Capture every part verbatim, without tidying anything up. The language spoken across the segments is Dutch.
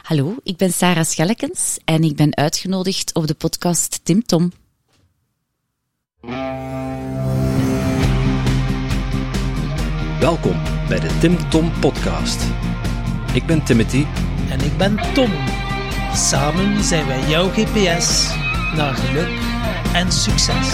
Hallo, ik ben Sarah Schellekens en ik ben uitgenodigd op de podcast Tim Tom. Welkom bij de Tim Tom podcast. Ik ben Timothy. En ik ben Tom. Samen zijn wij jouw G P S naar geluk en succes.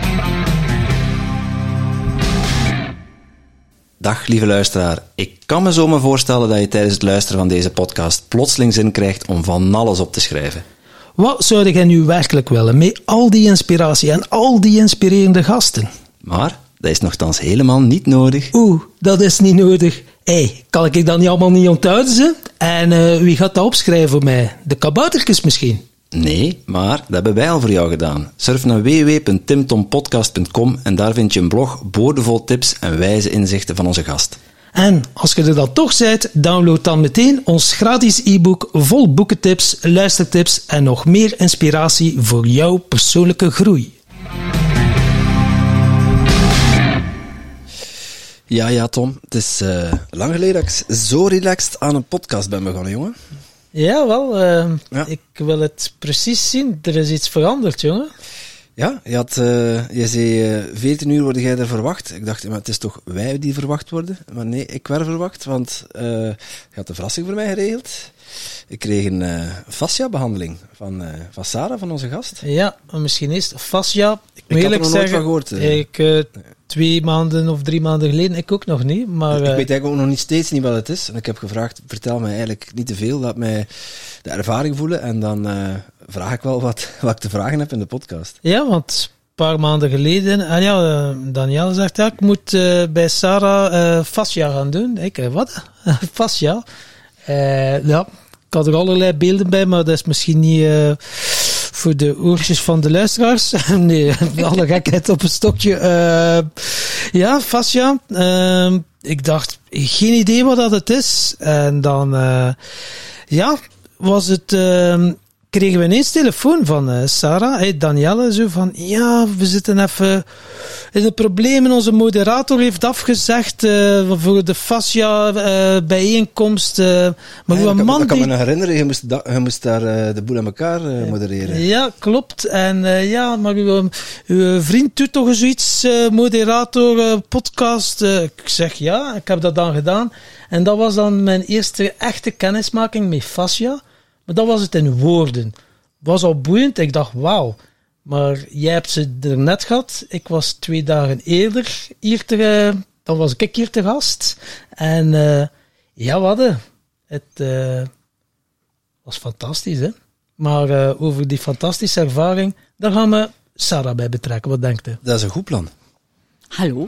Dag lieve luisteraar. Ik kan me zo maar voorstellen dat je tijdens het luisteren van deze podcast plotseling zin krijgt om van alles op te schrijven. Wat zou jij nu werkelijk willen met al die inspiratie en al die inspirerende gasten? Maar dat is nogthans helemaal niet nodig. Oeh, dat is niet nodig. Hé, hey, kan ik dat niet allemaal niet onthouden? Ze? En uh, wie gaat dat opschrijven voor mij? De kaboutertjes misschien? Nee, maar dat hebben wij al voor jou gedaan. Surf naar w w w punt timtompodcast punt com en daar vind je een blog boordevol tips en wijze inzichten van onze gast. En als je er dan toch bent, download dan meteen ons gratis e-book vol boekentips, luistertips en nog meer inspiratie voor jouw persoonlijke groei. Ja, ja, Tom. Het is uh, lang geleden dat ik zo relaxed aan een podcast ben begonnen, jongen. Ja, wel. Uh, ja. Ik wil het precies zien. Er is iets veranderd, jongen. Ja, je, had, uh, je zei uh, veertien uur worden jij er verwacht. Ik dacht, maar het is toch wij die verwacht worden? Maar nee, ik werd verwacht, want uh, je had een verrassing voor mij geregeld. Ik kreeg een uh, fascia-behandeling van, uh, van Sarah, van onze gast. Ja, misschien is het fascia. Ik moet ik eerlijk had er nog zeggen, nooit van gehoord. Uh. Ik, uh, twee maanden of drie maanden geleden, ik ook nog niet. Maar, ik uh, weet eigenlijk ook nog niet steeds niet wat het is. En ik heb gevraagd, vertel mij eigenlijk niet te veel, laat mij de ervaring voelen. En dan uh, vraag ik wel wat, wat ik te vragen heb in de podcast. Ja, want een paar maanden geleden, en ja, uh, Danielle zegt, ja, ik moet uh, bij Sarah uh, fascia gaan doen. Ik, uh, wat? Fascia? Uh, ja, ik had er allerlei beelden bij, maar dat is misschien niet uh, voor de oortjes van de luisteraars. Nee, alle gekheid op een stokje. Uh, ja, fascia. Uh, ik dacht, geen idee wat dat het is. En dan, uh, ja, was het... Uh, kregen we ineens telefoon van uh, Sarah, hey, Danielle, zo van, ja, we zitten even in een probleem en onze moderator heeft afgezegd uh, voor de fascia uh, bijeenkomst. Uh, maar ja, uw dat man kan, dat die... kan me nog herinneren, je moest, da, je moest daar uh, de boel aan elkaar uh, modereren. Ja, klopt. En uh, ja, maar uw, uw vriend doet toch zoiets, uh, moderator, uh, podcast. Uh, ik zeg ja, ik heb dat dan gedaan. En dat was dan mijn eerste echte kennismaking met fascia. Maar dat was het in woorden. Was al boeiend. Ik dacht, wauw. Maar jij hebt ze er net gehad. Ik was twee dagen eerder hier te... Uh, dan was ik hier te gast. En uh, ja, wat hadden. Het uh, was fantastisch, hè. Maar uh, over die fantastische ervaring, daar gaan we Sarah bij betrekken. Wat denkt u? Dat is een goed plan. Hallo.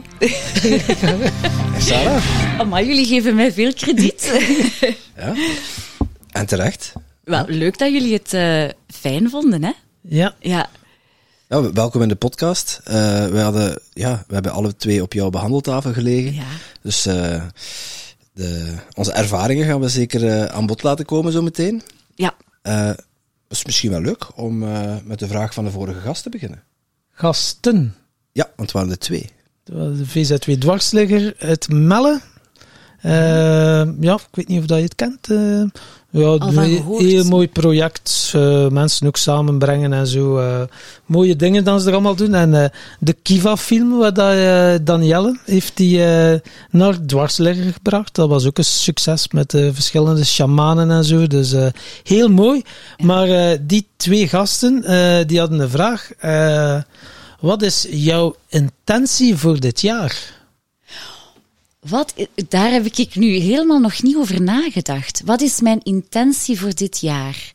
Sarah? Maar jullie geven mij veel krediet. Ja. En terecht. Wel, leuk dat jullie het uh, fijn vonden, hè? Ja. Ja. Ja, welkom in de podcast. Uh, we, hadden, ja, we hebben alle twee op jouw behandeltafel gelegen. Ja. Dus uh, de, onze ervaringen gaan we zeker uh, aan bod laten komen zo meteen. Ja. Uh, het is misschien wel leuk om uh, met de vraag van de vorige gast te beginnen. Gasten. Ja, want het waren er twee. De V Z W dwarsligger uit Melle. Uh, ja, ik weet niet of dat je het kent. Uh, ja, een heel mooi project. Uh, mensen ook samenbrengen en zo. Uh, mooie dingen dat ze er allemaal doen. En uh, de Kiva-film, wat dat, uh, Danielle heeft die uh, naar Dwarsligger gebracht. Dat was ook een succes met uh, verschillende shamanen en zo. Dus uh, heel mooi. Ja. Maar uh, die twee gasten, uh, die hadden een vraag. Uh, wat is jouw intentie voor dit jaar? Wat, daar heb ik nu helemaal nog niet over nagedacht. Wat is mijn intentie voor dit jaar?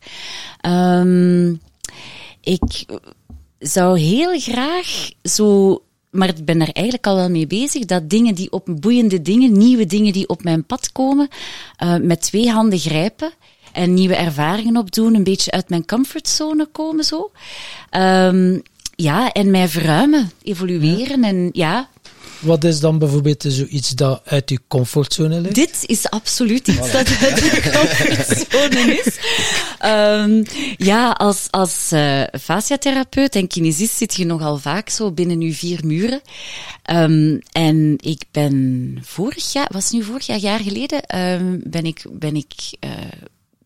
Um, ik zou heel graag zo... Maar ik ben er eigenlijk al wel mee bezig, dat dingen die op boeiende dingen, nieuwe dingen die op mijn pad komen, uh, met twee handen grijpen en nieuwe ervaringen opdoen, een beetje uit mijn comfortzone komen zo. Um, ja, en mij verruimen, evolueren ja. en ja... Wat is dan bijvoorbeeld zoiets dat uit je comfortzone ligt? Dit is absoluut iets voilà. dat uit je comfortzone is. Um, ja, als, als uh, fasciatherapeut en kinesist zit je nogal vaak zo binnen je vier muren. Um, en ik ben vorig jaar, was het nu vorig jaar, jaar geleden, um, ben ik, ben ik uh,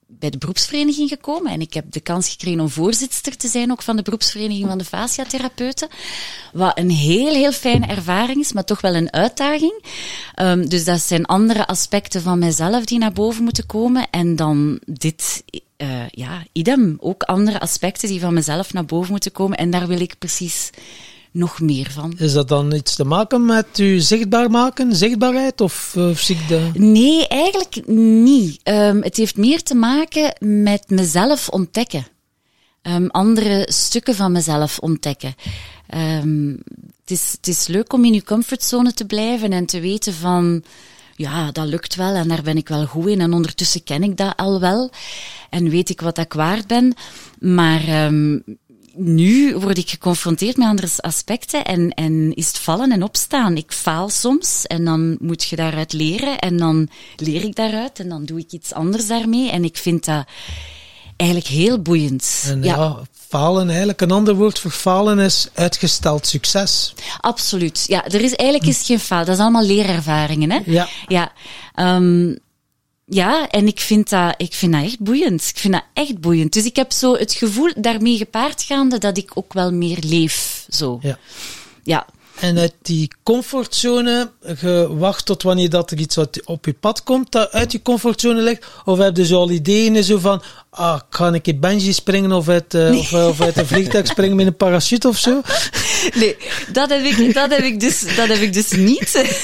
bij de beroepsvereniging gekomen en ik heb de kans gekregen om voorzitster te zijn ook van de beroepsvereniging van de fasciatherapeuten. Wat een heel, heel fijne ervaring is, maar toch wel een uitdaging. Um, dus dat zijn andere aspecten van mijzelf die naar boven moeten komen. En dan dit, uh, ja, idem. Ook andere aspecten die van mezelf naar boven moeten komen. En daar wil ik precies nog meer van. Is dat dan iets te maken met u zichtbaar maken, zichtbaarheid, of, of zie ik de... Nee, eigenlijk niet. Um, het heeft meer te maken met mezelf ontdekken. Um, andere stukken van mezelf ontdekken. Um, het is, het is leuk om in je comfortzone te blijven en te weten van, ja, dat lukt wel en daar ben ik wel goed in en ondertussen ken ik dat al wel en weet ik wat ik waard ben. Maar um, nu word ik geconfronteerd met andere aspecten en, en is het vallen en opstaan. Ik faal soms en dan moet je daaruit leren en dan leer ik daaruit en dan doe ik iets anders daarmee en ik vind dat eigenlijk heel boeiend. En ja, ja, falen eigenlijk, een ander woord voor falen is uitgesteld succes. Absoluut. Ja, er is eigenlijk is geen faal. Dat is allemaal leerervaringen, hè? Ja. Ja. Um, ja, en ik vind dat, ik vind dat echt boeiend. Ik vind dat echt boeiend. Dus ik heb zo het gevoel daarmee gepaard gaande dat ik ook wel meer leef, zo. Ja. Ja. En uit die comfortzone, gewacht tot wanneer dat er iets op je pad komt, dat uit je comfortzone ligt? Of heb je zo al ideeën zo van, ah, ga ik in bungee springen of uit, uh, nee. of, of uit een vliegtuig springen met een parachute of zo? Nee, dat heb ik, dat heb ik, dus, dat heb ik dus niet.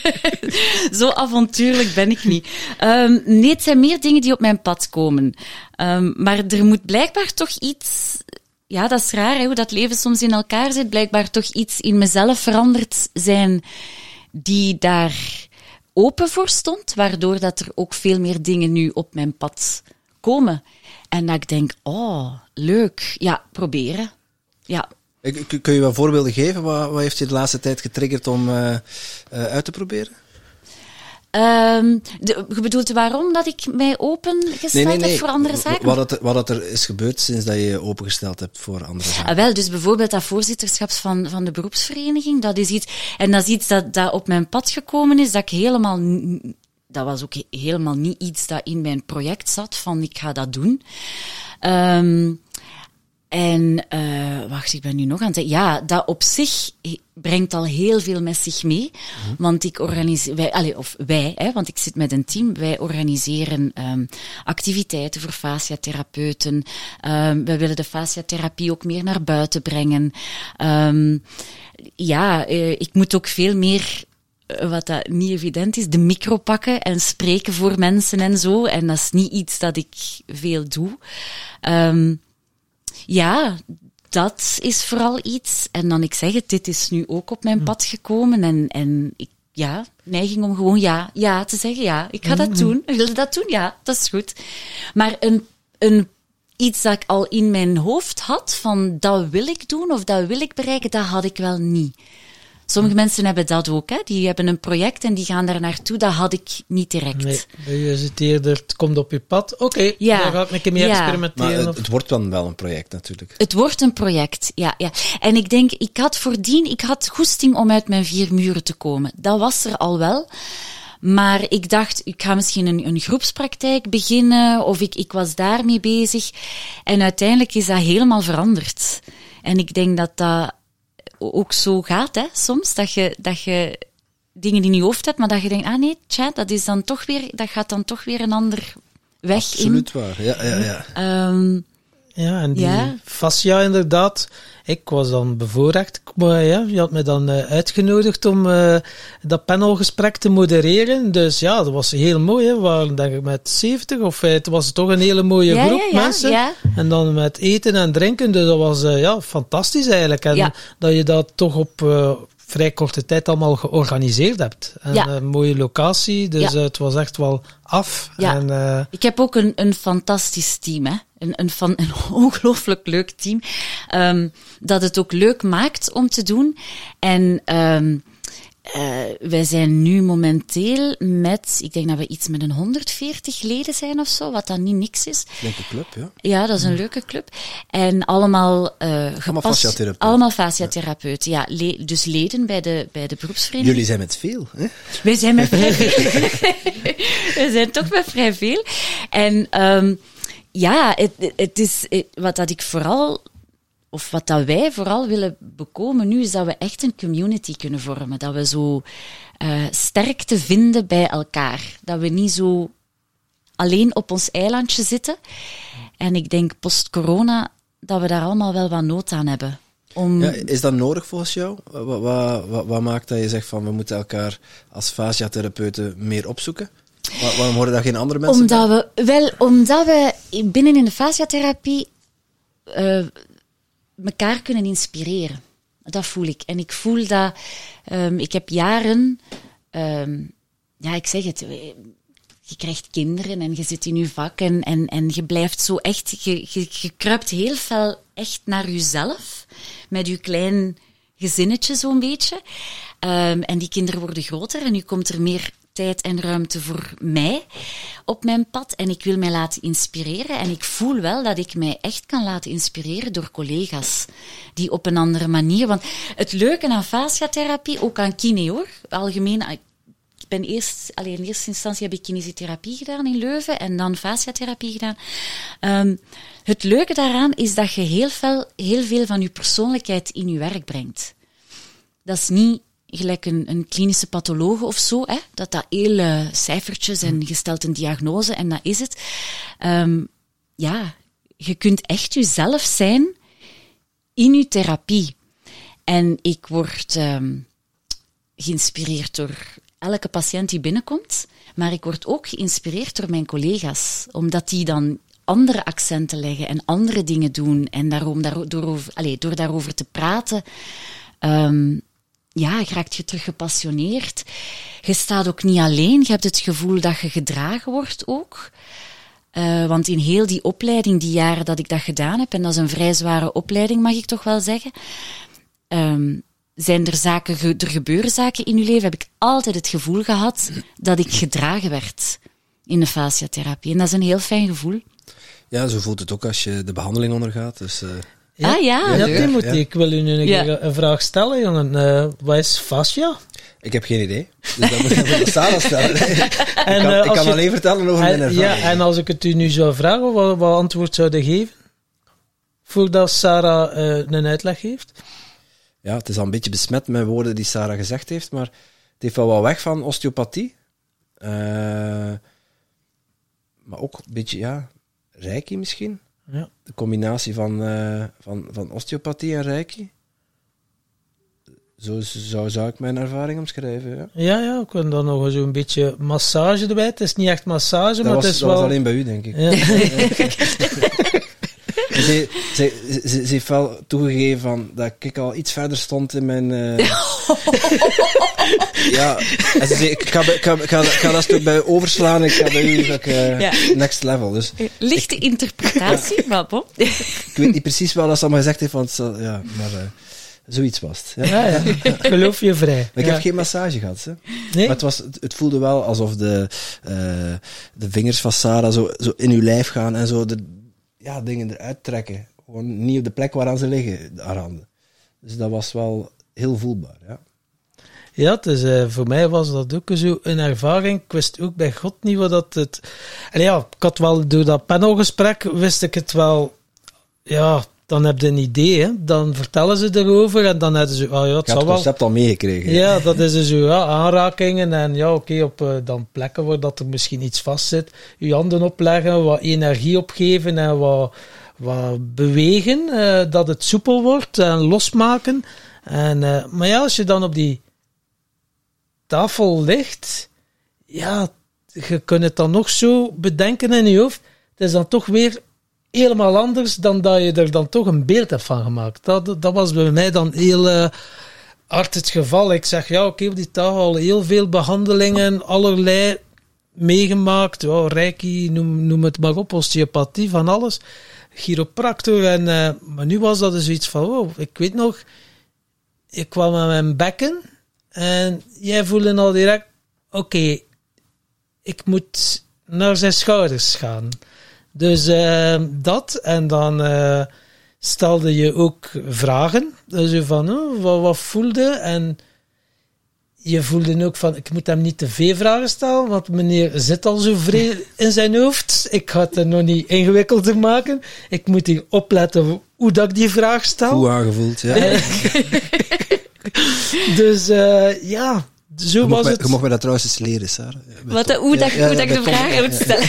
Zo avontuurlijk ben ik niet. Um, nee, het zijn meer dingen die op mijn pad komen. Um, maar er moet blijkbaar toch iets... Ja, dat is raar, hè, hoe dat leven soms in elkaar zit. Blijkbaar toch iets in mezelf veranderd zijn die daar open voor stond, waardoor dat er ook veel meer dingen nu op mijn pad komen. En dat ik denk, oh, leuk. Ja, proberen. Ja. Kun je wat voorbeelden geven? Wat, wat heeft je de laatste tijd getriggerd om uh, uh, uit te proberen? Um, de, je bedoelt waarom dat ik mij opengesteld nee, nee, nee. heb voor andere zaken? Wat, het, wat het er is gebeurd sinds dat je je opengesteld hebt voor andere zaken? Ah, wel, dus bijvoorbeeld dat voorzitterschap van, van de beroepsvereniging, dat is iets, en dat is iets dat, dat op mijn pad gekomen is, dat ik helemaal, dat was ook helemaal niet iets dat in mijn project zat, van ik ga dat doen. Um, En, uh, wacht, ik ben nu nog aan het... Ja, dat op zich brengt al heel veel met zich mee. Mm-hmm. Want ik organiseer... Wij, allez, of wij, hè, want ik zit met een team. Wij organiseren um, activiteiten voor fasciatherapeuten. Um, wij willen de fasciatherapie ook meer naar buiten brengen. Um, ja, uh, ik moet ook veel meer... wat dat niet evident is, de micro pakken en spreken voor mensen en zo. En dat is niet iets dat ik veel doe. Um, Ja, dat is vooral iets. En dan, ik zeg het, dit is nu ook op mijn pad gekomen. En, en ik, ja, neiging om gewoon ja, ja te zeggen. Ja, ik ga dat doen. Wil je dat doen? Ja, dat is goed. Maar een, een, iets dat ik al in mijn hoofd had, van dat wil ik doen of dat wil ik bereiken, dat had ik wel niet. Sommige mensen hebben dat ook, hè. Die hebben een project en die gaan daar naartoe. Dat had ik niet direct. Nee, bij je zit eerder, het komt op je pad. Oké, okay, ja, daar ga ik een keer mee ja. experimenteren. Maar het, het wordt dan wel een project natuurlijk. Het wordt een project, ja, ja. En ik denk, ik had voordien, ik had goesting om uit mijn vier muren te komen. Dat was er al wel. Maar ik dacht, ik ga misschien een, een groepspraktijk beginnen, of ik, ik was daarmee bezig. En uiteindelijk is dat helemaal veranderd. En ik denk dat dat ook zo gaat, hè, soms, dat je, dat je dingen in je hoofd hebt, maar dat je denkt, ah nee, tja, dat is dan toch weer, dat gaat dan toch weer een ander weg Absoluut in. Absoluut waar, ja, ja, ja. Um, ja, en die ja. fascia inderdaad. Ik was dan bevoorrecht, maar ja, je had me dan uh, uitgenodigd om uh, dat panelgesprek te modereren. Dus ja, dat was heel mooi, hè. We waren denk ik met zeventig, of uh, het was toch een hele mooie ja, groep ja, ja, mensen. Ja. En dan met eten en drinken, dus dat was uh, ja, fantastisch eigenlijk. En ja. dat je dat toch op uh, vrij korte tijd allemaal georganiseerd hebt. En ja. een mooie locatie, dus ja. uh, het was echt wel af. Ja. En, uh, ik heb ook een, een fantastisch team, hè. Een, een, van, een ongelooflijk leuk team, um, dat het ook leuk maakt om te doen. En um, uh, wij zijn nu momenteel met, ik denk dat we iets met een honderdveertig leden zijn of zo, wat dan niet niks is. Leuke club, ja. Ja, dat is een ja. leuke club. En allemaal uh, Allemaal fasciatherapeuten. Allemaal fasciatherapeuten, ja. ja le- dus leden bij de, bij de beroepsvereniging. Jullie zijn met veel, hè? Wij zijn met vrij veel. Wij zijn toch met vrij veel. En... Um, ja, het, het is het, wat dat ik vooral, of wat dat wij vooral willen bekomen nu, is dat we echt een community kunnen vormen. Dat we zo uh, sterkte vinden bij elkaar. Dat we niet zo alleen op ons eilandje zitten. En ik denk post-corona dat we daar allemaal wel wat nood aan hebben. Om... Ja, is dat nodig volgens jou? Wat, wat, wat, wat maakt dat je zegt van we moeten elkaar als fasciatherapeuten meer opzoeken? Waar, waarom horen dat geen andere mensen? Omdat we, wel, omdat we binnen in de fasciatherapie uh, elkaar kunnen inspireren. Dat voel ik. En ik voel dat... Um, ik heb jaren... Um, ja, ik zeg het... Je krijgt kinderen en je zit in je vak en, en, en je blijft zo echt... Je, je, je kruipt heel veel echt naar jezelf. Met je klein gezinnetje zo'n beetje. Um, en die kinderen worden groter en nu komt er meer tijd en ruimte voor mij op mijn pad. En ik wil mij laten inspireren. En ik voel wel dat ik mij echt kan laten inspireren door collega's. Die op een andere manier... Want het leuke aan fasciatherapie, ook aan kine hoor, algemeen... Ik ben eerst, alleen in eerste instantie heb ik kinesiotherapie gedaan in Leuven en dan fasciatherapie gedaan. Um, het leuke daaraan is dat je heel veel, heel veel van je persoonlijkheid in je werk brengt. Dat is niet gelijk een, een klinische pathologe of zo, hè? Dat dat heel uh, cijfertjes en je stelt een diagnose en dat is het. Um, ja, je kunt echt jezelf zijn in je therapie. En ik word um, geïnspireerd door elke patiënt die binnenkomt, maar ik word ook geïnspireerd door mijn collega's, omdat die dan andere accenten leggen en andere dingen doen en daarom, daar, door, allez, door daarover te praten, um, ja, raakt je terug gepassioneerd. Je staat ook niet alleen, je hebt het gevoel dat je gedragen wordt ook. Uh, want in heel die opleiding, die jaren dat ik dat gedaan heb, en dat is een vrij zware opleiding, mag ik toch wel zeggen, um, zijn er zaken, er gebeuren zaken in je leven, heb ik altijd het gevoel gehad dat ik gedragen werd in de fasciatherapie. En dat is een heel fijn gevoel. Ja, zo voelt het ook als je de behandeling ondergaat. Dus, uh... ja. Ah ja? Ja, Timothy, ja. Ik wil u nu een, ja. een vraag stellen, jongen. Uh, wat is fascia? Ik heb geen idee. Dus dat moet je voor Sarah stellen. En, ik kan, uh, ik kan je, alleen vertellen over en, mijn ervaring. Ja, en als ik het u nu zou vragen, wat, wat antwoord zou je geven? Voordat Sarah uh, een uitleg geeft? Ja, het is al een beetje besmet met woorden die Sarah gezegd heeft, maar het heeft wel wat weg van osteopathie. Uh, maar ook een beetje, ja, reiki misschien. Ja. De combinatie van, uh, van, van osteopathie en reiki. Zo zou, zou ik mijn ervaring omschrijven, ja. Ja, ja, ik wil dan nog zo'n beetje massage erbij. Het is niet echt massage, dat maar was, het is dat wel... was alleen bij u, denk ik. Ja. Ze, ze, ze, ze heeft wel toegegeven van dat ik al iets verder stond in mijn... Uh... ja, en ze zei, ik ga, ik, ga, ik, ga, ik ga dat stuk bij overslaan, ik ga bij u ik, uh, ja. next level. Dus lichte ik, interpretatie, ja. Maar bon. Ik weet niet precies wel dat ze allemaal gezegd heeft, want ja, maar uh, zoiets was het. Ja, ja, ja. Geloof je vrij. Maar ik ja. heb geen massage gehad, hè. Nee? Maar het, was, het, het voelde wel alsof de, uh, de vingers van Sarah zo, zo in uw lijf gaan en zo de ja, dingen eruit trekken. Gewoon niet op de plek waaraan ze liggen, haar handen. Dus dat was wel heel voelbaar, ja. Ja, dus uh, voor mij was dat ook zo een ervaring. Ik wist ook bij God niet wat dat het... En ja, ik had wel door dat panelgesprek, wist ik het wel... Ja, dan heb je een idee, hè. Dan vertellen ze erover en dan hebben ze... Oh ja, het je had het concept wel... al meegekregen. Ja, ja, dat is zo, ja, aanrakingen en ja, oké, okay, op uh, dan plekken waar dat er misschien iets vast zit. Je handen opleggen, wat energie opgeven en wat... wat bewegen, uh, dat het soepel wordt en losmaken. En, uh, maar ja, als je dan op die tafel ligt, ja, je kunt het dan nog zo bedenken in je hoofd. Het is dan toch weer helemaal anders dan dat je er dan toch een beeld hebt van gemaakt. Dat, dat was bij mij dan heel uh, hard het geval. Ik zeg, ja, oké, okay, op die tafel al heel veel behandelingen, allerlei meegemaakt. Ja, reiki, noem, noem het maar op, osteopathie, van alles. Chiropractor. En, uh, maar nu was dat dus iets van, oh, ik weet nog, ik kwam aan mijn bekken en jij voelde al direct, oké, okay, ik moet naar zijn schouders gaan. Dus uh, dat, en dan uh, stelde je ook vragen. Dus van, oh, wat, wat voelde? En je voelde ook van, ik moet hem niet te veel vragen stellen, want meneer zit al zo vrij in zijn hoofd. Ik ga het er nog niet ingewikkelder maken. Ik moet hier opletten hoe dat ik die vraag stel. Goed aangevoeld, ja. Dus uh, ja, zo je was mij, het. Je mocht mij dat trouwens eens leren, Sarah. Ja, Wat, hoe dat, ja, hoe dat ik de vraag ja, moet stellen.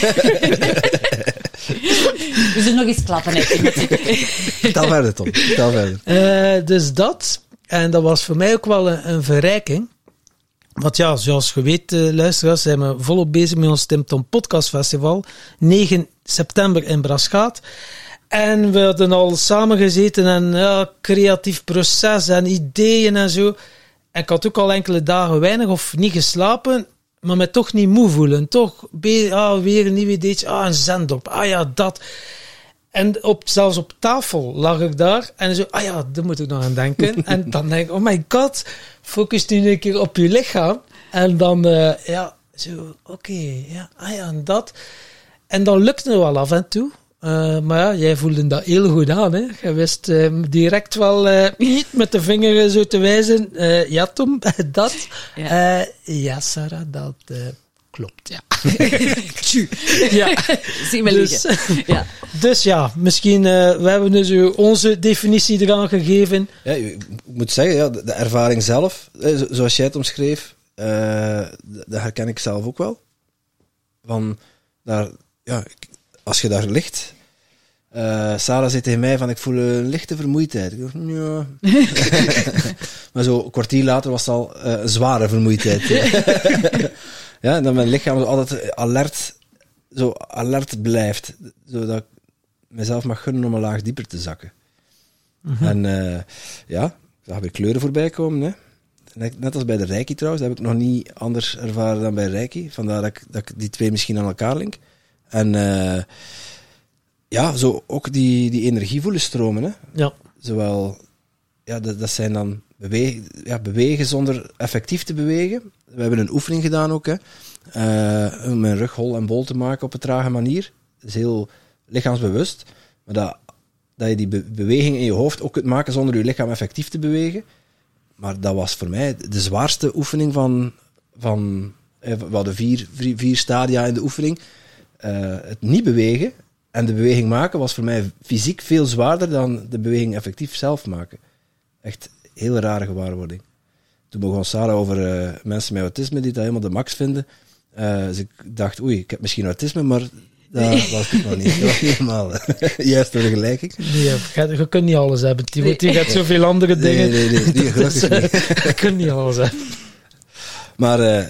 We zullen nog eens klappen, hè. Vertel verder, Tom. Vertel verder. Uh, dus dat, en dat was voor mij ook wel een, een verrijking. Want ja, zoals je weet, uh, luisteraars, zijn we volop bezig met ons Tim Tom Podcast Festival. negen september in Braschaat. En we hadden al samen gezeten en ja, creatief proces en ideeën en zo. En ik had ook al enkele dagen weinig of niet geslapen, maar me toch niet moe voelen. Toch be- ah, weer een nieuw ideetje, ah, een zendop, ah ja, dat. En op, zelfs op tafel lag ik daar en zo, ah ja, daar moet ik nog aan denken. En dan denk ik, oh my god, focus nu een keer op je lichaam. En dan, uh, ja, zo, oké, okay, ja, ah ja, en dat. En dan lukte het wel af en toe. Uh, maar ja, jij voelde dat heel goed aan, hè. Je wist uh, direct wel uh, niet met de vinger zo te wijzen. Uh, ja, Tom, dat. Ja, uh, ja Sarah, dat uh, klopt, ja. ja. Zie me dus, liggen. Ja. Dus ja, misschien, uh, we hebben dus uh, onze definitie eraan gegeven. Ja, ik moet zeggen, ja, de, de ervaring zelf, eh, zoals jij het omschreef, uh, dat herken ik zelf ook wel. Van, daar, ja, als je daar ligt... Uh, Sarah zei tegen mij van, ik voel een lichte vermoeidheid. Ik dacht, ja. Maar zo een kwartier later was het al uh, een zware vermoeidheid. Ja, en dan mijn lichaam zo altijd alert, zo alert blijft. Zodat ik mezelf mag gunnen om een laag dieper te zakken. Mm-hmm. En uh, ja, dan heb ik kleuren voorbij komen. Hè. Net als bij de Reiki trouwens, dat heb ik nog niet anders ervaren dan bij Reiki. Vandaar dat ik, dat ik die twee misschien aan elkaar link. En uh, ja, zo ook die, die energie voelen stromen. Hè. Ja. Zowel, ja, dat, dat zijn dan bewegen, ja, bewegen zonder effectief te bewegen. We hebben een oefening gedaan ook, hè. Uh, om mijn rug hol en bol te maken op een trage manier. Dat is heel lichaamsbewust. Maar dat, dat je die be- beweging in je hoofd ook kunt maken zonder je lichaam effectief te bewegen. Maar dat was voor mij de zwaarste oefening van... van we hadden vier, vier, vier stadia in de oefening. Uh, het niet bewegen en de beweging maken was voor mij fysiek veel zwaarder dan de beweging effectief zelf maken. Echt een hele rare gewaarwording. Toen begon Sarah over uh, mensen met autisme die dat helemaal de max vinden. Uh, dus ik dacht, oei, ik heb misschien autisme, maar dat nee. was het nog niet. Dat was niet helemaal juist de vergelijking. Nee, je, je kunt niet alles hebben. Die nee. Je hebt zoveel andere dingen. Nee, nee, nee. nee gelukkig niet. Je kunt niet alles hebben. Maar... Uh,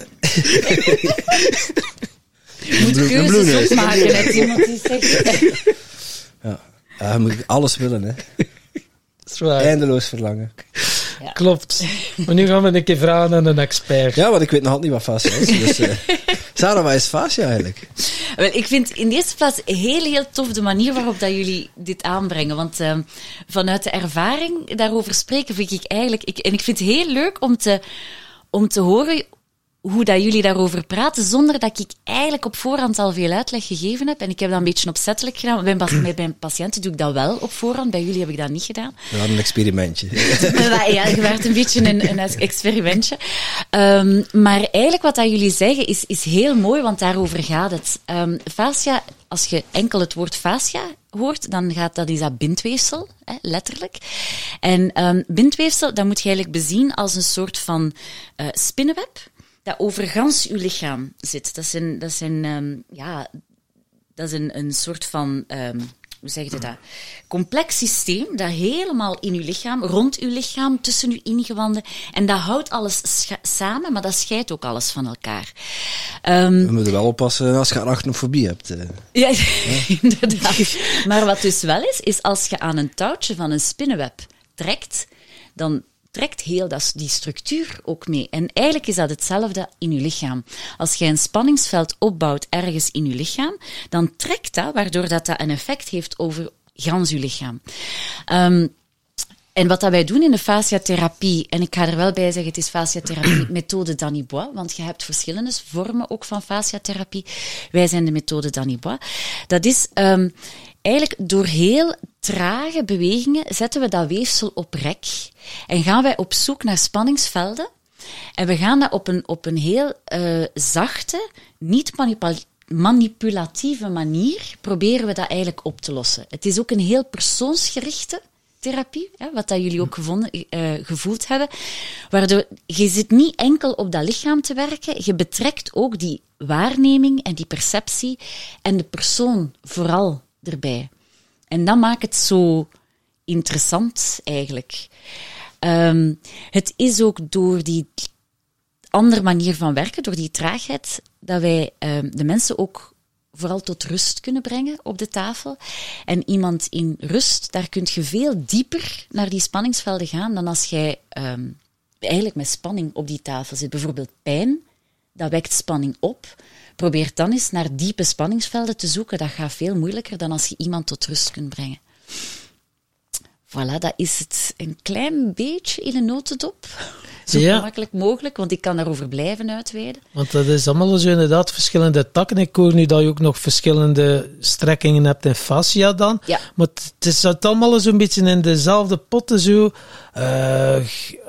je moet keuzes opmaken, hè, iemand die zegt. Ja, ja, je moet alles willen, hè. Eindeloos verlangen. Ja. Klopt. Maar nu gaan we een keer vragen aan een expert. Ja, want ik weet nog altijd niet wat fascia is. Dus, uh, Sarah, wat is fascia eigenlijk? Wel, ik vind in de eerste plaats heel, heel tof de manier waarop dat jullie dit aanbrengen. Want uh, vanuit de ervaring daarover spreken vind ik eigenlijk... Ik, en ik vind het heel leuk om te, om te horen hoe dat jullie daarover praten, zonder dat ik eigenlijk op voorhand al veel uitleg gegeven heb. En ik heb dat een beetje opzettelijk gedaan. Bij mijn, met mijn patiënten doe ik dat wel op voorhand. Bij jullie heb ik dat niet gedaan. We hadden een experimentje. Ja, je werd een beetje een, een experimentje. Um, maar eigenlijk wat dat jullie zeggen is, is heel mooi, want daarover gaat het. Um, fascia, als je enkel het woord fascia hoort, dan gaat dat is dat bindweefsel, hè, letterlijk. En um, bindweefsel, dat moet je eigenlijk bezien als een soort van uh, spinnenweb dat over gans uw lichaam zit. Dat is een, dat is een, um, ja, dat is een, een soort van, um, hoe zeg je dat? Complex systeem dat helemaal in uw lichaam, rond uw lichaam, tussen uw ingewanden, en dat houdt alles scha- samen, maar dat scheidt ook alles van elkaar. Um, We moeten wel oppassen als je arachnofobie hebt. Uh. Ja, ja, inderdaad. Maar wat dus wel is, is als je aan een touwtje van een spinnenweb trekt, dan trekt heel dat, die structuur ook mee. En eigenlijk is dat hetzelfde in je lichaam. Als je een spanningsveld opbouwt ergens in je lichaam, dan trekt dat, waardoor dat, dat een effect heeft over gans je lichaam. Um, en wat dat wij doen in de fasciatherapie, en ik ga er wel bij zeggen, het is fasciatherapie methode Danny Bois, want je hebt verschillende vormen ook van fasciatherapie. Wij zijn de methode Danny Bois. Dat is um, eigenlijk door heel trage bewegingen zetten we dat weefsel op rek en gaan wij op zoek naar spanningsvelden En we gaan dat op een, op een heel uh, zachte, niet manipula- manipulatieve manier, proberen we dat eigenlijk op te lossen. Het is ook een heel persoonsgerichte therapie, hè, wat dat jullie ook gevonden, uh, gevoeld hebben, waardoor je zit niet enkel op dat lichaam te werken, je betrekt ook die waarneming en die perceptie en de persoon vooral erbij. En dat maakt het zo interessant, eigenlijk. Um, het is ook door die andere manier van werken, door die traagheid, dat wij um, de mensen ook vooral tot rust kunnen brengen op de tafel. En iemand in rust, daar kun je veel dieper naar die spanningsvelden gaan dan als jij um, eigenlijk met spanning op die tafel zit. Bijvoorbeeld pijn, dat wekt spanning op. Probeer dan eens naar diepe spanningsvelden te zoeken. Dat gaat veel moeilijker dan als je iemand tot rust kunt brengen. Voilà, dat is het een klein beetje in een notendop. Zo ja. gemakkelijk mogelijk, want ik kan daarover blijven uitweiden. Want dat is allemaal zo inderdaad verschillende takken. Ik hoor nu dat je ook nog verschillende strekkingen hebt in fascia dan. Ja. Maar het is het allemaal zo'n beetje in dezelfde potten zo. Uh,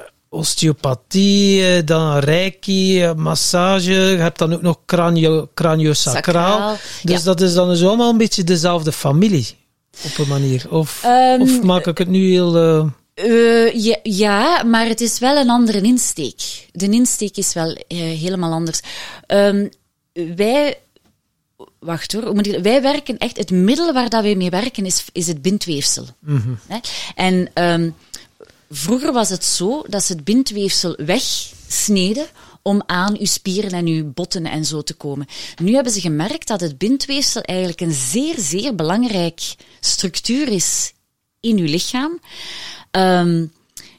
osteopathie, dan reiki, massage. Je hebt dan ook nog cranio, craniosacraal. Sacraal, dus ja. dat is dan zo allemaal een beetje dezelfde familie. Op een manier. Of, Um, of maak ik het nu heel... Uh... Uh, ja, ja, maar het is wel een andere insteek. De insteek is wel uh, helemaal anders. Um, wij... Wacht hoor. hoe moet ik- Wij werken echt... Het middel waar dat wij mee werken is, is het bindweefsel. Mm-hmm. Hè? En um, vroeger was het zo dat ze het bindweefsel wegsneden om aan uw spieren en uw botten en zo te komen. Nu hebben ze gemerkt dat het bindweefsel eigenlijk een zeer, zeer belangrijk structuur is in uw lichaam, um,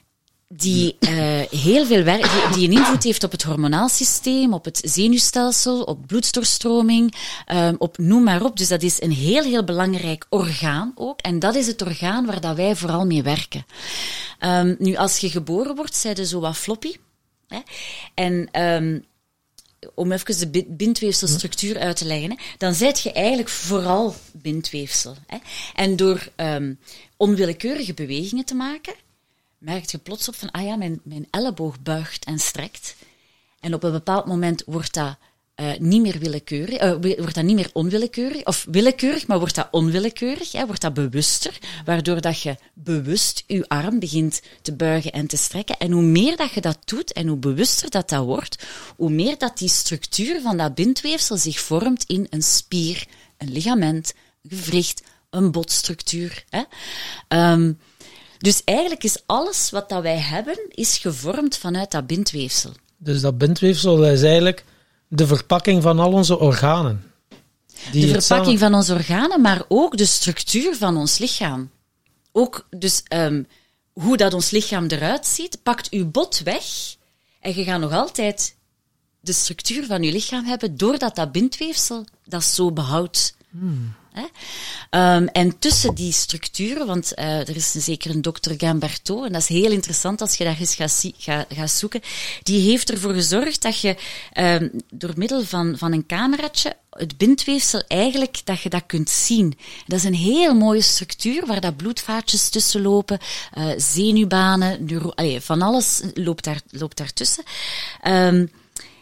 die uh, heel veel werk, die, die een invloed heeft op het hormonaal systeem, op het zenuwstelsel, op bloeddoorstroming, um, op noem maar op. Dus dat is een heel, heel belangrijk orgaan ook. En dat is het orgaan waar dat wij vooral mee werken. Um, nu, als je geboren wordt, zij je zo wat floppy. Hè? En um, om even de bi- bindweefselstructuur uit te leggen, hè, dan zet je eigenlijk vooral bindweefsel. Hè? En door um, onwillekeurige bewegingen te maken, merk je plots op van, ah ja, mijn, mijn elleboog buigt en strekt. En op een bepaald moment wordt dat uh, niet meer willekeurig, uh, wordt dat niet meer onwillekeurig, of willekeurig, maar wordt dat onwillekeurig, hè, wordt dat bewuster, waardoor dat je bewust je arm begint te buigen en te strekken. En hoe meer dat je dat doet, en hoe bewuster dat dat wordt, hoe meer dat die structuur van dat bindweefsel zich vormt in een spier, een ligament, een gewricht, een botstructuur. Hè. Um, dus eigenlijk is alles wat dat wij hebben, is gevormd vanuit dat bindweefsel. Dus dat bindweefsel is eigenlijk de verpakking van al onze organen. Die De het verpakking samen- van onze organen, maar ook de structuur van ons lichaam. Ook dus um, hoe dat ons lichaam eruit ziet, pakt uw bot weg en je gaat nog altijd de structuur van je lichaam hebben doordat dat bindweefsel dat zo behoudt. Hmm. Hè? Um, en tussen die structuren, want uh, er is een, zeker een dokter Gamberto, en dat is heel interessant als je daar eens gaat, zie, ga, gaat zoeken, die heeft ervoor gezorgd dat je um, door middel van, van een cameraatje het bindweefsel eigenlijk, dat je dat kunt zien. Dat is een heel mooie structuur waar dat bloedvaatjes tussen lopen, uh, zenuwbanen, neuro, allee, van alles loopt daar, loopt daar tussen. Um,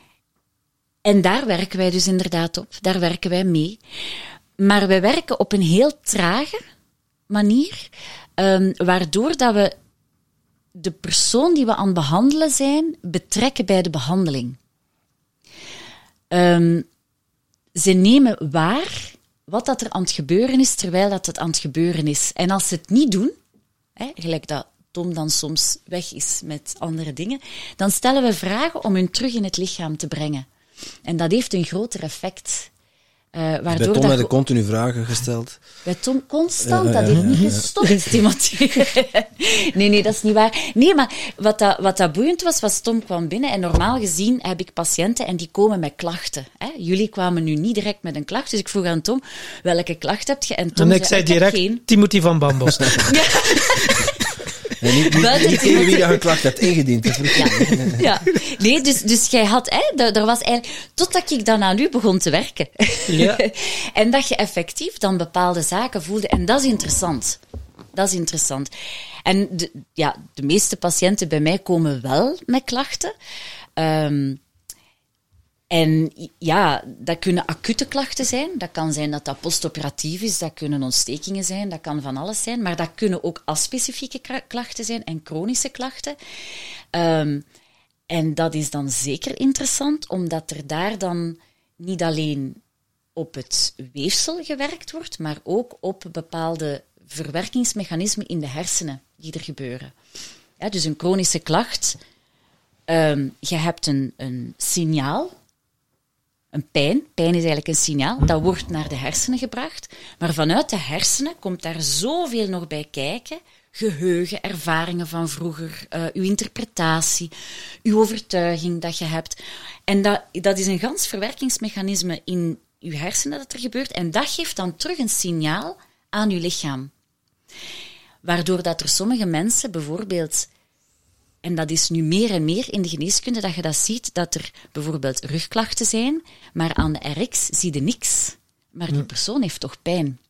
en daar werken wij dus inderdaad op, daar werken wij mee. Maar wij werken op een heel trage manier, um, waardoor dat we de persoon die we aan het behandelen zijn, betrekken bij de behandeling. Um, ze nemen waar wat dat er aan het gebeuren is, terwijl dat het aan het gebeuren is. En als ze het niet doen, hè, gelijk dat Tom dan soms weg is met andere dingen, dan stellen we vragen om hun terug in het lichaam te brengen. En dat heeft een groter effect. Uh, Bij waardoor Tom dat werden ge- continu vragen gesteld. Bij Tom constant, Ja, ja, dat heeft ja, niet ja. gestopt, Timothy. Nee, nee, dat is niet waar. Nee, maar wat dat, wat dat boeiend was, was Tom kwam binnen en normaal gezien heb ik patiënten en die komen met klachten. Hè? Jullie kwamen nu niet direct met een klacht, dus ik vroeg aan Tom, welke klacht heb je? En Tom En ik zei heb direct, geen. Timothy van Bambos. En niet, niet, Buiten niet tegen wie dat je klacht hebt ingediend. Dat vroeg je. Ja, nee, dus, dus jij had, hè, er, er was eigenlijk, totdat ik dan aan u begon te werken. Ja. En dat je effectief dan bepaalde zaken voelde. En dat is interessant. dat is interessant. En de, ja, de meeste patiënten bij mij komen wel met klachten. Um, en ja, dat kunnen acute klachten zijn. Dat kan zijn dat dat postoperatief is. Dat kunnen ontstekingen zijn. Dat kan van alles zijn. Maar dat kunnen ook aspecifieke klachten zijn en chronische klachten. Um, en dat is dan zeker interessant, omdat er daar dan niet alleen op het weefsel gewerkt wordt, maar ook op bepaalde verwerkingsmechanismen in de hersenen die er gebeuren. Ja, dus een chronische klacht. Um, je hebt een, een signaal. Een pijn. Pijn is eigenlijk een signaal. Dat wordt naar de hersenen gebracht. Maar vanuit de hersenen komt daar zoveel nog bij kijken. Geheugen, ervaringen van vroeger, uh, uw interpretatie, uw overtuiging dat je hebt. En dat, dat is een gans verwerkingsmechanisme in uw hersenen dat er gebeurt. En dat geeft dan terug een signaal aan uw lichaam. Waardoor dat er sommige mensen bijvoorbeeld... En dat is nu meer en meer in de geneeskunde dat je dat ziet, dat er bijvoorbeeld rugklachten zijn, maar aan de R X zie je niks. Maar die persoon heeft toch pijn.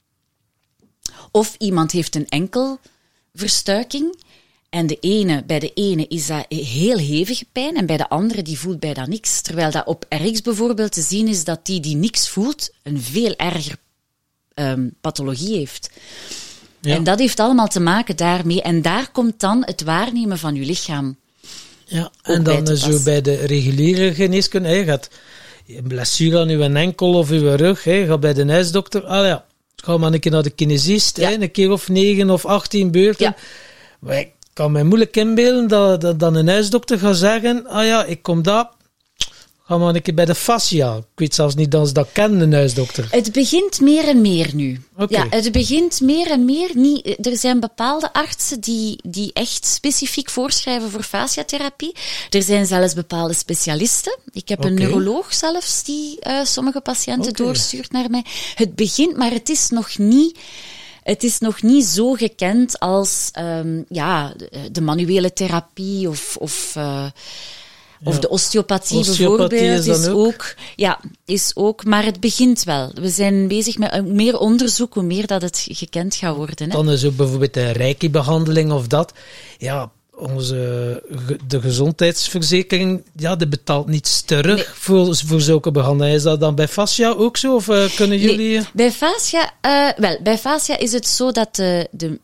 Of iemand heeft een enkelverstuiking en de ene, bij de ene is dat heel hevige pijn en bij de andere die voelt bij dat niks. Terwijl dat op R X bijvoorbeeld te zien is dat die die niks voelt een veel erger um, pathologie heeft. Ja. En dat heeft allemaal te maken daarmee. En daar komt dan het waarnemen van je lichaam. Ja, en dan bij zo bij de reguliere geneeskunde. Je gaat een blessure aan je enkel of je rug. Je gaat bij de huisdokter. Ah ja, ga maar een keer naar de kinesist. Ja. Hè, een keer of negen of achttien beurten. Ja. Maar ik kan me moeilijk inbeelden dat, dat, dat een huisdokter gaat zeggen. Ah ja, ik kom daar. Ga maar een keer bij de fascia. Ik weet zelfs niet dat ze dat kennen, een huisdokter. Het begint meer en meer nu. Okay. Ja, het begint meer en meer. Niet, er zijn bepaalde artsen die, die echt specifiek voorschrijven voor fasciatherapie. Er zijn zelfs bepaalde specialisten. Ik heb okay. een neuroloog zelfs die uh, sommige patiënten okay. doorstuurt naar mij. Het begint, maar het is nog niet... Het is nog niet zo gekend als um, ja, de, de manuele therapie of... of uh, Of ja. de osteopathie, osteopathie bijvoorbeeld, is, is ook. ook... Ja, is ook, maar het begint wel. We zijn bezig met hoe meer onderzoek, hoe meer dat het gekend gaat worden. Hè. Dan is ook bijvoorbeeld de reiki-behandeling of dat. Ja, onze, de gezondheidsverzekering, ja, die betaalt niets terug nee. voor, voor zulke behandelingen. Is dat dan bij fascia ook zo? Of uh, kunnen jullie... Nee, bij fascia, uh, wel, bij fascia is het zo dat de, de,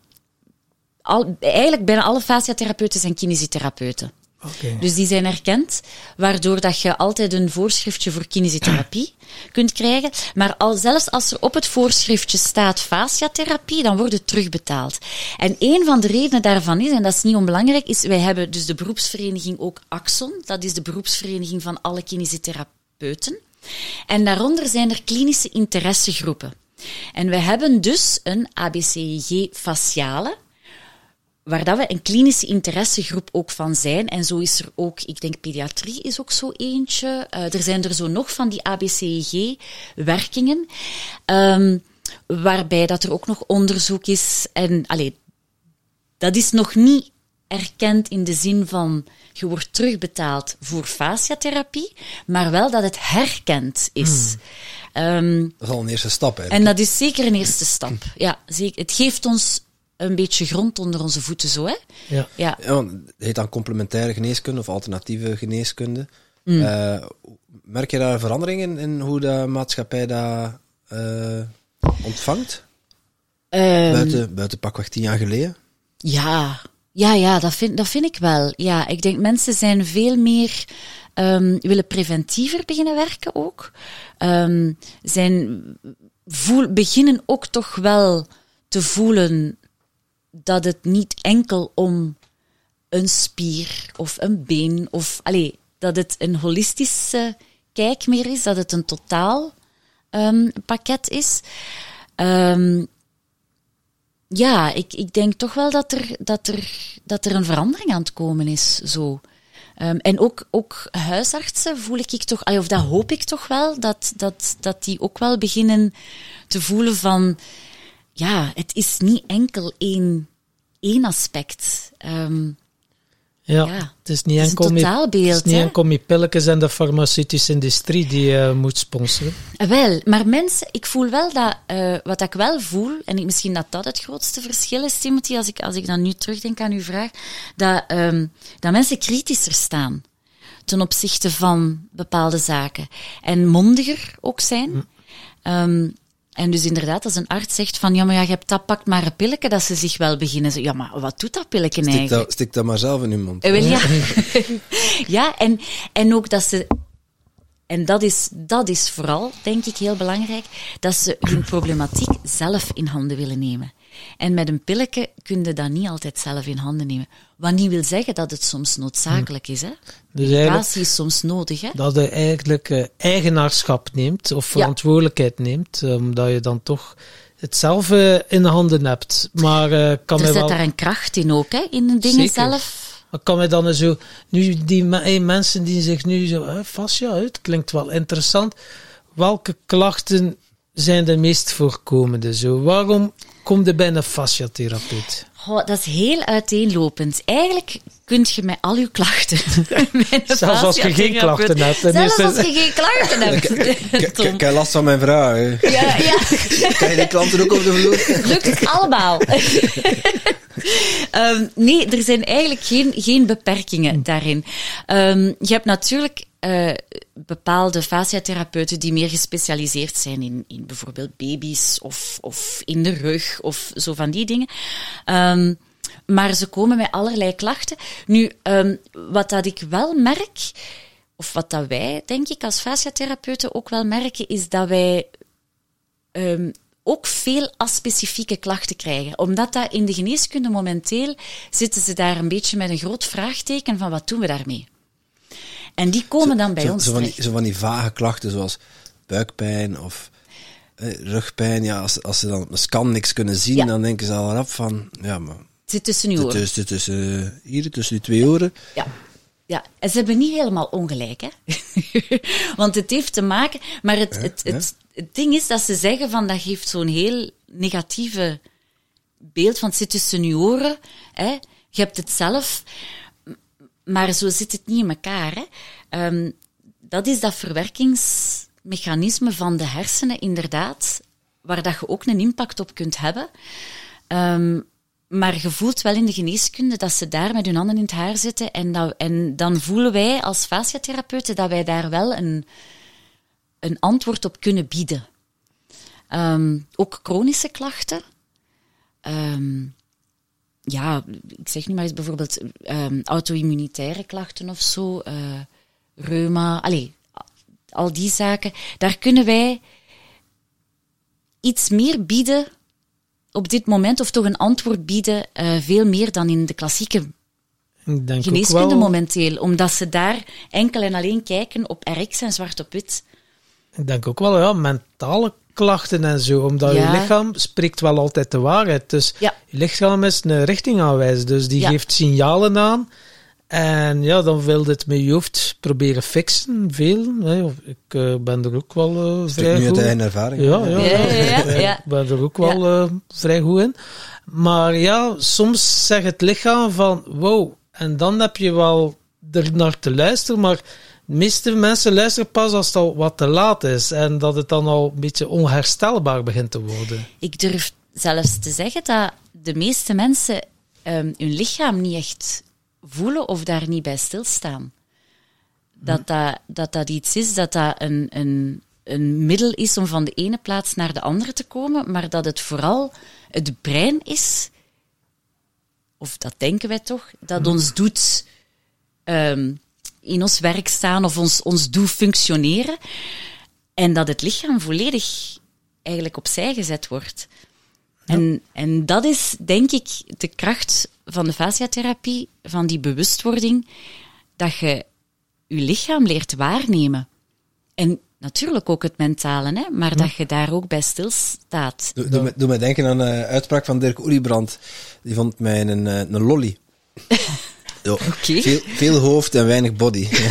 al, eigenlijk bijna alle fasciatherapeuten zijn kinesitherapeuten. Okay. Dus die zijn erkend, waardoor dat je altijd een voorschriftje voor kinesitherapie kunt krijgen. Maar al, zelfs als er op het voorschriftje staat fasciatherapie, dan wordt het terugbetaald. En een van de redenen daarvan is, en dat is niet onbelangrijk, is wij hebben dus de beroepsvereniging ook Axon. Dat is de beroepsvereniging van alle kinesitherapeuten. En daaronder zijn er klinische interessegroepen. En wij hebben dus een A B C I G faciale, waar dat we een klinische interessegroep ook van zijn. En zo is er ook, ik denk pediatrie is ook zo eentje. Uh, er zijn er zo nog van die A B C I G-werkingen, um, waarbij dat er ook nog onderzoek is. En allee, dat is nog niet erkend in de zin van je wordt terugbetaald voor fasciatherapie, maar wel dat het herkend is. Hmm. Um, dat is al een eerste stap eigenlijk. En dat is zeker een eerste stap. Ja, zeker. Het geeft ons een beetje grond onder onze voeten, zo, hè? Ja. Ja. Ja, want het heet dan complementaire geneeskunde of alternatieve geneeskunde. Mm. Uh, merk je daar veranderingen in hoe de maatschappij dat uh, ontvangt? Um, buiten, buiten pakweg tien jaar geleden? Ja, ja, ja dat, vind, dat vind ik wel. Ja, ik denk mensen zijn veel meer... Um, willen preventiever beginnen werken ook. Um, zijn, voel, beginnen ook toch wel te voelen dat het niet enkel om een spier of een been of... Allee, dat het een holistische kijk meer is, dat het een totaal um, pakket is. Um, ja, ik, ik denk toch wel dat er, dat, er, dat er een verandering aan het komen is, zo. Um, en ook, ook huisartsen voel ik toch, of dat hoop ik toch wel, dat, dat, dat die ook wel beginnen te voelen van, ja, het is niet enkel één, één aspect. Um, Ja, Ja, het is niet het is enkel een met- totaalbeeld, Het is niet hè? enkel met pilletjes en de farmaceutische industrie die je moet sponsoren. Wel, maar mensen, ik voel wel dat, uh, wat ik wel voel, en ik, misschien dat dat het grootste verschil is, Timothy, als ik, als ik dan nu terugdenk aan uw vraag, dat, um, dat mensen kritischer staan ten opzichte van bepaalde zaken. En mondiger ook zijn. Mm. Um, en dus inderdaad, als een arts zegt van, ja, maar ja, je hebt dat, pakt maar een pilletje, dat ze zich wel beginnen zo, ja, maar wat doet dat pilletje Stik eigenlijk? dat, stik dat maar zelf in uw mond. Uh, wel, ja. ja, en, en ook dat ze... En dat is, dat is vooral, denk ik, heel belangrijk, dat ze hun problematiek zelf in handen willen nemen. En met een pilletje kun je dat niet altijd zelf in handen nemen. Wat niet wil zeggen dat het soms noodzakelijk is. Hè? Dus Educatie is soms nodig. Hè? Dat je eigenlijk uh, eigenaarschap neemt, of verantwoordelijkheid ja. neemt, omdat je dan toch het zelf uh, in de handen hebt. Maar uh, kan er mij zit wel... daar een kracht in ook, hè? In de dingen Zeker. zelf. Maar kan mij dan zo, nu die hey, mensen die zich nu zo, hè, fascia, het klinkt wel interessant. Welke klachten zijn de meest voorkomende? Zo, waarom kom je bij een fasciatherapeut? Oh, dat is heel uiteenlopend. Eigenlijk kun je met al je klachten... Zelfs als je geen klachten hebt. Zelfs als je geen klachten hebt. Ik heb last van mijn vrouw. Hè. Ja, ja. Kan je die klanten ook op de vloer? Lukt allemaal. um, nee, er zijn eigenlijk geen, geen beperkingen daarin. Um, je hebt natuurlijk uh, bepaalde fasciatherapeuten die meer gespecialiseerd zijn in, in bijvoorbeeld baby's of, of in de rug of zo van die dingen. Um, maar ze komen met allerlei klachten. Nu, um, wat dat ik wel merk, of wat dat wij, denk ik, als fasciatherapeuten ook wel merken, is dat wij um, ook veel aspecifieke klachten krijgen. Omdat dat in de geneeskunde momenteel zitten ze daar een beetje met een groot vraagteken van wat doen we daarmee. En die komen dan bij zo, ons zo van, die, terecht. zo van die vage klachten zoals buikpijn of eh, rugpijn. Ja, als, als ze dan op een scan niks kunnen zien, Ja. dan denken ze al rap van... Ja, maar Het zit tussen uw het oren. is tussen, tussen, hier, tussen die twee oren. Ja. Ja, en ze hebben niet helemaal ongelijk, hè. Want het heeft te maken... Maar het, het, het, het, het ding is dat ze zeggen van, dat geeft zo'n heel negatieve beeld van het zit tussen je oren. Hè. Je hebt het zelf, maar zo zit het niet in elkaar. Hè. Um, dat is dat verwerkingsmechanisme van de hersenen, inderdaad, waar dat je ook een impact op kunt hebben. Um, Maar je voelt wel in de geneeskunde dat ze daar met hun handen in het haar zitten. En, dat, en dan voelen wij als fasciatherapeuten dat wij daar wel een, een antwoord op kunnen bieden. Um, ook chronische klachten. Um, ja, ik zeg nu maar eens bijvoorbeeld um, auto-immunitaire klachten of zo. Uh, reuma, allee, al die zaken. Daar kunnen wij iets meer bieden op dit moment, of toch een antwoord bieden, uh, veel meer dan in de klassieke Ik denk geneeskunde ook wel, momenteel. Omdat ze daar enkel en alleen kijken op R X en zwart op wit. Ik denk ook wel, ja, mentale klachten en zo. Omdat Ja. je lichaam spreekt wel altijd de waarheid. Dus Ja. je lichaam is een richting aanwijzen. Dus die Ja. geeft signalen aan. En ja, dan wil het met je hoofd proberen fixen. Veel. Hè. Ik uh, ben er ook wel uh, Stuk vrij nu uit goed. eigen ervaring. Ja, ja, Ja, ja, ja, ja. ik ben er ook wel uh, vrij goed in. Maar ja, soms zegt het lichaam van wow. En dan heb je wel er naar te luisteren, maar de meeste mensen luisteren pas als het al wat te laat is. En dat het dan al een beetje onherstelbaar begint te worden. Ik durf zelfs te zeggen dat de meeste mensen um, hun lichaam niet echt voelen of daar niet bij stilstaan. Dat dat, dat, dat iets is, dat dat een, een, een middel is om van de ene plaats naar de andere te komen, maar dat het vooral het brein is, of dat denken wij toch, dat ons doet um, in ons werk staan of ons, ons doet functioneren, en dat het lichaam volledig eigenlijk opzij gezet wordt. Ja. En, en dat is, denk ik, de kracht van de fasciatherapie, van die bewustwording, dat je je lichaam leert waarnemen. En natuurlijk ook het mentale, hè, maar hm. dat je daar ook bij stilstaat. Doe, doe, me, doe me denken aan een uitspraak van Dirk Oeliebrand. Die vond mij een, een lolly. Ja, okay. veel, veel hoofd en weinig body. Ja.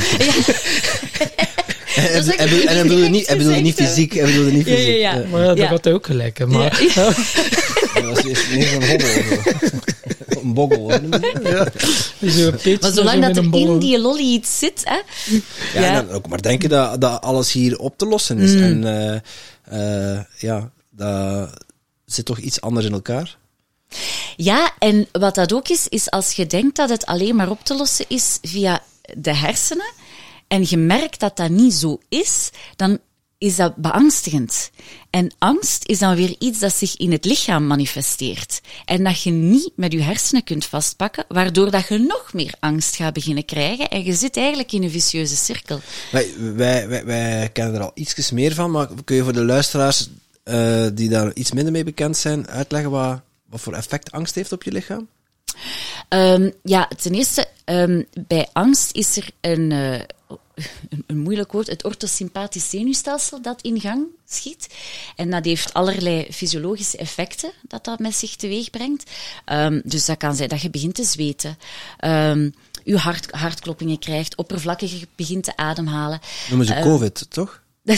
En, en, en, en hij bedoelde niet, hij bedoelde niet fysiek. Hij bedoelde niet fysiek. Ja, ja, ja. Maar ja, dat ja. had hij ook gelijk. Hè, maar. Ja. Dat was eerst een hobbel. een boggel. Ja. Maar zolang dat er in die lolly iets zit, hè. Ja, ja. Dan ook maar denken dat, dat alles hier op te lossen is. Mm. En uh, uh, ja, dat zit toch iets anders in elkaar. Ja, en wat dat ook is, is als je denkt dat het alleen maar op te lossen is via de hersenen, en je merkt dat dat niet zo is, dan is dat beangstigend. En angst is dan weer iets dat zich in het lichaam manifesteert. En dat je niet met je hersenen kunt vastpakken, waardoor dat je nog meer angst gaat beginnen krijgen. En je zit eigenlijk in een vicieuze cirkel. Wij, wij, wij, wij kennen er al iets meer van, maar kun je voor de luisteraars uh, die daar iets minder mee bekend zijn, uitleggen wat, wat voor effect angst heeft op je lichaam? Um, ja, ten eerste, um, bij angst is er een... Uh, Een, een moeilijk woord, het orthosympathisch zenuwstelsel dat in gang schiet. En dat heeft allerlei fysiologische effecten dat dat met zich teweeg brengt. Um, dus dat kan zijn dat je begint te zweten, um, je hart, hartkloppingen krijgt, oppervlakkig begint te ademhalen. Noemen ze um, COVID, toch? dat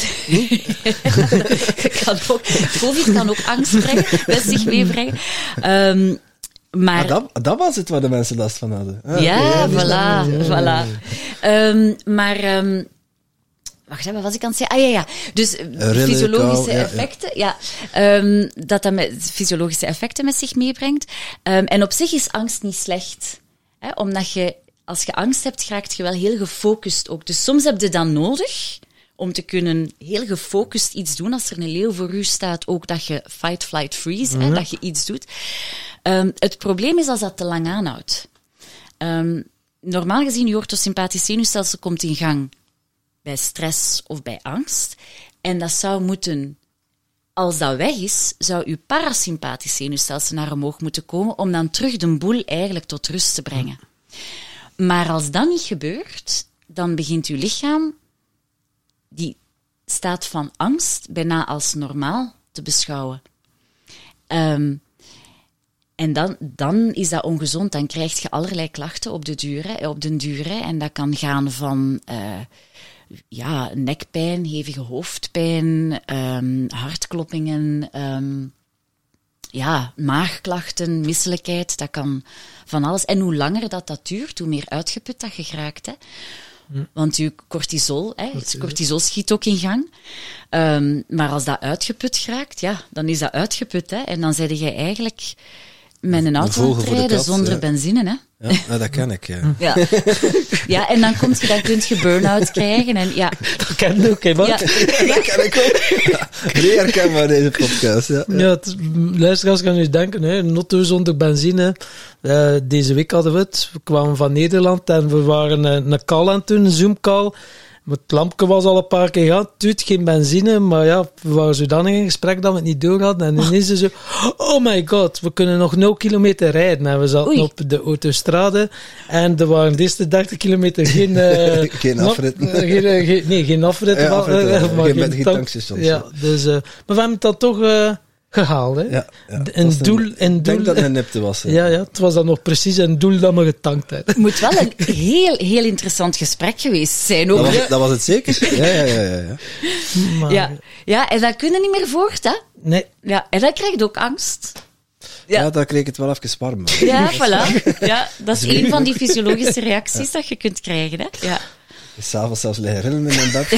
kan ook, COVID kan ook angst brengen, met zich meebrengen. Um, Maar, ah, dat, dat was het waar de mensen last van hadden. Ah, ja, ja, voilà. Ja, voilà. Um, maar, um, wacht, wat was ik aan het zeggen? Ah ja, ja. Dus Rillen, fysiologische kou, effecten, ja. ja um, dat dat met fysiologische effecten met zich meebrengt. Um, en op zich is angst niet slecht. Hè, omdat je, als je angst hebt, raakt je wel heel gefocust ook. Dus soms heb je dat nodig om te kunnen heel gefocust iets doen. Als er een leeuw voor u staat, ook dat je fight, flight, freeze, mm-hmm. hè, dat je iets doet. Um, het probleem is als dat te lang aanhoudt. Um, normaal gezien, je orthosympathisch zenuwstelsel komt in gang bij stress of bij angst. En dat zou moeten, als dat weg is, zou je parasympathisch zenuwstelsel naar omhoog moeten komen om dan terug de boel eigenlijk tot rust te brengen. Maar als dat niet gebeurt, dan begint je lichaam die staat van angst bijna als normaal te beschouwen. Um, En dan, dan is dat ongezond. Dan krijg je allerlei klachten op de duur, hè, op den duur. Hè. En dat kan gaan van uh, ja, nekpijn, hevige hoofdpijn, um, hartkloppingen, um, ja, maagklachten, misselijkheid. Dat kan van alles. En hoe langer dat, dat duurt, hoe meer uitgeput dat je geraakt. Hè. Hm. Want je cortisol, hè, cortisol. cortisol schiet ook in gang. Um, maar als dat uitgeput geraakt, ja, dan is dat uitgeput. Hè. En dan zeg je eigenlijk met een auto aan het rijden zonder ja. benzine, hè? Ja, nou, dat ken ik, ja. Ja, ja en dan, komt je, dan kun je burn-out krijgen. En, ja. Dat ken je ook, hè, wat? Ja. Dat ken ik ook. Ja, heel herkenbaar, deze podcast. Ja, ja. ja luisteraars gaan nu denken, hè, een auto zonder benzine. Uh, deze week hadden we het. We kwamen van Nederland en we waren uh, een call aan het doen, een Zoom-call. Het lampje was al een paar keer gehad, tuut, geen benzine, maar ja, we waren zodanig in gesprek dat we het niet door hadden. En ineens is ze zo, oh my god, we kunnen nog nul kilometer rijden. En we zaten Oei. op de autostrade en er waren de eerste dertig kilometer geen... Uh, geen afrit. Uh, geen, uh, geen, nee, geen afrit. Ja, afrit maar, uh, maar geen, geen, geen tank, tankstations. Ja, dus, uh, maar we hebben het dan toch... Uh, gehaald, hè. Ja, ja. Een doel, een, een doel... Ik denk dat het een nipte was. Hè. Ja, ja, het was dan nog precies een doel dat we getankt hebben. Het moet wel een heel, heel interessant gesprek geweest zijn. Ook. Dat, was, dat was het zeker. Ja, ja, ja. ja, ja. Maar... ja. ja en dat kun je niet meer voort, hè. Nee. Ja, en dan krijg je ook angst. Ja, ja dan kreeg ik het wel even warm. Ja, voilà. Ja, dat is een van die fysiologische reacties ja. dat je kunt krijgen, hè. Ja. S'avonds zelfs liggen rillen in mijn bed.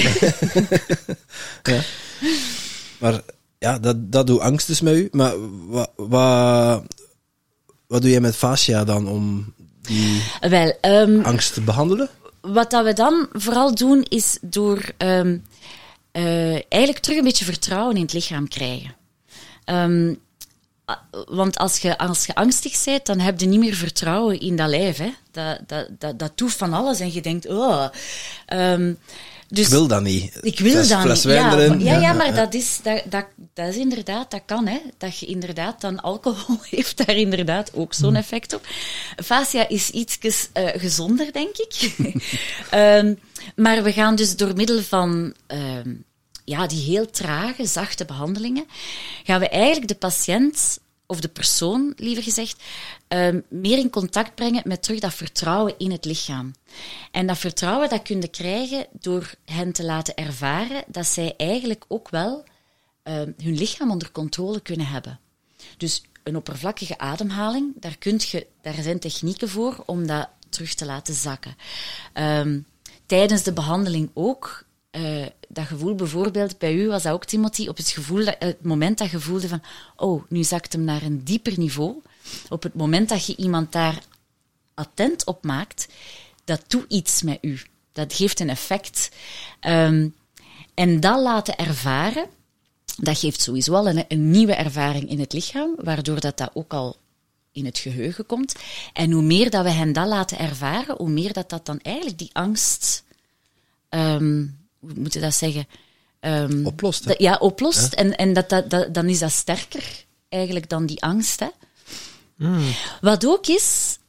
Ja. Maar... Ja, dat, dat doet angst dus met u. Maar wat, wat, wat doe jij met fascia dan om die Wel, um, angst te behandelen? Wat dat we dan vooral doen, is door um, uh, eigenlijk terug een beetje vertrouwen in het lichaam krijgen. Um, want als je, als je angstig bent, dan heb je niet meer vertrouwen in dat lijf. Hè. Dat, dat, dat, dat doet van alles en je denkt, oh... Um, Dus, ik wil dat niet. Ik wil fles, dat fles niet. Ja, erin. ja, ja, ja, maar ja. dat is, dat, dat, dat is inderdaad, dat kan, hè. Dat je inderdaad, dan alcohol heeft daar inderdaad ook zo'n effect op. Fascia is ietsjes uh, gezonder, denk ik. um, maar we gaan dus door middel van um, ja, die heel trage, zachte behandelingen, gaan we eigenlijk de patiënt, of de persoon, liever gezegd, um, meer in contact brengen met terug dat vertrouwen in het lichaam. En dat vertrouwen, dat kun je krijgen door hen te laten ervaren dat zij eigenlijk ook wel um, hun lichaam onder controle kunnen hebben. Dus een oppervlakkige ademhaling, daar, kunt je, daar zijn technieken voor om dat terug te laten zakken. Um, tijdens de behandeling ook, uh, dat gevoel bijvoorbeeld, bij u was dat ook, Timothy, op het, gevoel dat, het moment dat je voelde van, oh, nu zakt hem naar een dieper niveau. Op het moment dat je iemand daar attent op maakt, dat doet iets met u. Dat geeft een effect. Um, en dat laten ervaren, dat geeft sowieso al een, een nieuwe ervaring in het lichaam, waardoor dat, dat ook al in het geheugen komt. En hoe meer dat we hen dat laten ervaren, hoe meer dat dat dan eigenlijk die angst, um, hoe moet je dat zeggen? Um, oplost. Hè? Dat, ja, oplost. Ja. En, en dat, dat, dat, dan is dat sterker eigenlijk dan die angst. Hè? Mm. Wat ook is,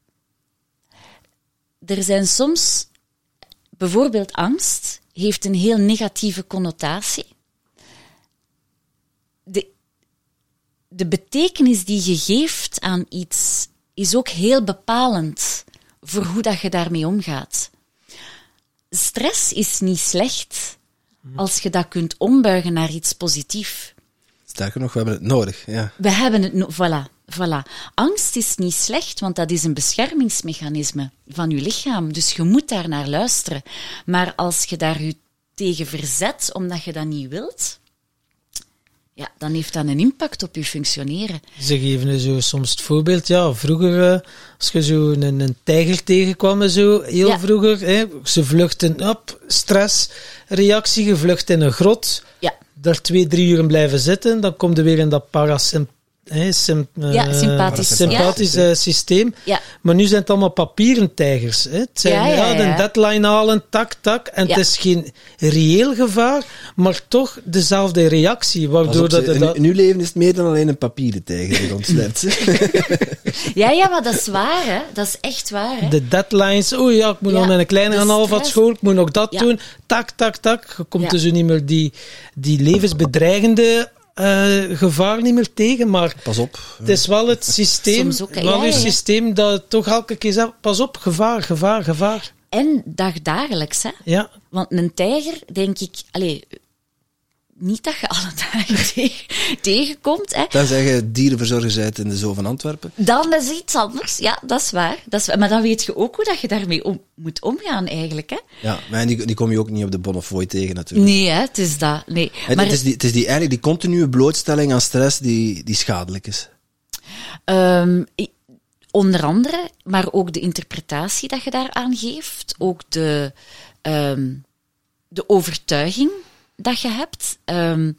er zijn soms, bijvoorbeeld angst, heeft een heel negatieve connotatie. De, de betekenis die je geeft aan iets is ook heel bepalend voor hoe dat je daarmee omgaat. Stress is niet slecht als je dat kunt ombuigen naar iets positiefs. Sterker nog, we hebben het nodig. Ja. We hebben het no- voilà, voilà. Angst is niet slecht, want dat is een beschermingsmechanisme van je lichaam. Dus je moet daar naar luisteren. Maar als je daar je tegen verzet, omdat je dat niet wilt, ja, dan heeft dat een impact op je functioneren. Ze geven zo soms het voorbeeld, ja, vroeger, uh, als je zo een, een tijger tegenkwam, zo, heel Ja. vroeger, hè, ze vluchten op, stressreactie, je vlucht in een grot, Ja. daar twee, drie uur blijven zitten, dan komt er weer in dat parasym- hè, sym- Ja, uh, sympathisch. sympathisch Ja. uh, systeem. Ja. Maar nu zijn het allemaal papieren tijgers. Hè. Het zijn Ja, ja, ja. een deadline halen, tak, tak. En Ja. het is geen reëel gevaar, maar toch dezelfde reactie. Pas Waardoor op, dat, in, dat, in uw leven is het meer dan alleen een papieren tijger die ontslept. Ja, ja, maar dat is waar, hè. Dat is echt waar, hè. de deadlines, oh ja, ik moet Ja, nog naar een kleine de gaan halen van stress. school, ik moet nog dat Ja. doen. Tak, tak, tak. Je komt Ja. dus niet meer die, die levensbedreigende uh, gevaar niet meer tegen, maar Pas op. het is wel het systeem, Soms ook, hè. wel Ja, uw ja, ja. systeem dat toch elke keer zegt, pas op, gevaar, gevaar, gevaar. En dagdagelijks, hè. Ja, Want een tijger, denk ik... Allee, niet dat je alle dagen tegen, tegenkomt, hè. Tenzij je dierenverzorger bent in de Zoo van Antwerpen. Dan is iets anders. Ja, dat is waar. Dat is waar. Maar dan weet je ook hoe dat je daarmee om, moet omgaan, eigenlijk, hè. Ja, maar die, die kom je ook niet op de Bonnefoy tegen natuurlijk. Nee, hè. Het is dat. Nee. Het, Maar het is, die, het is die, eigenlijk die continue blootstelling aan stress die, die schadelijk is. Um, i- onder andere, maar ook de interpretatie dat je daaraan geeft, ook de, um, de overtuiging dat je hebt. Um,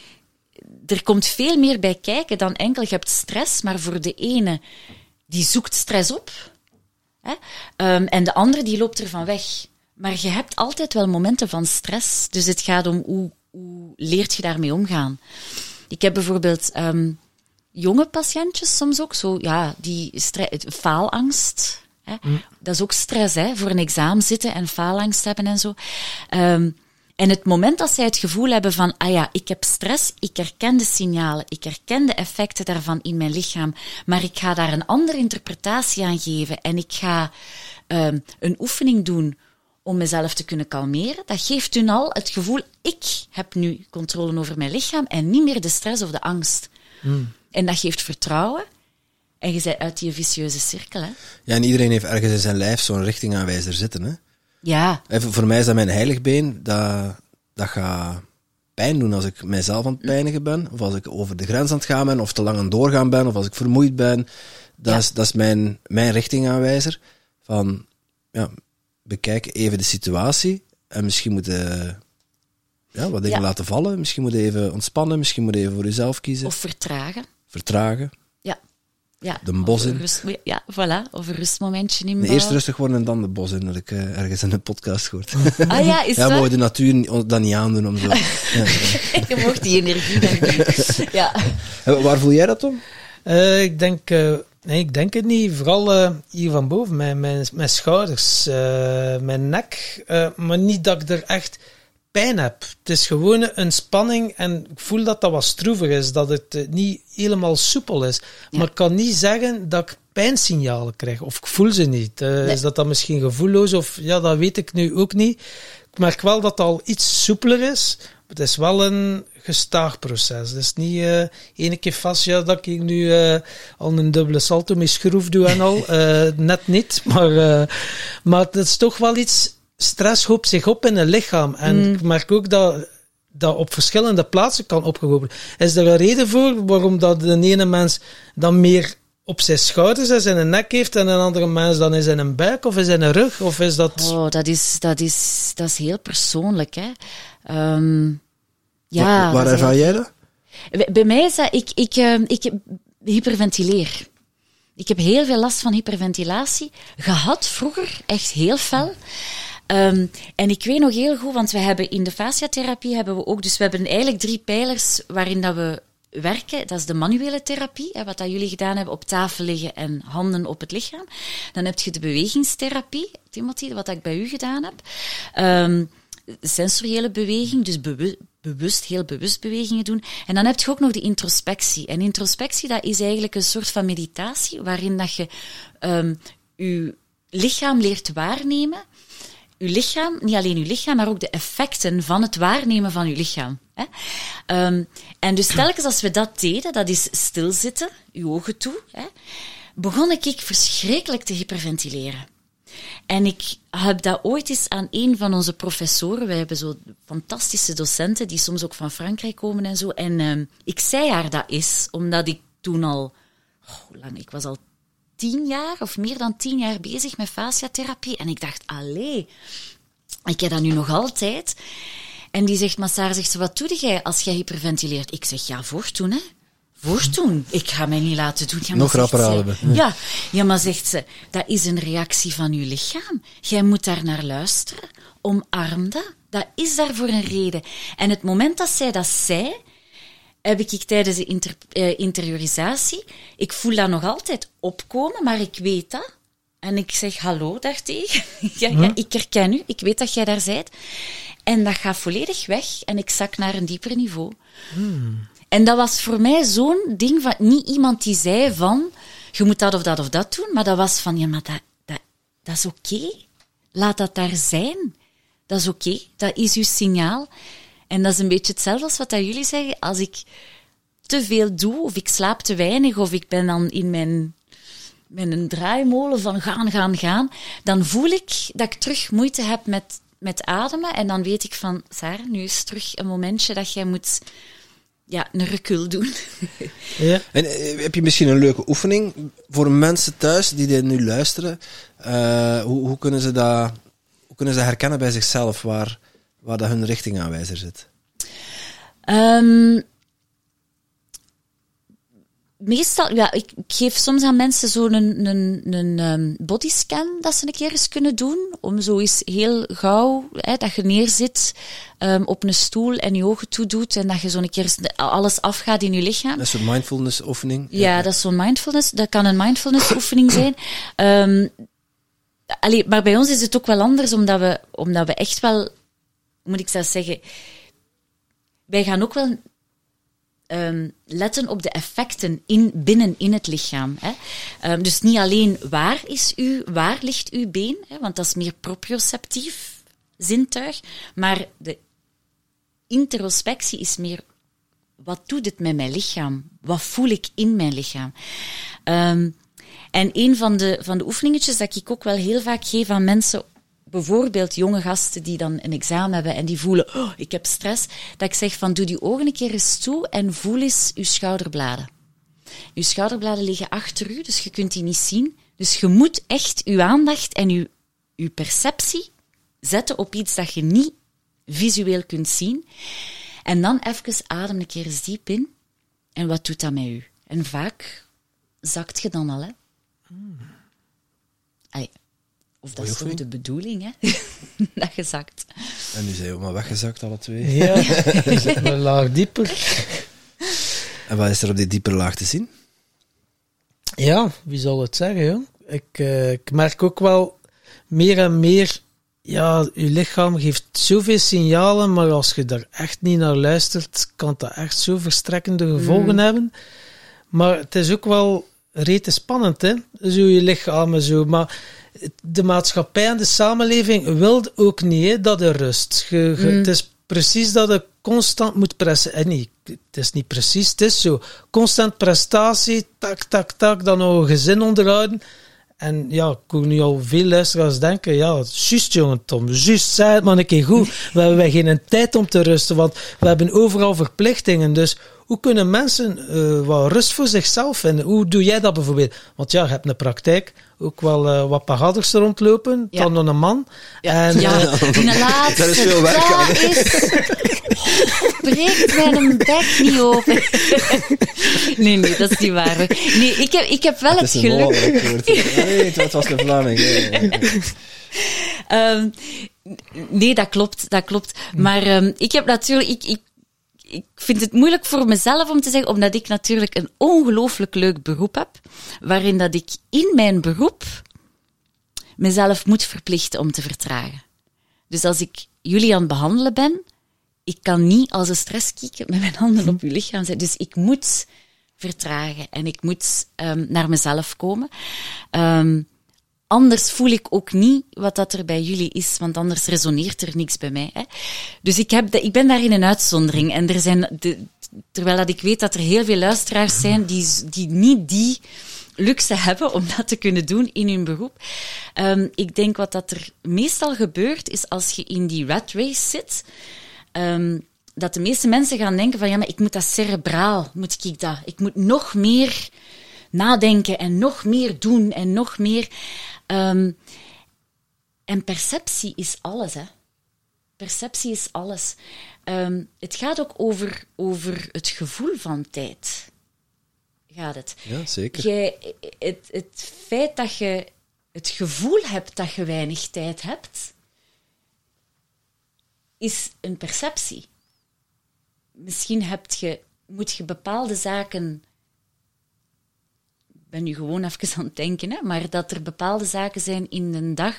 er komt veel meer bij kijken dan enkel je hebt stress, maar voor de ene, die zoekt stress op, hè? Um, en de andere, die loopt ervan weg. Maar je hebt altijd wel momenten van stress, dus het gaat om hoe, hoe leert je daarmee omgaan. Ik heb bijvoorbeeld... Um, jonge patiëntjes soms ook zo, ja, die stre- faalangst. Hè? Mm. Dat is ook stress, hè, voor een examen zitten en faalangst hebben en zo. Um, en het moment dat zij het gevoel hebben van, ah ja, ik heb stress, ik herken de signalen, ik herken de effecten daarvan in mijn lichaam, maar ik ga daar een andere interpretatie aan geven en ik ga um, een oefening doen om mezelf te kunnen kalmeren, dat geeft hun al het gevoel, ik heb nu controle over mijn lichaam en niet meer de stress of de angst. Mm. En dat geeft vertrouwen. En je bent uit die vicieuze cirkel, hè. Ja, en iedereen heeft ergens in zijn lijf zo'n richtingaanwijzer zitten, hè. Ja. En voor mij is dat mijn heiligbeen. Dat, dat gaat pijn doen als ik mijzelf aan het pijnigen ben. Of als ik over de grens aan het gaan ben. Of te lang aan het doorgaan ben. Of als ik vermoeid ben. Dat, ja. is, dat is mijn, mijn richtingaanwijzer. Van, ja, bekijk even de situatie. En misschien moet je ja, wat dingen ja. laten vallen. Misschien moet je even ontspannen. Misschien moet je even voor jezelf kiezen. Of vertragen. Vertragen. Ja. Ja. De bos in. Rust, ja, voilà. Of een rustmomentje inbouwen. Eerst rustig worden en dan de bos in, dat ik uh, ergens in een podcast gehoord. Ah ja, is ja, dat? mogen de natuur dat niet aandoen om zo. ja, ja. Je mocht die energie dan niet. Ja. En waar voel jij dat, Tom? Uh, ik denk... Uh, nee, ik denk het niet. Vooral uh, hier van boven, mijn, mijn, mijn schouders, uh, mijn nek. Uh, maar niet dat ik er echt pijn heb. Het is gewoon een spanning en ik voel dat dat wat stroevig is, dat het uh, niet helemaal soepel is. Ja. Maar ik kan niet zeggen dat ik pijnsignalen krijg, of ik voel ze niet. Uh, nee. Is dat dan misschien gevoelloos, of ja, dat weet ik nu ook niet. Ik merk wel dat het al iets soepeler is, het is wel een gestaag proces. Het is niet uh, ene keer fascia dat ik nu uh, al een dubbele salto met schroef doe en al. Uh, net niet, maar, uh, maar het is toch wel iets... Stress hoopt zich op in een lichaam. En mm. ik merk ook dat dat op verschillende plaatsen kan opgehopen. Is er een reden voor waarom dat de ene mens dan meer op zijn schouders en zijn nek heeft en een andere mens dan is in een buik of is in een rug? Of is dat... Oh, dat is, dat is, dat is heel persoonlijk, hè. Um, ja, waar ervaar jij dat? Bij mij is dat... Ik, ik, uh, ik hyperventileer. Ik heb heel veel last van hyperventilatie. Gehad vroeger, echt heel fel. Um, en ik weet nog heel goed, want we hebben in de fasciatherapie hebben we ook... Dus we hebben eigenlijk drie pijlers waarin dat we werken. Dat is de manuele therapie, hè, wat dat jullie gedaan hebben, op tafel liggen en handen op het lichaam. Dan heb je de bewegingstherapie, Timothy, wat ik bij u gedaan heb. Um, sensoriële beweging, dus bewust, bewust, heel bewust bewegingen doen. En dan heb je ook nog de introspectie. En introspectie, dat is eigenlijk een soort van meditatie, waarin dat je um, je lichaam leert waarnemen. Uw lichaam, niet alleen uw lichaam, maar ook de effecten van het waarnemen van uw lichaam. Hè? Um, en dus telkens als we dat deden, dat is stilzitten, uw ogen toe, hè, begon ik verschrikkelijk te hyperventileren. En ik heb dat ooit eens aan een van onze professoren, wij hebben zo fantastische docenten die soms ook van Frankrijk komen en zo, en um, ik zei haar dat eens, omdat ik toen al, oh, hoe lang, ik was al tien jaar of meer dan tien jaar bezig met fasciatherapie. En ik dacht, allee, ik heb dat nu nog altijd. En die zegt, maar Sarah, zegt ze, wat doe jij als jij hyperventileert? Ik zeg, ja, voortdoen, hè. Voortdoen. Ik ga mij niet laten doen. Ja, nog rapper halen. Ja, ja, maar zegt ze, dat is een reactie van je lichaam. Jij moet daar naar luisteren. Omarm dat. Dat is daar voor een reden. En het moment dat zij dat zei, heb ik tijdens de inter, uh, interiorisatie, ik voel dat nog altijd opkomen, maar ik weet dat. En ik zeg hallo daartegen. ja, hm? ja, ik herken u, ik weet dat jij daar bent. En dat gaat volledig weg en ik zak naar een dieper niveau. Hmm. En dat was voor mij zo'n ding van, niet iemand die zei van, je moet dat of dat of dat doen, maar dat was van, ja, maar dat, dat, dat is oké. Okay. Laat dat daar zijn. Dat is oké, okay. Dat is uw signaal. En dat is een beetje hetzelfde als wat dat jullie zeggen. Als ik te veel doe, of ik slaap te weinig, of ik ben dan in mijn, mijn draaimolen van gaan, gaan, gaan, dan voel ik dat ik terug moeite heb met, met ademen. En dan weet ik van, Sarah, nu is terug een momentje dat jij moet, ja, een recul doen. Ja. En heb je misschien een leuke oefening voor mensen thuis die dit nu luisteren? Uh, hoe, hoe kunnen ze dat, hoe kunnen ze herkennen bij zichzelf waar... waar dat hun richtingaanwijzer zit? Um, meestal, ja, ik, ik geef soms aan mensen zo'n een, een, een um, bodyscan dat ze een keer eens kunnen doen, om zo eens heel gauw, hè, dat je neerzit um, op een stoel en je ogen toedoet en dat je zo'n keer alles afgaat in je lichaam. Dat is een mindfulness oefening. Ja, ja, dat is zo'n mindfulness, dat kan een mindfulness oefening zijn. Um, allee, maar bij ons is het ook wel anders, omdat we, omdat we echt wel, moet ik zelfs zeggen, wij gaan ook wel um, letten op de effecten in, binnen in het lichaam. Hè. Um, dus niet alleen waar is u, waar ligt uw been, hè, want dat is meer proprioceptief zintuig, maar de interospectie is meer, wat doet het met mijn lichaam? Wat voel ik in mijn lichaam? Um, en een van de, van de oefeningetjes dat ik ook wel heel vaak geef aan mensen, bijvoorbeeld jonge gasten die dan een examen hebben en die voelen, oh, ik heb stress, dat ik zeg van, doe die ogen een keer eens toe en voel eens uw schouderbladen. Uw schouderbladen liggen achter u, dus je kunt die niet zien. Dus je moet echt uw aandacht en uw, uw perceptie zetten op iets dat je niet visueel kunt zien. En dan even adem een keer eens diep in. En wat doet dat met u? En vaak zakt je dan al, hè. Hmm. Allee. Of dat is toch de bedoeling, hè? Dat je zakt. En nu zijn we maar weggezakt, alle twee. Ja, je zit een laag dieper. En wat is er op die diepere laag te zien? Ja, wie zal het zeggen, joh? Ik, uh, ik merk ook wel meer en meer, ja, je lichaam geeft zoveel signalen, maar als je daar echt niet naar luistert, kan dat echt zo verstrekkende gevolgen mm. hebben. Maar het is ook wel rete spannend, hè? Zo je lichaam en zo, maar de maatschappij en de samenleving wil ook niet, hè, dat er rust. Je, je, mm. Het is precies dat je constant moet presteren. Nee, het is niet precies, het is zo. Constant prestatie, tak, tak, tak, dan nog een gezin onderhouden. En ja, ik hoor nu al veel luisteraars denken, ja, juist jongen Tom, juist, zei het maar een keer goed. We hebben geen tijd om te rusten, want we hebben overal verplichtingen. Dus hoe kunnen mensen uh, wat rust voor zichzelf vinden? Hoe doe jij dat bijvoorbeeld? Want ja, je hebt een praktijk, ook wel uh, wat pagaders rondlopen, Ja. dan nog een man. Ja, En, ja uh, die laatste, Daar is veel werk dat aan, hè. is... breekt mijn bek niet open. Nee, nee, dat is niet waar. Nee, ik heb, ik heb wel het, Het is een geluk... mogelijk woord. Nee, het was- het was een Vlaming. Ja, ja, ja. Um, nee, dat klopt, dat klopt. Maar um, ik heb natuurlijk... Ik, ik, ik vind het moeilijk voor mezelf om te zeggen, omdat ik natuurlijk een ongelooflijk leuk beroep heb, waarin dat ik in mijn beroep mezelf moet verplichten om te vertragen. Dus als ik jullie aan het behandelen ben, ik kan niet als een stresskieker met mijn handen op uw lichaam zijn. Dus ik moet vertragen en ik moet um, naar mezelf komen. Um, Anders voel ik ook niet wat dat er bij jullie is, want anders resoneert er niks bij mij. Hè. Dus ik, heb de, ik ben daarin een uitzondering. En er zijn de, terwijl dat ik weet dat er heel veel luisteraars zijn die, die niet die luxe hebben om dat te kunnen doen in hun beroep. Um, ik denk wat dat er meestal gebeurt, is als je in die rat race zit, um, dat de meeste mensen gaan denken van ja, maar ik moet dat cerebraal, moet ik dat. Ik moet nog meer nadenken en nog meer doen en nog meer... Um, en perceptie is alles, hè. Perceptie is alles. Um, het gaat ook over, over het gevoel van tijd. Gaat het? Ja, zeker. Jij, het, het feit dat je het gevoel hebt dat je weinig tijd hebt, is een perceptie. Misschien heb je, moet je bepaalde zaken... Ik ben nu gewoon even aan het denken, hè, maar dat er bepaalde zaken zijn in een dag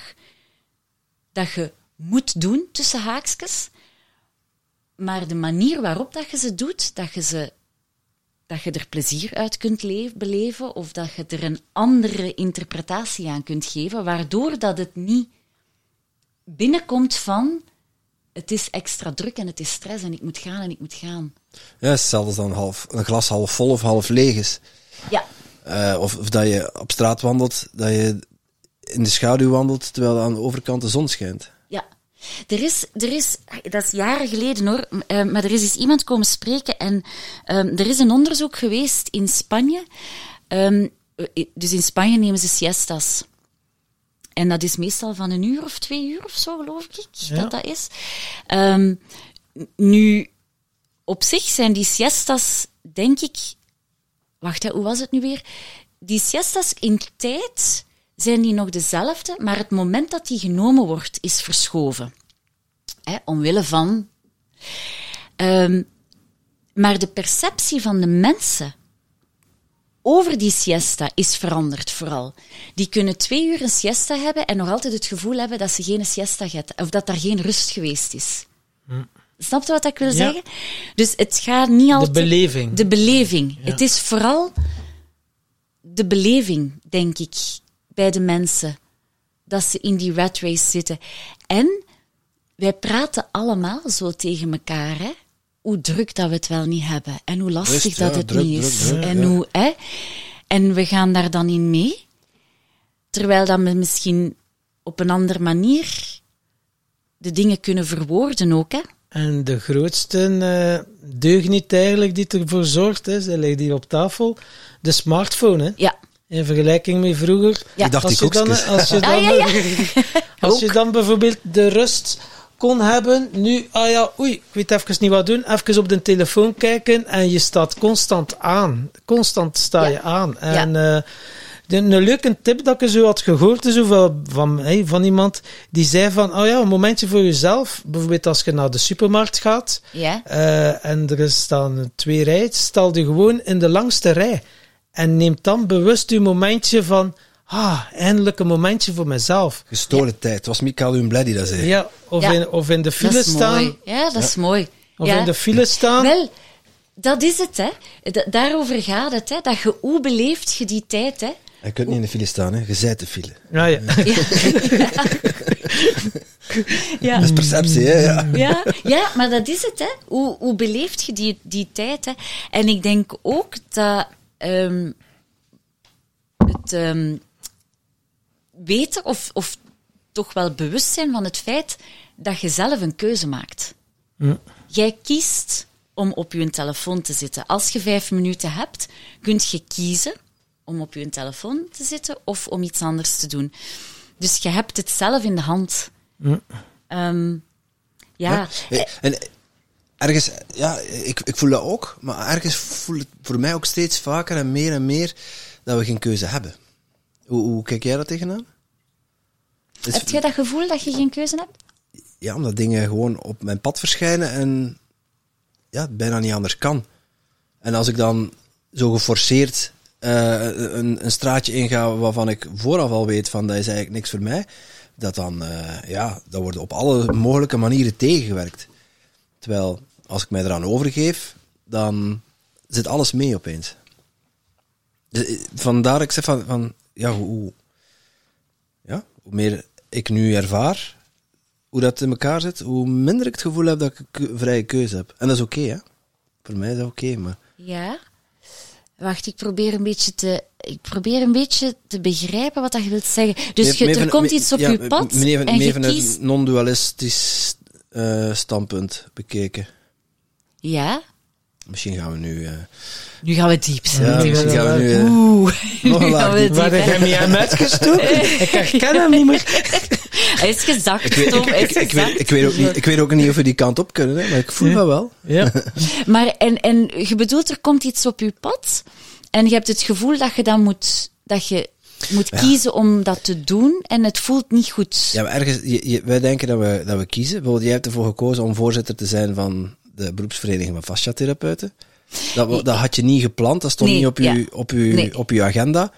dat je moet doen, tussen haakjes, maar de manier waarop dat je ze doet, dat je, ze, dat je er plezier uit kunt le- beleven of dat je er een andere interpretatie aan kunt geven, waardoor dat het niet binnenkomt van het is extra druk en het is stress en ik moet gaan en ik moet gaan. Ja, het is hetzelfde dan half, een glas half vol of half leeg is. Ja. Uh, of, of dat je op straat wandelt, dat je in de schaduw wandelt, terwijl aan de overkant de zon schijnt. Ja. Er is, er is, dat is jaren geleden hoor, uh, maar er is eens iemand komen spreken en um, er is een onderzoek geweest in Spanje. Um, dus in Spanje nemen ze siestas. En dat is meestal van een uur of twee uur of zo, geloof ik, Ja. dat dat is. Um, nu, op zich zijn die siestas, denk ik... Wacht, hè, hoe was het nu weer? Die siestas in tijd zijn die nog dezelfde, maar het moment dat die genomen wordt, is verschoven. Hè, omwille van... Um, maar de perceptie van de mensen over die siesta is veranderd vooral. Die kunnen twee uur een siesta hebben en nog altijd het gevoel hebben dat ze geen siesta hebben, of dat daar geen rust geweest is. Hm. Snap je wat ik wil Ja. zeggen? Dus het gaat niet altijd... De beleving. De beleving. Ja. Het is vooral de beleving, denk ik, bij de mensen, dat ze in die rat race zitten. En wij praten allemaal zo tegen elkaar, hè? Hoe druk dat we het wel niet hebben. En hoe lastig Rust, dat ja, het druk, niet druk, is. druk, en, ja. hoe, hè? En we gaan daar dan in mee. Terwijl dat we misschien op een andere manier de dingen kunnen verwoorden ook, hè? En de grootste uh, deugniet eigenlijk die ervoor zorgt, is, hij ligt hier op tafel, de smartphone. Hè? Ja. In vergelijking met vroeger. Ja. Ik dacht Als die je dan, koekjes. als je dan, Ah, ja, ja. als je Ook. dan bijvoorbeeld de rust kon hebben, nu, ah ja, oei, ik weet even niet wat doen, even op de telefoon kijken en je staat constant aan. Constant sta je Ja. aan. En Ja. uh, de, een leuke tip dat ik zo had gehoord is van, van, hey, van iemand die zei van, oh ja, een momentje voor jezelf, bijvoorbeeld als je naar de supermarkt gaat, Ja. uh, en er staan twee rijen, stel je gewoon in de langste rij en neem dan bewust je momentje van, ah, eindelijk een momentje voor mezelf. Gestoorde tijd. Het was Mikael Humblay die dat zei. Ja, of, Ja. In, of in de Dat file is staan. mooi. Ja, dat is mooi. Of ja. in de file staan. Wel, dat is het, hè. Da- daarover gaat het, hè. Dat je, hoe beleeft je die tijd, hè. Je kunt niet in de file staan, hè. Je zijt de file. Ja, ja. Ja. Dat is perceptie, hè. Ja. Ja, ja, maar dat is het, hè. Hoe, hoe beleef je die, die tijd, hè? En ik denk ook dat um, het um, weten of, of toch wel bewust zijn van het feit dat je zelf een keuze maakt. Ja. Jij kiest om op je telefoon te zitten. Als je vijf minuten hebt, kun je kiezen om op je telefoon te zitten of om iets anders te doen. Dus je hebt het zelf in de hand. Ja. Um, ja. Ja. En ergens, ja, ik, ik voel dat ook, maar ergens voel ik voor mij ook steeds vaker en meer en meer dat we geen keuze hebben. Hoe, hoe kijk jij daar tegenaan? Dus, Heb jij dat gevoel dat je geen keuze hebt? ja, omdat dingen gewoon op mijn pad verschijnen en ja, het bijna niet anders kan. En als ik dan zo geforceerd uh, een, een straatje inga waarvan ik vooraf al weet van dat is eigenlijk niks voor mij, dat dan, uh, ja, dat wordt op alle mogelijke manieren tegengewerkt. Terwijl, als ik mij eraan overgeef, dan zit alles mee opeens. Dus, vandaar dat ik zeg van, van ja, hoe, ja, hoe meer ik nu ervaar hoe dat in elkaar zit, hoe minder ik het gevoel heb dat ik een vrije keuze heb. En dat is oké, okay, hè. Voor mij is dat oké, okay, maar... Ja. Wacht, ik probeer een beetje te... Ik probeer een beetje te begrijpen wat dat je wilt zeggen. Dus je, er komt iets op ja, je pad meneer, en je vanuit kiest... een non-dualistisch uh, standpunt bekeken. Ja? Misschien gaan we nu... Uh... Nu gaan we diep zijn. Ja, misschien gaan we nu... Uh... Oeh, nog nu gaan we diep. Waar heb jij mij hem uitgestoken? Ik herken hem niet meer. Hij is gezakt, ik weet, Tom. ik, Hij is ik, ik, gezakt. weet, ik, weet ook niet, ik weet ook niet of we die kant op kunnen, hè, maar ik voel Ja. dat wel. Ja. Maar en, en je bedoelt, er komt iets op je pad en je hebt het gevoel dat je dan moet, dat je moet Ja. kiezen om dat te doen en het voelt niet goed. Ja, maar ergens, je, je, wij denken dat we, dat we kiezen. Bijvoorbeeld, jij hebt ervoor gekozen om voorzitter te zijn van de beroepsvereniging van fasciatherapeuten. Dat, we- dat had je niet gepland, dat stond Nee, niet op je, ja. op uw, Nee. op uw agenda.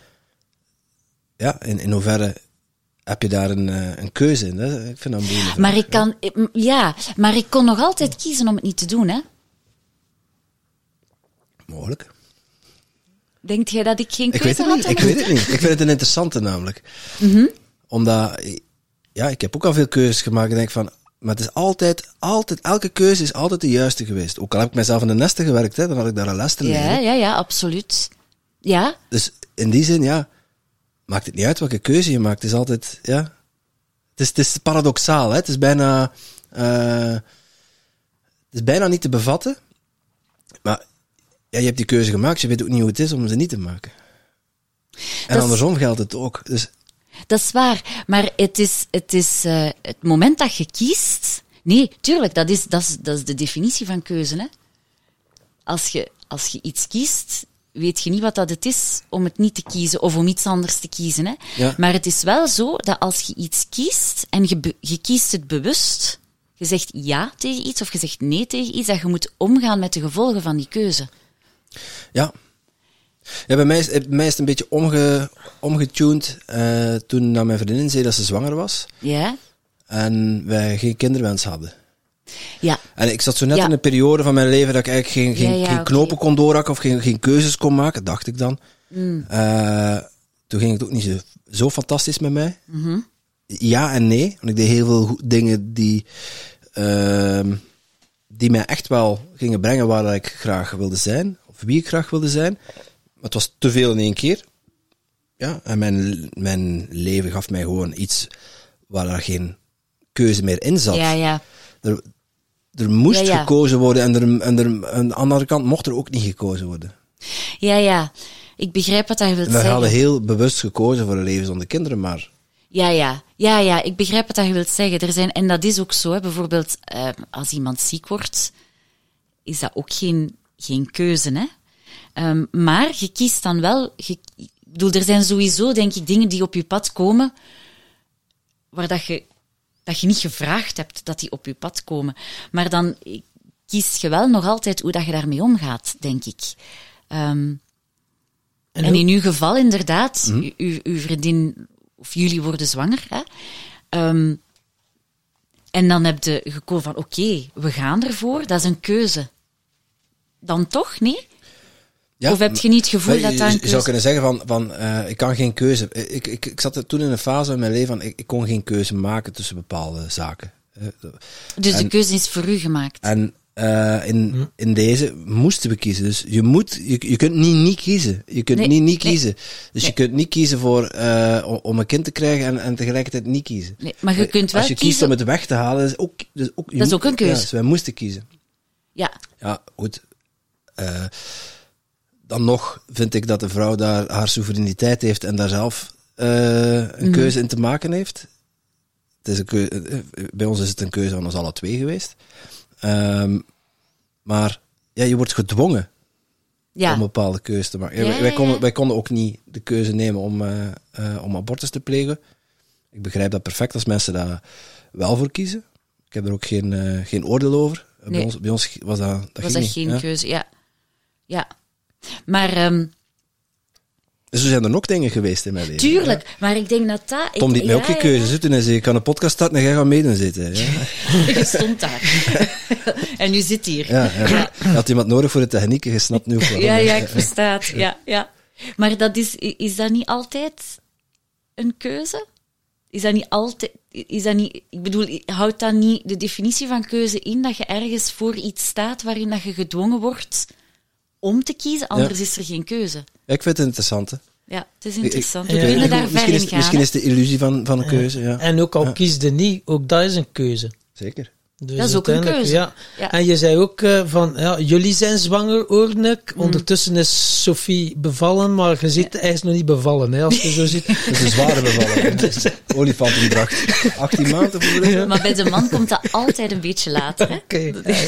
Ja, in, in hoeverre heb je daar een, eh, een keuze in? Hè? Ik vind dat een boeiende vraag. Maar ik kan, ja, maar ik kon nog altijd kiezen om het niet te doen, hè? Mogelijk. Denkt jij dat ik geen Ik keuze weet het had? niet. om Ik het weet te het niet. Ik vind het een interessante namelijk. Mhm. Omdat, ja, ik heb ook al veel keuzes gemaakt en denk van, maar het is altijd, altijd, elke keuze is altijd de juiste geweest. Ook al heb ik mijzelf in de nesten gewerkt, hè, dan had ik daar een les te leren. Ja, ja, ja, absoluut. Ja, Dus in die zin, ja, maakt het niet uit welke keuze je maakt. Het is altijd, ja, het is, het is paradoxaal, hè. Het is bijna, uh, het is bijna niet te bevatten. Maar ja, je hebt die keuze gemaakt, je weet ook niet hoe het is om ze niet te maken. En Dat is- andersom geldt het ook. Dus dat is waar. Maar het is, het is uh, het moment dat je kiest. Nee, tuurlijk, dat is, dat is, dat is de definitie van keuze. Hè? Als, je, als je iets kiest, weet je niet wat dat het is om het niet te kiezen of om iets anders te kiezen. Hè? Ja. Maar het is wel zo dat als je iets kiest en je, be- je kiest het bewust, je zegt ja tegen iets of je zegt nee tegen iets, dat je moet omgaan met de gevolgen van die keuze. ja. Ja, bij mij is, bij mij is het een beetje omge, omgetuned uh, toen naar mijn vriendin zei dat ze zwanger was. Ja? En wij geen kinderwens hadden. Ja. En ik zat zo net Ja. in een periode van mijn leven dat ik eigenlijk geen, geen, Ja, ja, geen oké. knopen kon doorhakken of geen, geen keuzes kon maken, dacht ik dan. Mm. Uh, toen ging het ook niet zo, zo fantastisch met mij. Mhm. Ja en nee, want ik deed heel veel go- dingen die, uh, die mij echt wel gingen brengen waar ik graag wilde zijn, of wie ik graag wilde zijn. Maar het was te veel in één keer. Ja, en mijn, mijn leven gaf mij gewoon iets waar er geen keuze meer in zat. Ja, ja. Er, er moest Ja, ja. gekozen worden en, er, en er, aan de andere kant mocht er ook niet gekozen worden. Ja, ja. Ik begrijp wat je wilt We zeggen. hadden heel bewust gekozen voor een leven zonder kinderen, maar Ja, ja. Ja, ja. Ik begrijp wat je wilt zeggen. Er zijn, en dat is ook zo. Hè. Bijvoorbeeld, uh, als iemand ziek wordt, is dat ook geen, geen keuze. Hè. Um, maar je kiest dan wel... Je, ik bedoel, er zijn sowieso, denk ik, dingen die op je pad komen, waar dat je, dat je niet gevraagd hebt dat die op je pad komen. Maar dan kiest je wel nog altijd hoe dat je daarmee omgaat, denk ik. Um, en, en in uw geval, inderdaad, Mm-hmm. uw, uw vriendin of jullie worden zwanger. Hè? Um, en dan heb je gekozen van, oké, okay, we gaan ervoor. Dat is een keuze. Dan toch, nee? Ja, of heb je niet het gevoel dat dat een je, je keuze... zou kunnen zeggen van, van uh, ik kan geen keuze... Ik, ik, ik zat toen in een fase in mijn leven van, ik, ik kon geen keuze maken tussen bepaalde zaken. Dus en, de keuze is voor u gemaakt. En uh, in, in deze moesten we kiezen. Dus je moet, je, je kunt niet niet kiezen. Je kunt nee, niet niet nee. kiezen. Dus nee. je kunt niet kiezen voor, uh, om een kind te krijgen en, en tegelijkertijd niet kiezen. Nee, maar je kunt wel Als je kiezen... kiest om het weg te halen, dat is ook, dat is ook, dat is moet, ook een keuze. Ja, dus wij moesten kiezen. Ja. Ja, goed. Uh, dan nog vind ik dat de vrouw daar haar soevereiniteit heeft en daar zelf uh, een mm. keuze in te maken heeft. Het is een keuze, bij ons is het een keuze van ons alle twee geweest. Um, maar ja, je wordt gedwongen ja. om een bepaalde keuze te maken. Ja, ja, wij, wij, konden, ja. wij konden ook niet de keuze nemen om, uh, uh, om abortus te plegen. Ik begrijp dat perfect als mensen daar wel voor kiezen. Ik heb er ook geen, uh, geen oordeel over. Nee. Bij, ons, bij ons was dat, dat, was ging dat niet, geen ja. keuze, ja. Ja. Maar... Um, Dus er zijn er nog dingen geweest in mijn leven. Tuurlijk, ja. maar ik denk dat dat... Tom liet ik, mij ja, ook geen ja, keuze ja. zitten en zei, ik kan een podcast starten en jij gaat meedoen zitten. Ja. Je stond daar. En nu zit hier. Ja, ja. Ja. Je had iemand nodig voor de techniek en je snapt nu ook waarom. Ja, ja, ik versta het. Ja, ja. Maar dat is, is dat niet altijd een keuze? Is dat niet altijd... Is dat niet, ik bedoel, houdt dat niet de definitie van keuze in dat je ergens voor iets staat waarin dat je gedwongen wordt om te kiezen? Anders ja. is er geen keuze. Ja, ik vind het interessant, hè. Ja, het is interessant. Ik, We ja, kunnen ik, daar ver misschien in is, gaan. Misschien is de illusie van, van een keuze, ja. En ook al ja. kiesde niet, ook dat is een keuze. Zeker. Dus dat is ook een keuze. Ja. Ja. En je zei ook uh, van, ja, jullie zijn zwanger, hoorde ik. Mm. Ondertussen is Sophie bevallen, maar je ziet, ja. hij is nog niet bevallen, hè, als je zo ziet. Dat is een zware bevallen. Dus, olifantendracht. achttien maanden voor ja. Maar bij de man komt dat altijd een beetje later, hè. Oké. Okay.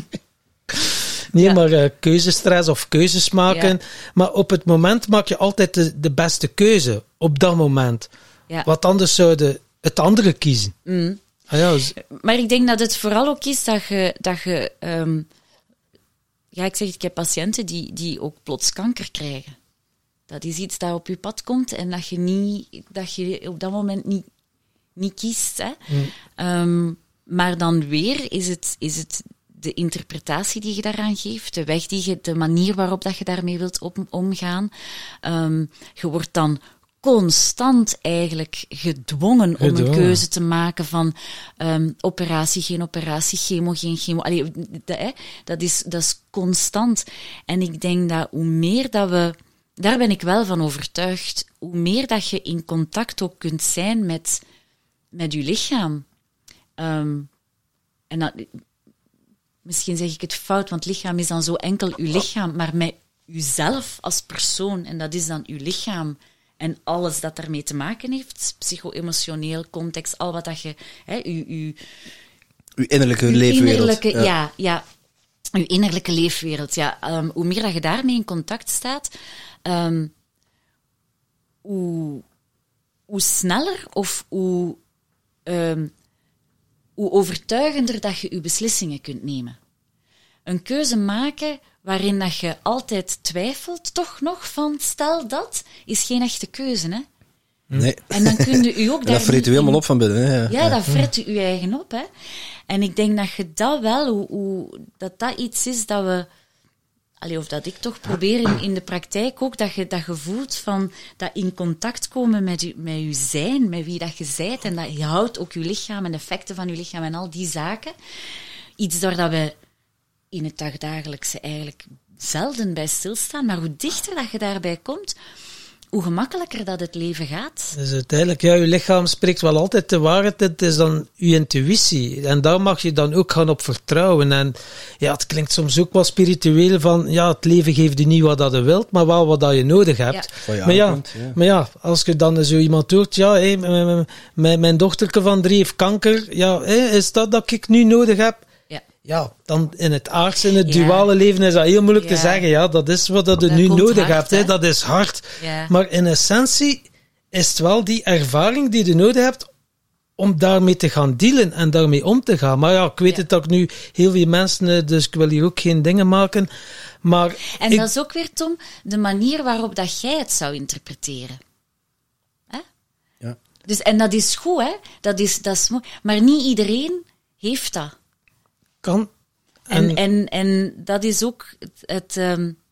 Nee, ja. maar uh, keuzestress of keuzes maken. Ja. Maar op het moment maak je altijd de, de beste keuze. Op dat moment. Ja. Want anders zouden het andere kiezen. Mm. Ah, ja, dus... Maar ik denk dat het vooral ook is dat je... Dat je um, ja, ik zeg het, ik heb patiënten die, die ook plots kanker krijgen. Dat is iets dat op je pad komt en dat je, niet, dat je op dat moment niet, niet kiest. Hè. Mm. Um, maar dan weer is het... Is het de interpretatie die je daaraan geeft, de weg die je, de manier waarop dat je daarmee wilt op, omgaan. Um, je wordt dan constant eigenlijk gedwongen, gedwongen om een keuze te maken van um, operatie, geen operatie, chemo, geen chemo. Allee, dat, hè, dat, is, dat is constant. En ik denk dat hoe meer dat we... Daar ben ik wel van overtuigd. Hoe meer dat je in contact ook kunt zijn met, met je lichaam. Um, en dat... Misschien zeg ik het fout, want lichaam is dan zo enkel uw lichaam, maar met uzelf als persoon, en dat is dan uw lichaam en alles dat daarmee te maken heeft, psycho-emotioneel, context, al wat dat je... Hè, uw, uw, uw innerlijke uw leefwereld. Innerlijke, ja. ja, ja. Uw innerlijke leefwereld, ja. Um, hoe meer dat je daarmee in contact staat, um, hoe, hoe sneller of hoe... Um, hoe overtuigender dat je je beslissingen kunt nemen. Een keuze maken waarin dat je altijd twijfelt, toch nog, van stel dat, is geen echte keuze, hè? Nee. En dan kun je u ook daar dat vreet u helemaal op van binnen, hè? Ja, ja, dat vreet u je eigen op, hè? En ik denk dat je dat wel, hoe, hoe, dat dat iets is dat we... Allee, of dat ik toch probeer in, in de praktijk ook, dat je, dat je voelt van dat in contact komen met je, met je zijn, met wie dat je zijt, en dat je houdt ook je lichaam en effecten van je lichaam en al die zaken. Iets daar dat we in het dagdagelijkse eigenlijk zelden bij stilstaan, maar hoe dichter dat je daarbij komt, hoe gemakkelijker dat het leven gaat. Dus uiteindelijk, ja, je lichaam spreekt wel altijd de waarheid, het is dan je intuïtie. En daar mag je dan ook gaan op vertrouwen. En ja, het klinkt soms ook wel spiritueel van, ja, het leven geeft je niet wat dat je wilt, maar wel wat dat je nodig hebt. Ja. Ja, maar, ja, komt, ja. maar ja, als je dan zo iemand hoort, ja, hé, mijn, mijn, mijn dochterke van drie heeft kanker, ja, hé, is dat dat ik nu nodig heb? Ja, dan in het aardse, in het ja. duale leven is dat heel moeilijk ja. te zeggen. Ja, dat is wat dat je dat nu nodig hard, hebt. Hè. Dat is hard. Ja. Maar in essentie is het wel die ervaring die je nodig hebt om daarmee te gaan dealen en daarmee om te gaan. Maar ja, ik weet ja. het dat ik nu heel veel mensen, dus ik wil hier ook geen dingen maken. Maar en ik... dat is ook weer, Tom, de manier waarop dat jij het zou interpreteren. Hè? Ja. Dus, en dat is goed, hè. Dat is, dat is mooi. Maar niet iedereen heeft dat. Kan. En, en, en, en dat is ook het... het um,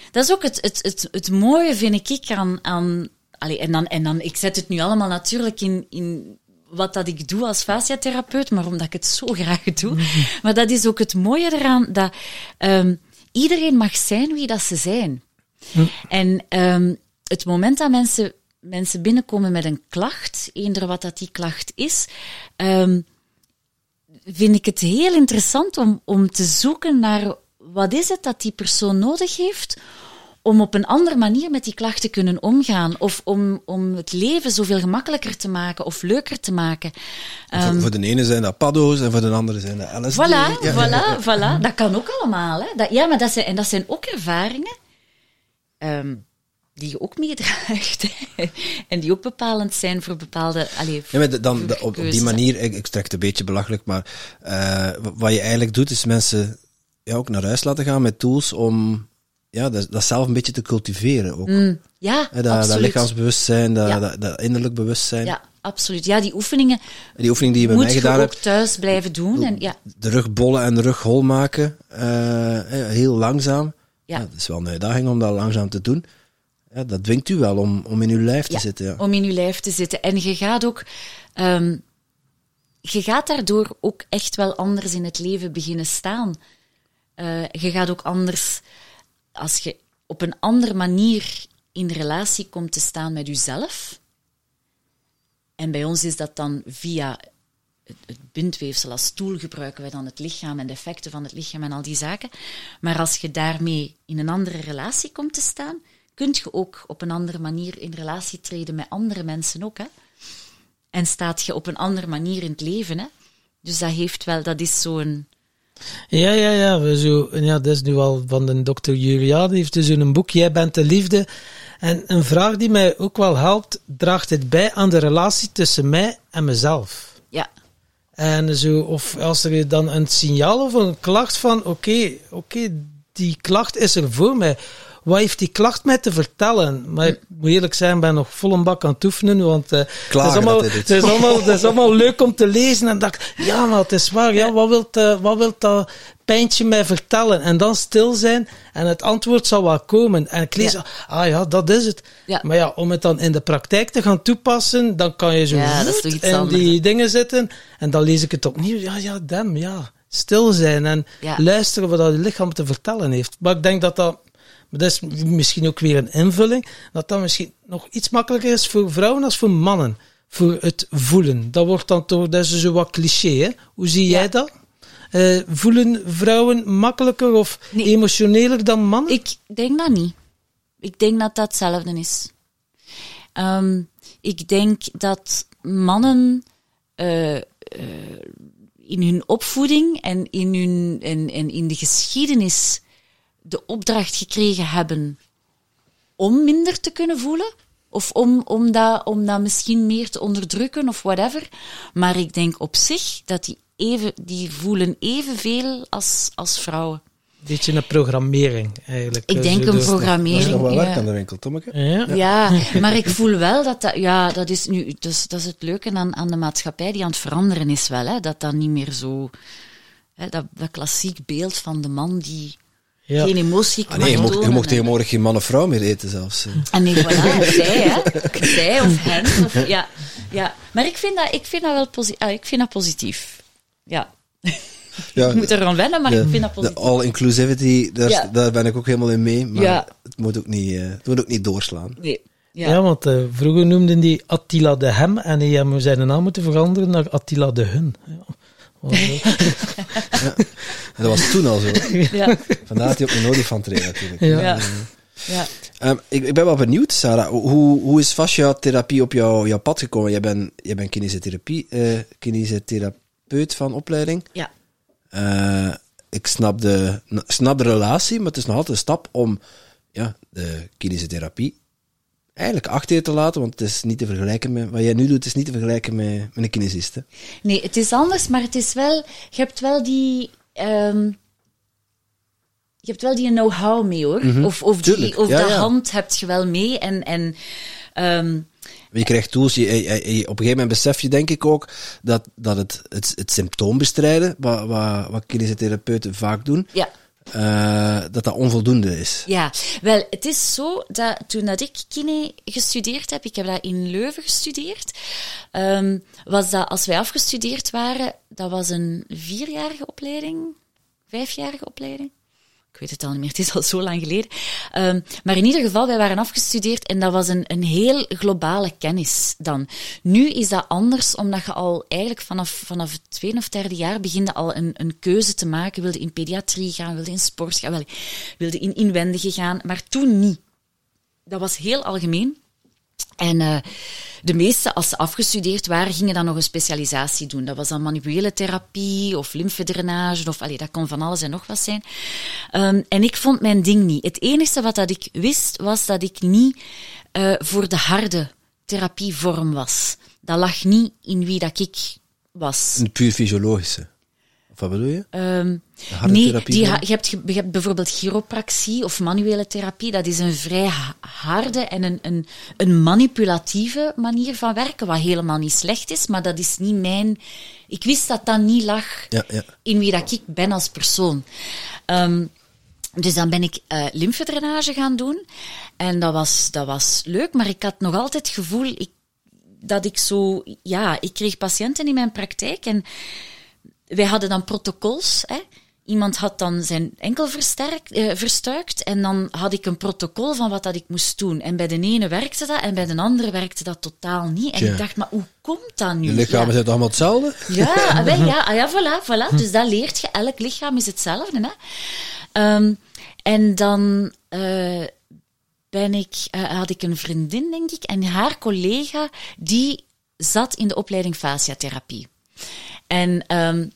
Dat is ook het, het, het, het mooie, vind ik, aan... aan allee, en, dan, en dan, ik zet het nu allemaal natuurlijk in, in wat dat ik doe als fasciatherapeut, maar omdat ik het zo graag doe. Mm-hmm. Maar dat is ook het mooie eraan, dat um, iedereen mag zijn wie dat ze zijn. Mm. En um, het moment dat mensen, mensen binnenkomen met een klacht, eender wat dat die klacht is, um, vind ik het heel interessant om, om te zoeken naar wat is het dat die persoon nodig heeft om op een andere manier met die klacht te kunnen omgaan. Of om, om het leven zoveel gemakkelijker te maken of leuker te maken. Um, voor, voor de ene zijn dat paddo's en voor de andere zijn dat L S D. Voilà, ja, voilà, ja, ja. voilà. Dat kan ook allemaal. Hè. Dat, ja, maar dat zijn, en dat zijn ook ervaringen um, die je ook meedraagt. En die ook bepalend zijn voor bepaalde... Allez, ja, maar dan, de, op, op die manier, ik, ik strek het een beetje belachelijk, maar uh, wat je eigenlijk doet, is mensen ja, ook naar huis laten gaan met tools om... Ja, dat, dat zelf een beetje te cultiveren ook. Mm, ja, He, dat, absoluut. Dat lichaamsbewustzijn, dat, ja. dat, dat innerlijk bewustzijn. Ja, absoluut. Ja, die oefeningen, die oefening die je bij mij gedaan hebt. Moet je ook thuis blijven doen. En, ja. De rug bollen en de rug hol maken. Uh, heel langzaam. Ja. Ja, het is wel een uitdaging om dat langzaam te doen. Ja, dat dwingt u wel om, om in uw lijf te ja, zitten. Ja. om in uw lijf te zitten. En je gaat ook... Um, je gaat daardoor ook echt wel anders in het leven beginnen staan. Uh, je gaat ook anders... Als je op een andere manier in relatie komt te staan met jezelf, en bij ons is dat dan via het, het bindweefsel als tool, gebruiken wij dan het lichaam en de effecten van het lichaam en al die zaken. Maar als je daarmee in een andere relatie komt te staan, kun je ook op een andere manier in relatie treden met andere mensen ook. Hè? En staat je op een andere manier in het leven. Hè? Dus dat heeft wel, dat is zo'n... Ja, ja, ja. We zo, ja. Dat is nu al van de dokter Julia. Die heeft dus een boek, Jij bent de liefde. En een vraag die mij ook wel helpt, draagt het bij aan de relatie tussen mij en mezelf. Ja. En zo, of als er dan een signaal of een klacht van, oké, okay, oké, okay, die klacht is er voor mij. Wat heeft die klacht mij te vertellen? Maar ik moet eerlijk zijn, ik ben nog vol een bak aan het oefenen, want uh, het, is allemaal, het, is allemaal, het is allemaal leuk om te lezen. En dacht, ja, maar het is waar, ja, wat wil uh, wat wilt dat pijntje mij vertellen? En dan stil zijn en het antwoord zal wel komen. En ik lees, ja. ah ja, dat is het. Ja. Maar ja, om het dan in de praktijk te gaan toepassen, dan kan je zo ja, in anders. Die dingen zitten. En dan lees ik het opnieuw. Ja, ja, damn, ja. Stil zijn en ja. luisteren wat dat je lichaam te vertellen heeft. Maar ik denk dat dat... Maar dat is misschien ook weer een invulling, dat dat misschien nog iets makkelijker is voor vrouwen als voor mannen. Voor het voelen. Dat wordt dan toch, dat is zo wat cliché, hè? Hoe zie jij ja. dat? Uh, voelen vrouwen makkelijker of nee. emotioneler dan mannen? Ik denk dat niet. Ik denk dat dat hetzelfde is. Um, ik denk dat mannen uh, uh, in hun opvoeding en in, hun, en, en in de geschiedenis de opdracht gekregen hebben om minder te kunnen voelen, of om, om, dat, om dat misschien meer te onderdrukken, of whatever. Maar ik denk op zich dat die, even, die voelen evenveel als, als vrouwen. Een beetje een programmering, eigenlijk. Ik denk een programmering. Dat is nog wel werk ja. aan de winkel, Tommeke. Ja. ja, maar ik voel wel dat dat... Ja, dat is nu... Dus, dat is het leuke aan, aan de maatschappij die aan het veranderen is wel, hè. Dat dat niet meer zo... Hè, dat, dat klassiek beeld van de man die... Ja. Geen emotie ah, nee, je mocht, je mocht tegenwoordig geen man of vrouw meer eten zelfs. En nee, voilà, zij, hè. Zij of hen. Of, ja, ja. Maar ik vind dat, ik vind dat wel posi- ah, ik vind dat positief. Ja. ja ik moet er aan wennen, maar de, ik vind dat positief. De all-inclusivity, daar, ja. daar ben ik ook helemaal in mee. Maar ja. het, moet ook niet, uh, het moet ook niet doorslaan. Nee. Ja, ja want uh, vroeger noemden die Attila de Hem en die hebben zijn naam moeten veranderen naar Attila de Hun. Ja. ja. En dat was toen al zo. Ja. Vandaar dat hij op een olifant reed natuurlijk. Ja. Ja. Ja. Um, ik, ik ben wel benieuwd, Sarah. Hoe, hoe is fasciatherapie op jou, jouw pad gekomen? Jij bent, jij bent kinesiotherapie, uh, kinesiotherapeut van opleiding. Ja. Uh, ik snap de, snap de relatie, maar het is nog altijd een stap om ja, de kinesiotherapie eigenlijk achter te laten, want het is niet te vergelijken met wat jij nu doet, het is niet te vergelijken met, met een kinesist. Hè? Nee, het is anders, maar het is wel, je hebt wel die, um, je hebt wel die know-how mee, hoor. Mm-hmm. Of, of, die, of ja, de ja. hand heb je wel mee en, en um, je krijgt tools, je, je, je, op een gegeven moment besef je denk ik ook dat, dat het, het, het symptoom bestrijden, wat, wat, wat kinesiotherapeuten vaak doen, ja. uh, dat dat onvoldoende is. Ja, wel, het is zo dat toen dat ik kine gestudeerd heb, ik heb dat in Leuven gestudeerd, um, was dat als wij afgestudeerd waren, dat was een vierjarige opleiding, vijfjarige opleiding. Ik weet het al niet meer, het is al zo lang geleden. Um, maar in ieder geval, wij waren afgestudeerd en dat was een, een heel globale kennis dan. Nu is dat anders, omdat je al eigenlijk vanaf, vanaf het tweede of derde jaar begint al een, een keuze te maken. Wilde in pediatrie gaan, wilde in sport gaan, wel, wilde in inwendige gaan, maar toen niet. Dat was heel algemeen. En uh, de meesten, als ze afgestudeerd waren, gingen dan nog een specialisatie doen. Dat was dan manuele therapie of lymfedrainage, of allee, dat kon van alles en nog wat zijn. Um, en ik vond mijn ding niet. Het enige wat dat ik wist, was dat ik niet uh, voor de harde therapievorm was. Dat lag niet in wie dat ik was. Een puur fysiologische. Of wat bedoel je? Um, nee, die ha- je, hebt, je hebt bijvoorbeeld chiropractie of manuele therapie. Dat is een vrij harde en een, een, een manipulatieve manier van werken, wat helemaal niet slecht is, maar dat is niet mijn... Ik wist dat dat niet lag ja, ja. in wie dat ik ben als persoon. Um, dus dan ben ik uh, lymfedrainage gaan doen. En dat was, dat was leuk, maar ik had nog altijd het gevoel ik, dat ik zo... Ja, ik kreeg patiënten in mijn praktijk en wij hadden dan protocols, hè. Iemand had dan zijn enkel versterkt, eh, verstuikt en dan had ik een protocol van wat dat ik moest doen. En bij de ene werkte dat en bij de andere werkte dat totaal niet. En ja. ik dacht, maar hoe komt dat nu? De lichamen ja. zijn allemaal hetzelfde? Ja, wel, ja, ah, ja voilà, voilà. Dus dat leert je. Elk lichaam is hetzelfde. Hè. Um, en dan uh, ben ik, uh, had ik een vriendin, denk ik, en haar collega, die zat in de opleiding fasciatherapie. En um,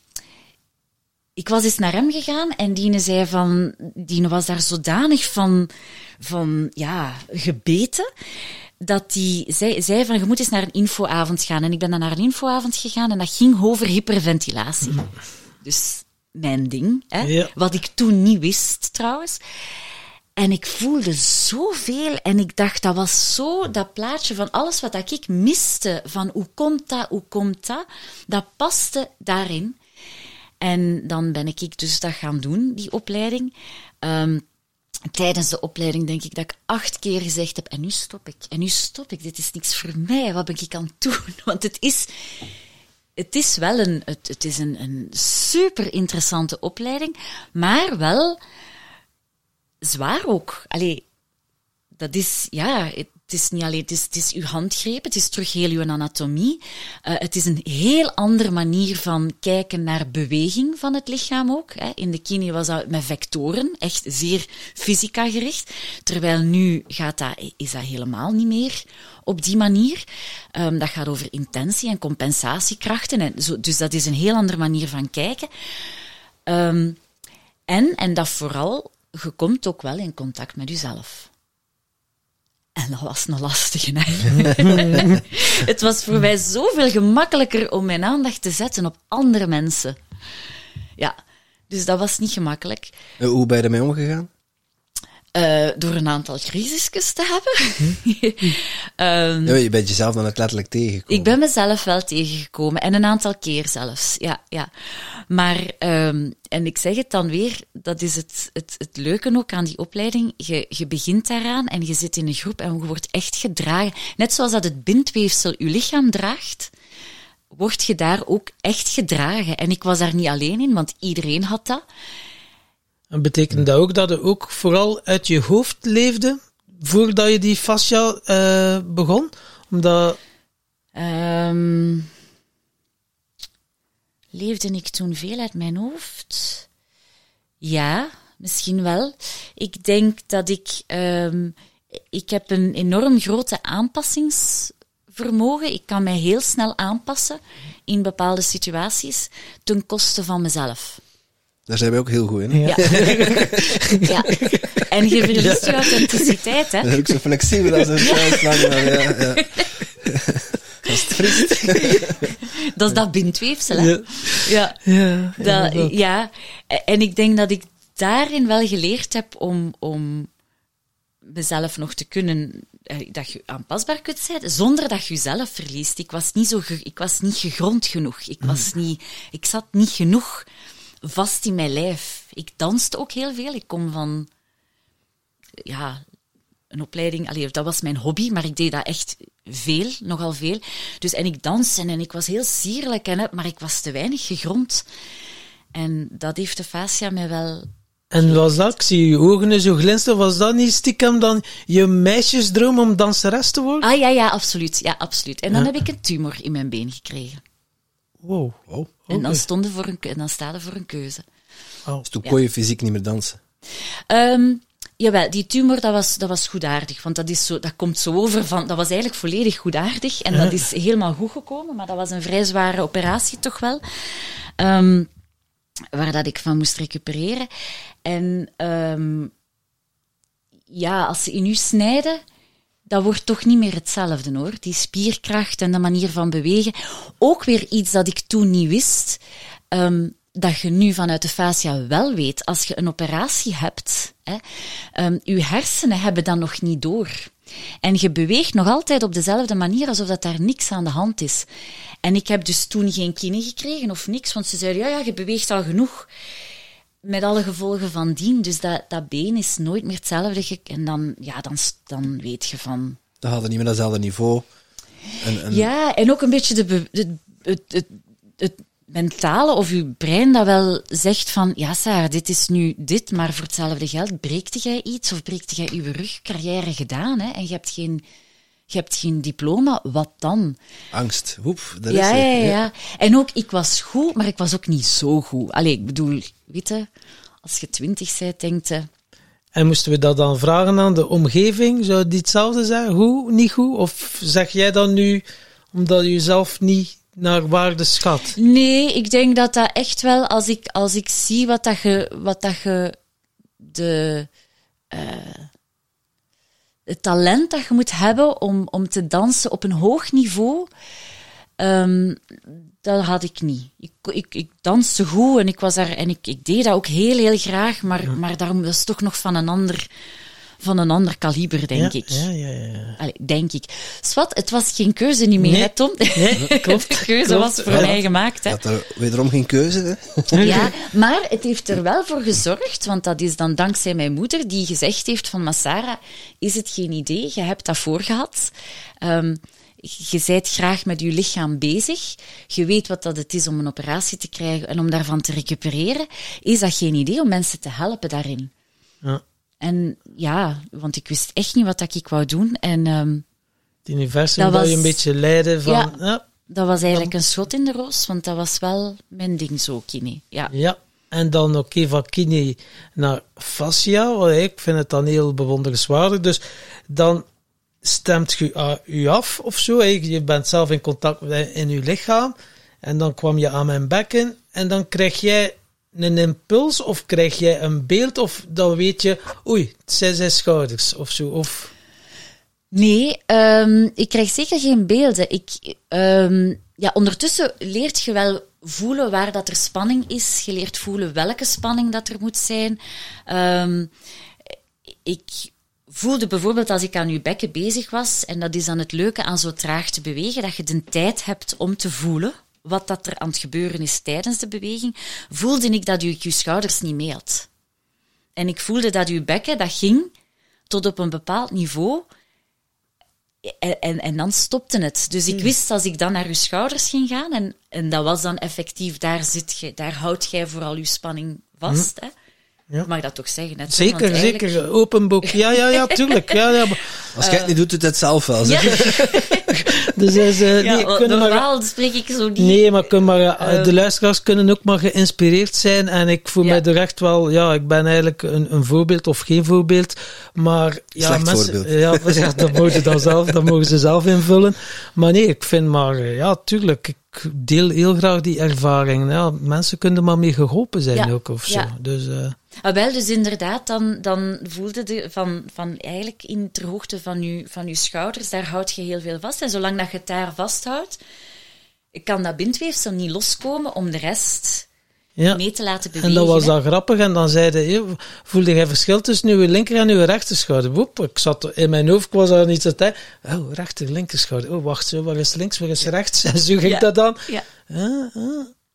ik was eens naar hem gegaan en Diene zei van, Diene was daar zodanig van, van ja, gebeten, dat die zei, zei van, je moet eens naar een infoavond gaan. En ik ben dan naar een infoavond gegaan en dat ging over hyperventilatie. Mm. Dus mijn ding, hè, ja. Wat ik toen niet wist trouwens. En ik voelde zoveel en ik dacht, dat was zo dat plaatje van alles wat ik miste, van hoe komt dat, hoe komt dat, dat paste daarin. En dan ben ik dus dat gaan doen, die opleiding. Um, tijdens de opleiding denk ik dat ik acht keer gezegd heb, en nu stop ik, en nu stop ik, dit is niks voor mij, wat ben ik aan het doen? Want het is, het is wel een, het, het is een, een super interessante opleiding, maar wel zwaar ook. Allee, dat is, ja, het is niet alleen, het is, het is uw handgreep, het is terug heel uw anatomie. Uh, het is een heel andere manier van kijken naar beweging van het lichaam ook. Hè. In de kine was dat met vectoren, echt zeer fysica gericht. Terwijl nu gaat dat, is dat helemaal niet meer op die manier. Um, dat gaat over intentie en compensatiekrachten. En zo, dus dat is een heel andere manier van kijken. Um, en, en dat vooral, je komt ook wel in contact met jezelf. En dat was een lastige. Hè? Het was voor mij zoveel gemakkelijker om mijn aandacht te zetten op andere mensen. Ja, dus dat was niet gemakkelijk. Uh, hoe ben je ermee omgegaan? Uh, door een aantal crisisjes te hebben. um, ja, je bent jezelf dan het letterlijk tegengekomen. Ik ben mezelf wel tegengekomen. En een aantal keer zelfs. Ja, ja. Maar, um, en ik zeg het dan weer, dat is het, het, het leuke ook aan die opleiding. Je, je begint daaraan en je zit in een groep en je wordt echt gedragen. Net zoals dat het bindweefsel je lichaam draagt, word je daar ook echt gedragen. En ik was daar niet alleen in, want iedereen had dat. En betekent dat ook dat je ook vooral uit je hoofd leefde voordat je die fascia uh, begon? Omdat... Um, leefde ik toen veel uit mijn hoofd? Ja, misschien wel. Ik denk dat ik... Um, ik heb een enorm grote aanpassingsvermogen. Ik kan mij heel snel aanpassen in bepaalde situaties ten koste van mezelf. Daar zijn we ook heel goed in. Ja. Ja. En je verliest je authenticiteit, hè. Dat is ook zo flexibel als een thuislang. Ja, ja. Als het vriest. Dat is dat bindweefsel, hè. Ja. Ja. Ja, dat, ja. En ik denk dat ik daarin wel geleerd heb om, om mezelf nog te kunnen, dat je aanpasbaar kunt zijn, zonder dat je jezelf verliest. Ik was niet zo, ge, ik was niet gegrond genoeg. Ik was niet, ik zat niet genoeg vast in mijn lijf. Ik danste ook heel veel. Ik kom van... Ja, een opleiding... Allee, dat was mijn hobby, maar ik deed dat echt veel, nogal veel. Dus, en ik danste en ik was heel sierlijk, en, maar ik was te weinig gegrond. En dat heeft de fascia mij wel... En was dat, ik zie je ogen zo glinsteren, was dat niet stiekem dan je meisjesdroom om danseres te worden? Ah ja, ja, absoluut. Ja, absoluut. En dan Ja. heb ik een tumor in mijn been gekregen. Wow. Wow. En dan, Oké. stonden voor een, en dan sta je voor een keuze. Oh. Dus toen Ja. kon je fysiek niet meer dansen. Um, jawel, die tumor, dat was, dat was goedaardig. Want dat, is zo, dat komt zo over van... Dat was eigenlijk volledig goedaardig. En dat is helemaal goed gekomen. Maar dat was een vrij zware operatie toch wel. Um, waar dat ik van moest recupereren. En um, ja, als ze in u snijden... Dat wordt toch niet meer hetzelfde, hoor. Die spierkracht en de manier van bewegen. Ook weer iets dat ik toen niet wist... Um, dat je nu vanuit de fascia wel weet, als je een operatie hebt, hè, um, je hersenen hebben dat nog niet door. En je beweegt nog altijd op dezelfde manier, alsof dat daar niks aan de hand is. En ik heb dus toen geen kine gekregen of niks, want ze zeiden, ja, ja, je beweegt al genoeg. Met alle gevolgen van dien. Dus dat, dat been is nooit meer hetzelfde. Ge- en dan, ja, dan, dan weet je van... Dan had het niet meer datzelfde niveau. En, en Ja, en ook een beetje de, be- de, het, het, het mentale of je brein dat wel zegt van, ja Sarah, dit is nu dit, maar voor hetzelfde geld breekte jij iets of breekte jij je rugcarrière gedaan, hè, en je hebt geen, je hebt geen diploma, wat dan? angst. Hoep, daar Ja, is ja, hij. ja. En ook, ik was goed, maar ik was ook niet zo goed. Allee, ik bedoel, weet je, als je twintig bent, denkt je... En moesten we dat dan vragen aan de omgeving? Zou die hetzelfde zeggen? Goed, niet goed? Of zeg jij dan nu, omdat je jezelf niet naar waarde schat? Nee, ik denk dat dat echt wel, als ik, als ik zie wat dat je, wat dat je de, uh, het talent dat je moet hebben om, om te dansen op een hoog niveau, um, dat had ik niet. Ik, ik, ik danste goed en ik was daar, en ik, ik deed dat ook heel, heel graag, maar, ja. maar daarom, dat is toch nog van een ander, van een ander kaliber, denk ja, ik. Ja, ja, ja. Allee, denk ik. Swat, het was geen keuze niet meer, nee. hè, Tom? Nee, klopt. De keuze klopt. was voor ja. mij gemaakt, hè. Je had er wederom geen keuze, hè? Ja, maar het heeft er wel voor gezorgd, want dat is dan dankzij mijn moeder, die gezegd heeft van, maar Sarah, is het geen idee? Je hebt dat voorgehad. Um, je bent graag met je lichaam bezig. Je weet wat dat het is om een operatie te krijgen en om daarvan te recupereren. Is dat geen idee om mensen te helpen daarin? Ja. En ja, want ik wist echt niet wat dat ik wou doen. En um, het universum dat dat was, je een beetje leidde van... Ja, ja. Dat was eigenlijk een schot in de roos, want dat was wel mijn ding zo, kine. Ja. Ja, en dan oké, okay, van kine naar fascia. Ik vind het dan heel bewonderenswaardig. Dus dan stemt je uh, u af of zo. Je bent zelf in contact met in je lichaam. En dan kwam je aan mijn bekken. En dan krijg jij een impuls of krijg jij een beeld. Of dan weet je, oei, het zijn zijn schouders of zo. Of... Nee, um, ik krijg zeker geen beelden. Ik, um, ja, ondertussen leert je wel voelen waar dat er spanning is. Je leert voelen welke spanning dat er moet zijn. Um, ik voelde bijvoorbeeld als ik aan je bekken bezig was, en dat is dan het leuke aan zo traag te bewegen, dat je de tijd hebt om te voelen wat dat er aan het gebeuren is tijdens de beweging, voelde ik dat je je schouders niet mee had. En ik voelde dat je bekken, dat ging tot op een bepaald niveau, en, en, en dan stopte het. Dus ik wist, als ik dan naar je schouders ging gaan, en, en dat was dan effectief, daar, zit je, daar houd jij vooral je spanning vast, hm. hè. Ja. Ik mag dat toch zeggen? Net zeker, zo, eigenlijk... zeker. Open boek. Ja, ja, ja, tuurlijk. Ja, ja. Als jij het niet doet, doet het zelf wel. Ja. Dus, uh, nee, ja, normaal maar, spreek ik zo niet. Nee, maar, kun maar uh, de luisteraars kunnen ook maar geïnspireerd zijn. En ik voel ja. mij er echt wel... Ja, ik ben eigenlijk een, een voorbeeld of geen voorbeeld. Maar... Ja, Slecht mensen, voorbeeld. Ja, ja, dat mogen ze dan zelf, dat mogen ze zelf invullen. Maar nee, ik vind maar... Ja, tuurlijk. Ik deel heel graag die ervaring. Ja, mensen kunnen er maar mee geholpen zijn ja. ook of zo. Ja. Dus... Uh, Ah, wel, dus inderdaad, dan, dan voelde je van, van eigenlijk in ter hoogte van je, van je schouders, daar houd je heel veel vast. En zolang dat je het daar vasthoudt, kan dat bindweefsel niet loskomen om de rest ja. mee te laten bewegen. En dat was hè. dan grappig. En dan zeiden je, voelde jij verschil tussen uw linker en uw rechter schouder? Woep, ik zat in mijn hoofd, ik was daar niet zo tijd. Oh, rechter, linker schouder. Oh, wacht, zo, waar is links, waar is rechts? En zo ging ja. dat dan. Ja. Uh, uh.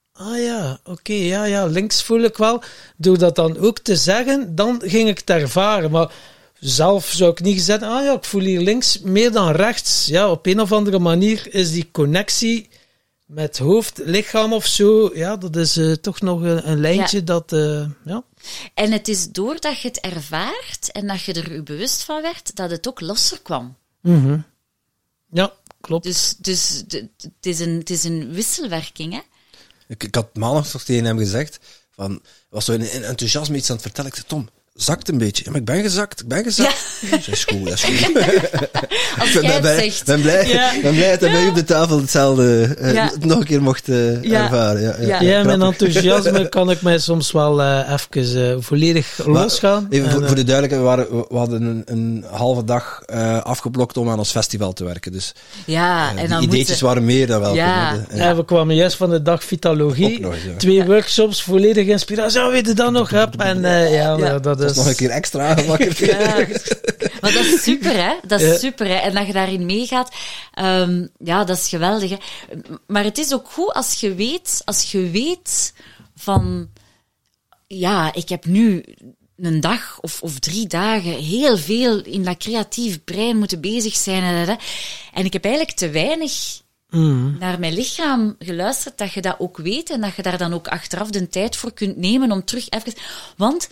Ah ja, oké, okay, ja, ja, links voel ik wel. Door dat dan ook te zeggen, dan ging ik het ervaren. Maar zelf zou ik niet gezegd, ah ja, ik voel hier links meer dan rechts. Ja, op een of andere manier is die connectie met hoofd, lichaam of zo, ja, dat is uh, toch nog een, een lijntje ja. dat, uh, ja. En het is doordat je het ervaart en dat je er je bewust van werd, dat het ook losser kwam. Mm-hmm. Ja, klopt. Dus, dus de, het, is een, het is een wisselwerking, hè. Ik, ik had maandag nog tegen hem gezegd, van, was zo in, in enthousiasme iets aan het vertellen. Ik zei, Tom, zakt een beetje. Ja, maar ik ben gezakt, ik ben gezakt. Ja. Dat is goed, dat is goed. Als ik jij ben, het zegt. ben blij, ja. ben blij dat hij ja. mij op de tafel hetzelfde uh, ja. nog een keer mocht uh, ja. ervaren. Ja, ja. ja. ja mijn enthousiasme kan ik mij soms wel uh, even uh, volledig maar, losgaan. Even en, voor, uh, voor de duidelijkheid, we, waren, we hadden een, een halve dag uh, afgeblokt om aan ons festival te werken. Dus ja, uh, en dan die ideetjes moeten... waren meer dan welkom. Ja. Ja. Ja, we kwamen juist van de dag Vitalogie. Nog, ja. Twee workshops, volledig inspiratie. Zo, weet je dat nog? Heb. En uh, ja, ja, dat is... Dat is nog een keer extra aangemakkerd. Ja. Maar dat is super, hè? Dat is ja. super, hè? En dat je daarin meegaat, um, ja, dat is geweldig, hè? Maar het is ook goed als je weet, als je weet van, ja, ik heb nu een dag of, of drie dagen heel veel in dat creatief brein moeten bezig zijn. En, en, en ik heb eigenlijk te weinig mm. naar mijn lichaam geluisterd, dat je dat ook weet en dat je daar dan ook achteraf de tijd voor kunt nemen om terug even... Want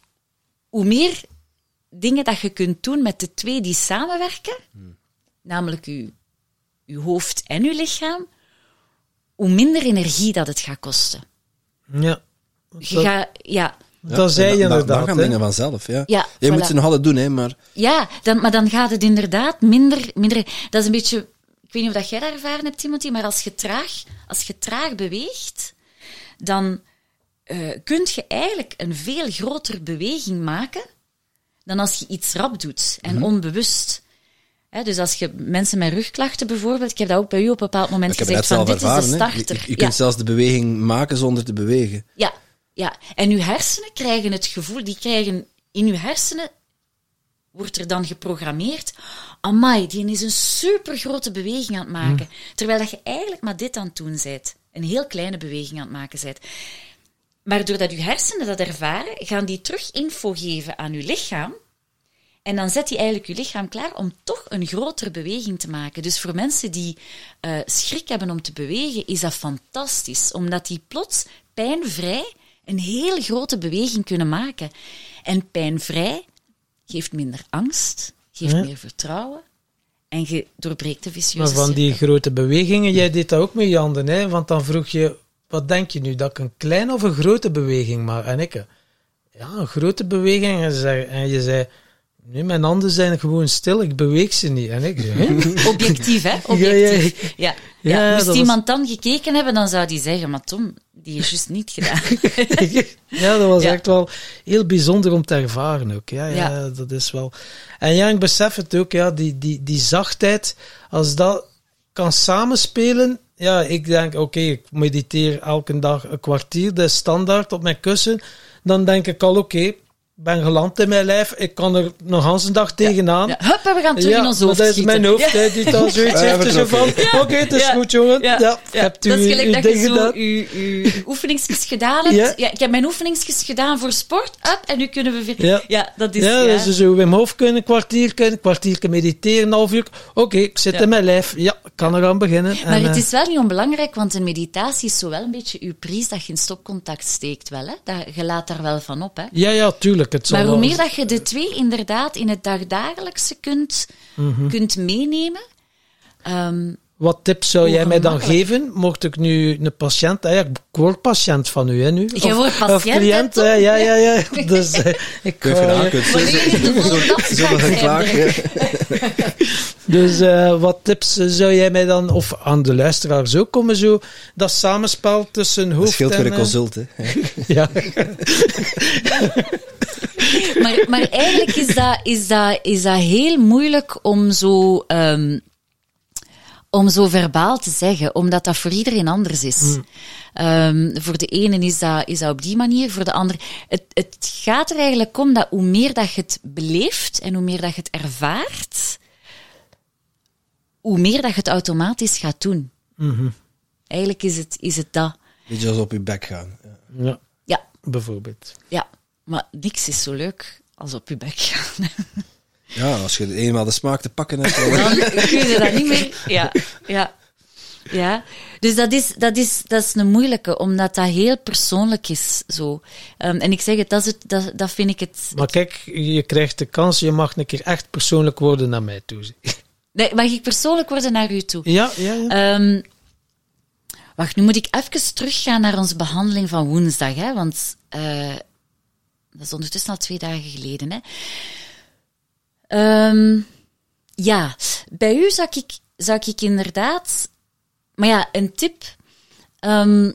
hoe meer dingen dat je kunt doen met de twee die samenwerken, hmm. namelijk je, je hoofd en je lichaam, hoe minder energie dat het gaat kosten. Ja. Je dat, gaat, ja. Dat ja, zei je inderdaad. Dan gaan dingen vanzelf, ja. ja je voilà. moet ze nog altijd doen, hè, maar... Ja, dan, maar dan gaat het inderdaad minder, minder... Dat is een beetje... Ik weet niet of dat jij dat ervaren hebt, Timothy, maar als je traag, als je traag beweegt, dan uh, kun je eigenlijk een veel grotere beweging maken dan als je iets rap doet en mm-hmm. onbewust. He, dus als je mensen met rugklachten bijvoorbeeld, ik heb dat ook bij u op een bepaald moment gezegd, van dit ervaren, is de starter. Je, je, je kunt ja. zelfs de beweging maken zonder te bewegen. Ja, ja. En uw hersenen krijgen het gevoel, die krijgen in uw hersenen, wordt er dan geprogrammeerd, amai, die is een supergrote beweging aan het maken. Mm. Terwijl dat je eigenlijk maar dit aan het doen bent. Een heel kleine beweging aan het maken bent. Maar doordat je hersenen dat ervaren, gaan die terug info geven aan je lichaam. En dan zet die eigenlijk je lichaam klaar om toch een grotere beweging te maken. Dus voor mensen die uh, schrik hebben om te bewegen, is dat fantastisch. Omdat die plots pijnvrij een heel grote beweging kunnen maken. En pijnvrij geeft minder angst, geeft ja. meer vertrouwen. En je doorbreekt de vicieuze cirkel. Maar van die grote bewegingen, jij deed dat ook met je handen, hè? Want dan vroeg je... Wat denk je nu, dat ik een kleine of een grote beweging maak? En ik, ja, een grote beweging. En je zei, en je zei nee, mijn handen zijn gewoon stil, ik beweeg ze niet. En ik zei, objectief, hè? Objectief. Ja, ja. ja. ja, ja moest iemand was... dan gekeken hebben, dan zou die zeggen, maar Tom, die is juist niet gedaan. Ja, dat was ja. echt wel heel bijzonder om te ervaren ook. Ja, ja, ja, dat is wel... En ja, ik besef het ook, ja, die, die, die zachtheid, als dat kan samenspelen... Ja, ik denk, oké, okay, ik mediteer elke dag een kwartier, dat is standaard op mijn kussen. Dan denk ik al, oké, okay, ik ben geland in mijn lijf, ik kan er nog een hele dag tegenaan. Ja, ja. Hup, en we gaan terug ja, in ons hoofd dat is schieten. Mijn hoofd, ja. hè, die dan zoiets heeft, dus van, ja. oké, okay, het is ja. goed, jongen. Ja. Ja. Ja. Hebt u dat is gelijk uw dat ding je zo gedaan? je, je oefeningsjes gedaan hebt. Ja. Ja, ik heb mijn oefeningsjes gedaan voor sport, up, en nu kunnen we weer... Ja, ja dat is... Ja, ja. dus zo Wim Hof kunnen, een kwartier kunnen, een kwartier mediteren, een half uur. Oké, okay, ik zit ja. in mijn lijf, ja, ik kan er aan beginnen. Maar en, het is wel niet onbelangrijk, want een meditatie is zo wel een beetje uw prijs dat je in stopcontact steekt wel, hè. Dat, je laat daar wel van op, hè. Ja, ja, tuurlijk. Het maar hoe wel... meer dat je de twee inderdaad in het dagdagelijkse kunt, mm-hmm. kunt meenemen... Um, Wat tips zou jij mij dan geven, mocht ik nu een patiënt... Ah ja, ik word patiënt van u, hè, nu. Je wordt patiënt, of cliënt, hè, ja, ja, ja. Dus uh, ik... Kun je gedaan, kun je zo nog een klaag, Dus uh, wat tips zou jij mij dan, of aan de luisteraars ook, komen zo, dat samenspel tussen hoofd en... Dat scheelt voor een consult, hè. Ja. maar, maar eigenlijk is dat, is, dat, is dat heel moeilijk om zo... Um, om zo verbaal te zeggen, omdat dat voor iedereen anders is. Mm. Um, voor de ene is dat, is dat op die manier, voor de ander... Het, het gaat er eigenlijk om dat hoe meer dat je het beleeft en hoe meer dat je het ervaart, hoe meer dat je het automatisch gaat doen. Mm-hmm. Eigenlijk is het, is het dat. Beetje als op je bek gaan. Ja. Ja, Ja, bijvoorbeeld. ja. Maar niks is zo leuk als op je bek gaan. Ja, als je eenmaal de smaak te pakken hebt. Dan... Dan kun je dat niet meer. Ja, ja. Ja, dus dat is, dat is, dat is een moeilijke, omdat dat heel persoonlijk is, zo. Um, en ik zeg het, dat, is het dat, dat vind ik het... Maar kijk, je krijgt de kans, je mag een keer echt persoonlijk worden naar mij toe. Nee, mag ik persoonlijk worden naar u toe? Ja, ja, ja. Um, wacht, nu moet ik even teruggaan naar onze behandeling van woensdag, hè, want uh, dat is ondertussen al twee dagen geleden. Hè. Um, ja, bij u zou ik, zou ik inderdaad... Maar ja, een tip... Um,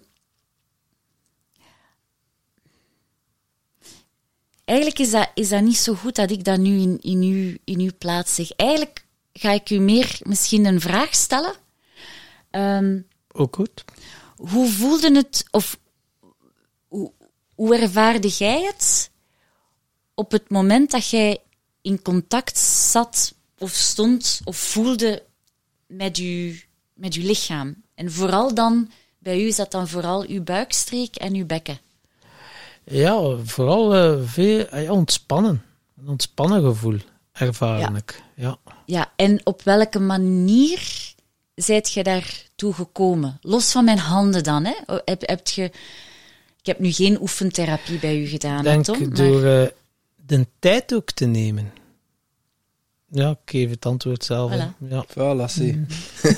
eigenlijk is dat, is dat niet zo goed dat ik dat nu in, in, uw, in uw plaats zeg. Eigenlijk ga ik u meer misschien een vraag stellen. Um, Ook goed. Hoe voelde het, of hoe, hoe ervaarde jij het op het moment dat jij in contact zat of stond of voelde met je, met uw lichaam? En vooral dan, bij u is dat dan vooral uw buikstreek en uw bekken? Ja, vooral uh, veel ja, ontspannen. Een ontspannen gevoel ervaar Ja. ik. Ja. Ja, en op welke manier zijt je daartoe gekomen? Los van mijn handen dan, hè? Heb, heb je... Ik heb nu geen oefentherapie bij u gedaan, Ik hè, denk Tom? Maar- door uh, de tijd ook te nemen. Ja, ik geef het antwoord zelf. hè. Voilà. Ja. Voilà, zie.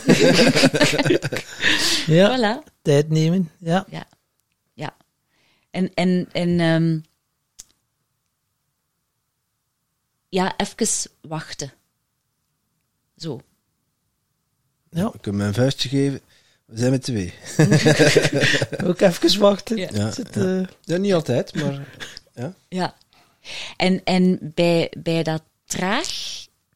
Ja, Voilà. tijd nemen. Ja. Ja. Ja. En, en, en um, ja, even wachten. Zo. Ja. Ik kan mijn vuistje geven. We zijn met twee. Ook even wachten. Ja. Ja, Zit, ja. uh, Ja, niet altijd, maar... Ja. Ja. En, en bij, bij dat traag,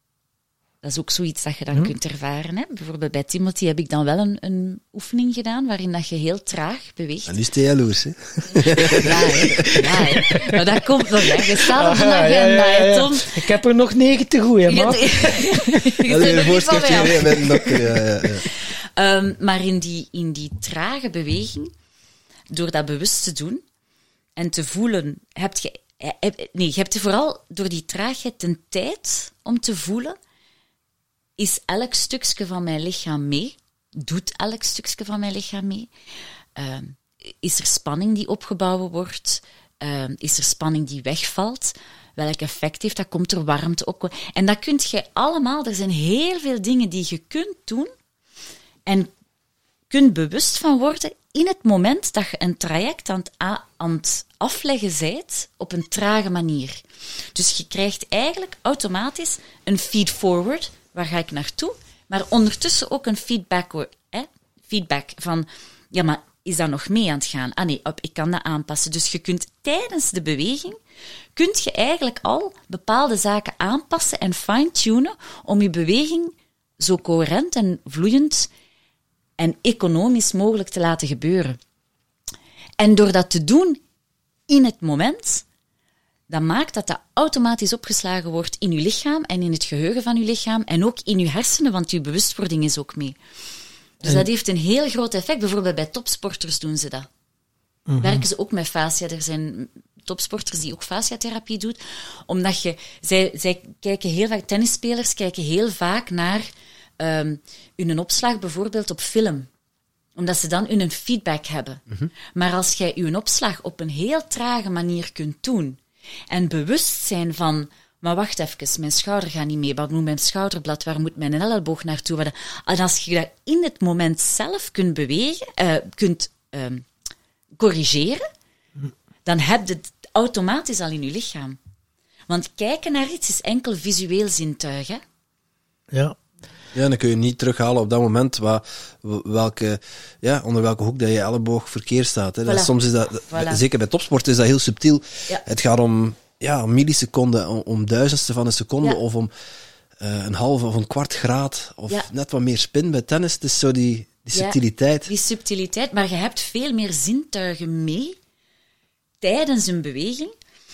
dat is ook zoiets dat je dan Hm. kunt ervaren. Hè? Bijvoorbeeld bij Timothy heb ik dan wel een, een oefening gedaan waarin dat je heel traag beweegt. En nu is hij jaloers, hè. Ja, hè. Ja, hè. Maar dat komt nog, hè. Je staat op de Aha, agenda, ja, ja, ja, hè, ja. Tom. Ik heb er nog negen te goed, hè, Je, man. je, je Dat bent is er een niet van voorschriftje mij af. met een dokter. Ja, ja, ja. Um, maar in die, in die trage beweging, door dat bewust te doen en te voelen, heb je, heb, nee, je hebt vooral door die traagheid de tijd om te voelen, is elk stukje van mijn lichaam mee? Doet elk stukje van mijn lichaam mee? Um, is er spanning die opgebouwd wordt? Um, is er spanning die wegvalt? Welk effect heeft dat? Komt er warmte op? En dat kun je allemaal, er zijn heel veel dingen die je kunt doen en kunt bewust van worden in het moment dat je een traject aan het, a- aan het afleggen bent op een trage manier. Dus je krijgt eigenlijk automatisch een feed-forward, waar ga ik naartoe, maar ondertussen ook een feedback, hè? feedback van, ja, maar is dat nog mee aan het gaan? Ah nee, op, ik kan dat aanpassen. Dus je kunt tijdens de beweging, kunt je eigenlijk al bepaalde zaken aanpassen en fine-tunen om je beweging zo coherent en vloeiend en economisch mogelijk te laten gebeuren. En door dat te doen in het moment, dat maakt dat dat automatisch opgeslagen wordt in je lichaam en in het geheugen van je lichaam en ook in je hersenen, want je bewustwording is ook mee. Dus En- dat heeft een heel groot effect. Bijvoorbeeld bij topsporters doen ze dat. Mhm. Werken ze ook met fascia. Er zijn topsporters die ook fasciatherapie doen, omdat je, zij, zij kijken heel vaak, tennisspelers kijken heel vaak naar um, hun opslag bijvoorbeeld op film. Omdat ze dan hun feedback hebben. Mhm. Maar als jij je opslag op een heel trage manier kunt doen en bewust zijn van, maar wacht even, mijn schouder gaat niet mee, wat moet mijn schouderblad, waar moet mijn elleboog naartoe? Wat- En als je dat in het moment zelf kunt bewegen, uh, kunt um, corrigeren, dan heb je het automatisch al in je lichaam. Want kijken naar iets is enkel visueel zintuig, hè? Ja. Ja, dan kun je niet terughalen op dat moment waar, welke, ja, onder welke hoek dat je elleboog verkeerd staat. Hè. Dat, Voilà. soms is dat, Voilà. zeker bij topsport is dat heel subtiel. Ja. Het gaat om, ja, om milliseconden, om, om duizendste van een seconde Ja. of om uh, een halve of een kwart graad of Ja. net wat meer spin bij tennis. Het is zo die, die Ja, subtiliteit. Die subtiliteit, maar je hebt veel meer zintuigen mee tijdens een beweging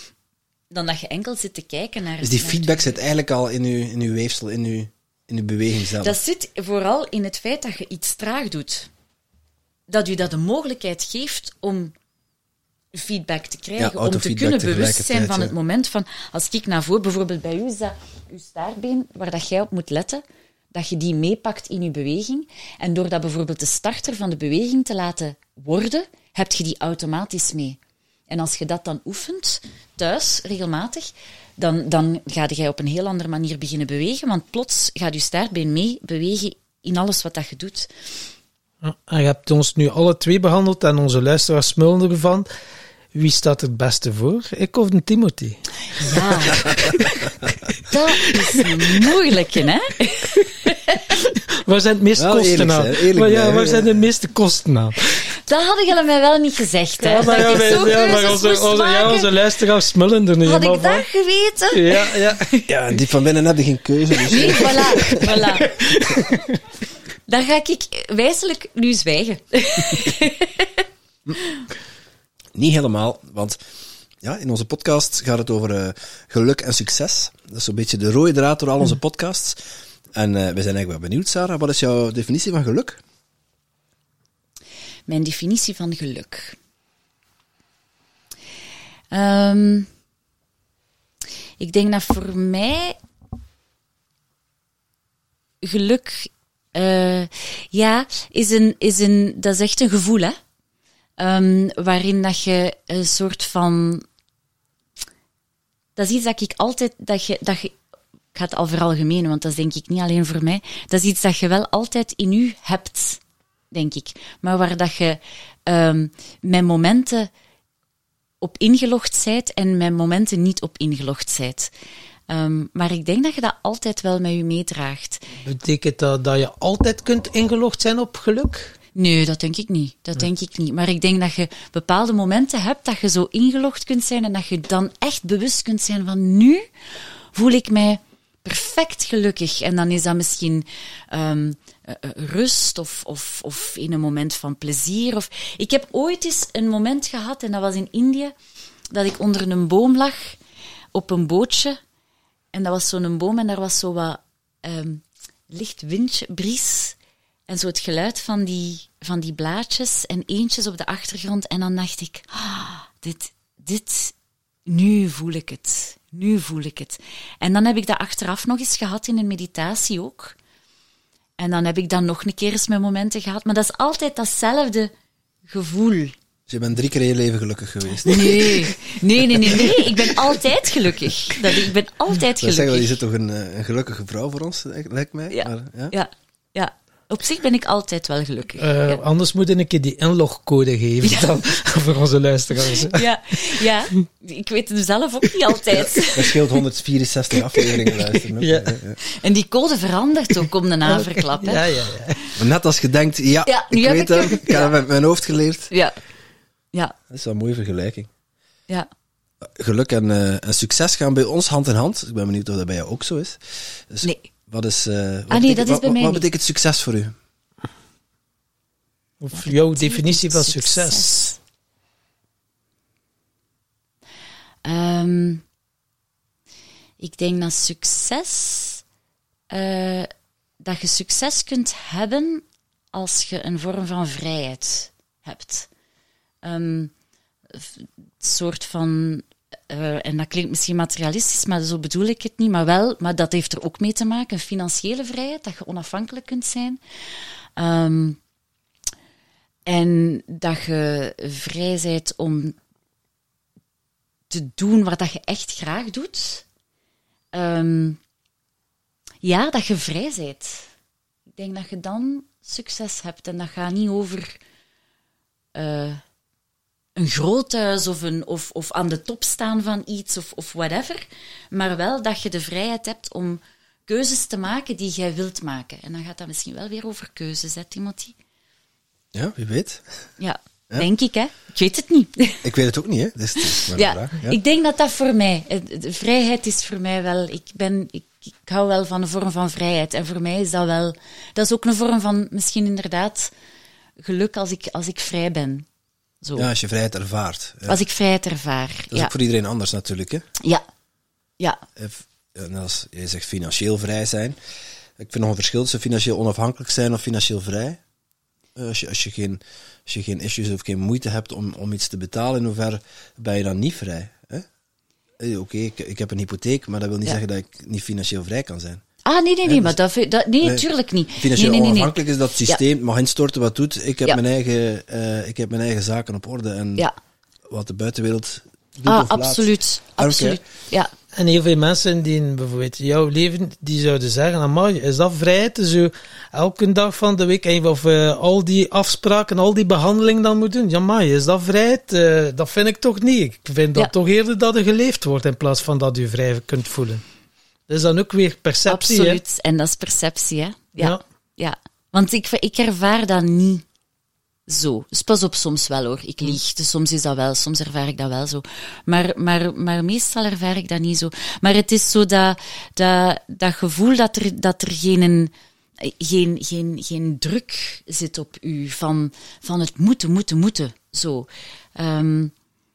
dan dat je enkel zit te kijken naar... Dus die naar feedback het- zit eigenlijk al in je, in uw weefsel, in uw, in uw beweging zelf. Dat zit vooral in het feit dat je iets traag doet. dat u dat de mogelijkheid geeft om feedback te krijgen, Ja, om te autofeedback kunnen bewust zijn tegelijkertijd, van ja. het moment van, als ik naar voren, bijvoorbeeld bij u is dat uw staartbeen, waar dat jij op moet letten, dat je die meepakt in je beweging. En door dat bijvoorbeeld de starter van de beweging te laten worden, heb je die automatisch mee. En als je dat dan oefent, thuis, regelmatig, dan, dan ga jij op een heel andere manier beginnen bewegen, want plots gaat je staartbeen mee bewegen in alles wat dat je doet. Ja, en je hebt ons nu alle twee behandeld en onze luisteraars smullen ervan. Wie staat er het beste voor? Ik of een Timothy? Ja, dat is een moeilijke, hè? Waar zijn het meeste Wel kosten eerlijk aan? zijn, eerlijk Maar ja, blijven, waar ja. zijn de meeste kosten aan? Dat hadden jullie mij wel niet gezegd, hè? Ja, maar, ja, dat ik wij- zo ja, maar keuzes onze, moest onze, ja, maken. onze luisteraars smullen er niet Had helemaal ik dat van. geweten? Ja, ja. Ja, en die van binnen heb je geen keuze. Dus Nee, voilà, voilà. Dan ga ik wijselijk nu zwijgen. Niet helemaal, want ja, in onze podcast gaat het over uh, geluk en succes. Dat is zo'n beetje de rode draad door al onze podcasts. En uh, wij zijn eigenlijk wel benieuwd, Sarah, wat is jouw definitie van geluk? Mijn definitie van geluk. Um, ik denk dat voor mij geluk, uh, ja, is een, is een, dat is echt een gevoel, hè? Um, waarin dat je een soort van, dat is iets dat ik altijd, dat je, dat je, ik ga het al veralgemenen, want dat is denk ik niet alleen voor mij, dat is iets dat je wel altijd in je hebt, denk ik. Maar waar dat je um, met momenten op ingelogd zijt en met momenten niet op ingelogd zijt. Um, maar ik denk dat je dat altijd wel met je meedraagt. Betekent dat dat je altijd kunt ingelogd zijn op geluk? Nee, dat denk ik niet. Dat denk ik niet. Maar ik denk dat je bepaalde momenten hebt dat je zo ingelogd kunt zijn en dat je dan echt bewust kunt zijn van nu voel ik mij perfect gelukkig. En dan is dat misschien um, uh, rust of, of, of in een moment van plezier. Of... Ik heb ooit eens een moment gehad, en dat was in Indië, dat ik onder een boom lag op een bootje. En dat was zo'n boom en daar was zo wat um, licht windje, bries. En zo het geluid van die, van die blaadjes en eentjes op de achtergrond. En dan dacht ik, ah, dit, dit, nu voel ik het. Nu voel ik het. En dan heb ik dat achteraf nog eens gehad in een meditatie ook. En dan heb ik dan nog een keer eens mijn momenten gehad. Maar dat is altijd datzelfde gevoel. Dus je bent drie keer in je leven gelukkig geweest. Nee, nee, nee, nee. nee. Ik ben altijd gelukkig. Dat, ik ben altijd Dat gelukkig. zeggen we, je zit toch een, een gelukkige vrouw voor ons, lijkt mij. Ja, Maar, ja? ja, ja. Op zich ben ik altijd wel gelukkig. Uh, ja. Anders moet ik een keer die inlogcode geven ja. dan voor onze luisteraars. Ja, ja, ik weet het zelf ook niet altijd. Dat scheelt honderdvierenzestig afleveringen luisteren. Ja. Ja, ja. En die code verandert ook om de naverklap. Hè? Ja, ja, ja. Maar net als je denkt, ja, Ja, nu ik heb weet ik hem, hem. ik heb hem met mijn hoofd geleerd. Ja, ja, Dat is wel een mooie vergelijking. ja. Geluk en, uh, en succes gaan bij ons hand in hand. Ik ben benieuwd of dat bij jou ook zo is. Dus Nee. Wat is, uh, wat Ah, nee, betekent, dat is wat, bij mij wat niet. betekent succes voor u? Of jouw definitie van succes. succes. Um, ik denk dat succes... Uh, dat je succes kunt hebben als je een vorm van vrijheid hebt. Um, een soort van... Uh, en dat klinkt misschien materialistisch, maar zo bedoel ik het niet. Maar wel, maar dat heeft er ook mee te maken. Een financiële vrijheid, dat je onafhankelijk kunt zijn. Um, en dat je vrij bent om te doen wat dat je echt graag doet. Um, ja, dat je vrij bent. Ik denk dat je dan succes hebt. En dat gaat niet over... Uh, een groot huis of, een, of, of aan de top staan van iets of, of whatever. Maar wel dat je de vrijheid hebt om keuzes te maken die jij wilt maken. En dan gaat dat misschien wel weer over keuzes, hè, Timothy? Ja, wie weet. Ja, ja, denk ik, hè. Ik weet het niet. Ik weet het ook niet, hè. Dus het is maar een ja, vraag. Ja, ik denk dat dat voor mij... De vrijheid is voor mij wel... Ik, ben, ik, ik hou wel van een vorm van vrijheid. En voor mij is dat wel... Dat is ook een vorm van misschien inderdaad geluk als ik, als ik vrij ben. Zo. Ja, als je vrijheid ervaart. Ja. Als ik vrijheid ervaar. Dat is ja. ook voor iedereen anders natuurlijk, hè. Ja. Ja. En als je zegt financieel vrij zijn. Ik vind nog een verschil tussen financieel onafhankelijk zijn of financieel vrij. Uh, als, je, als, je geen, als je geen issues of geen moeite hebt om, om iets te betalen, in hoeverre ben je dan niet vrij? Hè? Hey, Oké, okay, ik, ik heb een hypotheek, maar dat wil niet ja. zeggen dat ik niet financieel vrij kan zijn. Ah, nee, nee, nee, He, maar dat, dat, nee, nee, tuurlijk niet. Financieel nee, nee, nee, onafhankelijk nee. is dat het systeem, ja. mag instorten wat doet. Ik heb, ja. mijn eigen, uh, ik heb mijn eigen zaken op orde en ja. wat de buitenwereld doet ah, of absoluut, laat. absoluut, ja. En heel veel mensen die in bijvoorbeeld jouw leven, die zouden zeggen, amai, is dat vrijheid? Zo elke dag van de week, of uh, al die afspraken, al die behandeling dan moet doen. Ja, amai, is dat vrijheid? Uh, dat vind ik toch niet. Ik vind dat ja. toch eerder dat er geleefd wordt, in plaats van dat je vrij kunt voelen. Dat is dan ook weer perceptie, absoluut, hè? En dat is perceptie, hè. Ja, ja. ja. Want ik, ik ervaar dat niet zo. Dus pas op, soms wel hoor. Ik lieg. Dus soms is dat wel, soms ervaar ik dat wel zo. Maar, maar, maar meestal ervaar ik dat niet zo. Maar het is zo dat, dat, dat gevoel dat er, dat er geen, geen, geen, geen druk zit op u van, van het moeten, moeten, moeten. Zo. Um,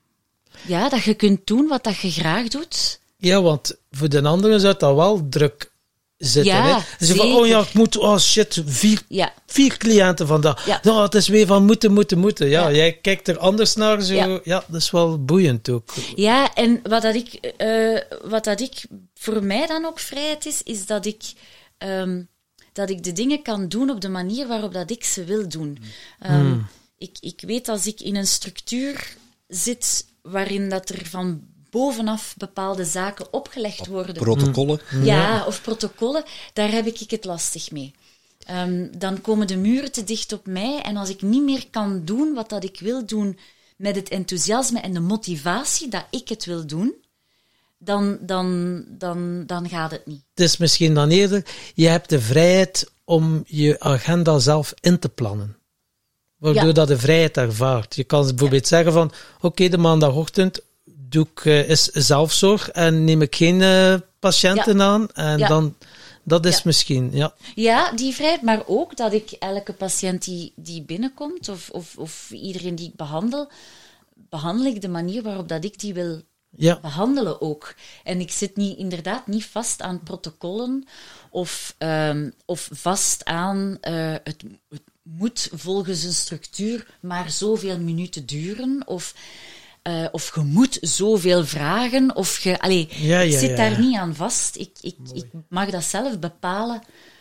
ja, dat je kunt doen wat dat je graag doet. Ja, want voor de anderen zou dat wel druk zitten. Ja, hè? Dus van, oh ja, ik moet, oh shit, vier, ja. vier cliënten vandaag. Ja. Oh, het is weer van moeten, moeten, moeten. Ja, ja. Jij kijkt er anders naar, zo. Ja. ja, dat is wel boeiend ook. Ja, en wat dat ik, uh, wat dat ik voor mij dan ook vrijheid is, is dat ik, um, dat ik de dingen kan doen op de manier waarop dat ik ze wil doen. Um, hmm. ik, ik weet als ik in een structuur zit waarin dat er van bovenaf bepaalde zaken opgelegd worden. Protocollen. Ja, of protocollen. Daar heb ik het lastig mee. Um, dan komen de muren te dicht op mij en als ik niet meer kan doen wat dat ik wil doen met het enthousiasme en de motivatie dat ik het wil doen, dan, dan, dan, dan gaat het niet. Het is misschien dan eerder, je hebt de vrijheid om je agenda zelf in te plannen. Waardoor ja. dat de vrijheid ervaart. Je kan bijvoorbeeld ja. zeggen van, oké, okay, de maandagochtend doe ik, uh, is zelfzorg en neem ik geen uh, patiënten ja. aan. En ja. dan, dat is ja. misschien, ja. Ja, die vrijheid, maar ook dat ik elke patiënt die, die binnenkomt, of, of, of iedereen die ik behandel, behandel ik de manier waarop dat ik die wil ja. behandelen ook. En ik zit niet, inderdaad niet vast aan protocollen, of, um, of vast aan uh, het, het moet volgens een structuur maar zoveel minuten duren, of... Uh, of je moet zoveel vragen, of je... Allee, ja, ja, ik zit ja, daar ja. niet aan vast. Ik, ik, ik mag dat zelf bepalen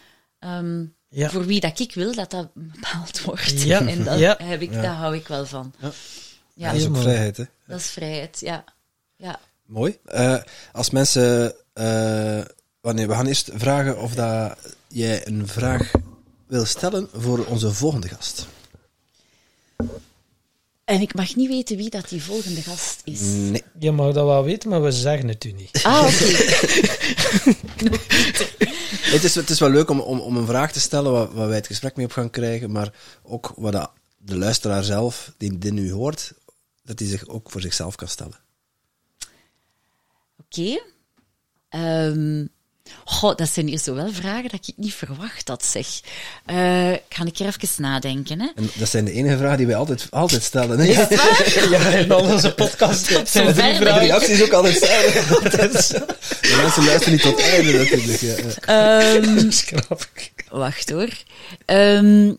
um, ja. voor wie dat ik wil dat dat bepaald wordt. Ja. En dat, ja. heb ik, ja. daar hou ik wel van. Ja. Ja. Dat is ook vrijheid, hè? Dat is vrijheid, ja. ja. Mooi. Uh, als mensen... Uh, oh nee, we gaan eerst vragen of dat jij een vraag wil stellen voor onze volgende gast. En ik mag niet weten wie dat die volgende gast is. Nee. Je mag dat wel weten, maar we zeggen het u niet. Ah, oké. Okay. het, is, het is wel leuk om, om, om een vraag te stellen waar, waar wij het gesprek mee op gaan krijgen, maar ook wat de, de luisteraar zelf, die dit nu hoort, dat hij zich ook voor zichzelf kan stellen. Oké. Okay. Um, goh, dat zijn hier zo wel vragen dat ik niet verwacht had, zeg. Uh, ga ik er even nadenken, hè. En dat zijn de enige vragen die wij altijd, altijd stellen, hè. Is het ja, in al onze podcast zijn er drie vragen. De reacties ook altijd hetzelfde. De mensen luisteren niet tot het einde, natuurlijk. Ja. Um, dat is grappig. Wacht, hoor. Um,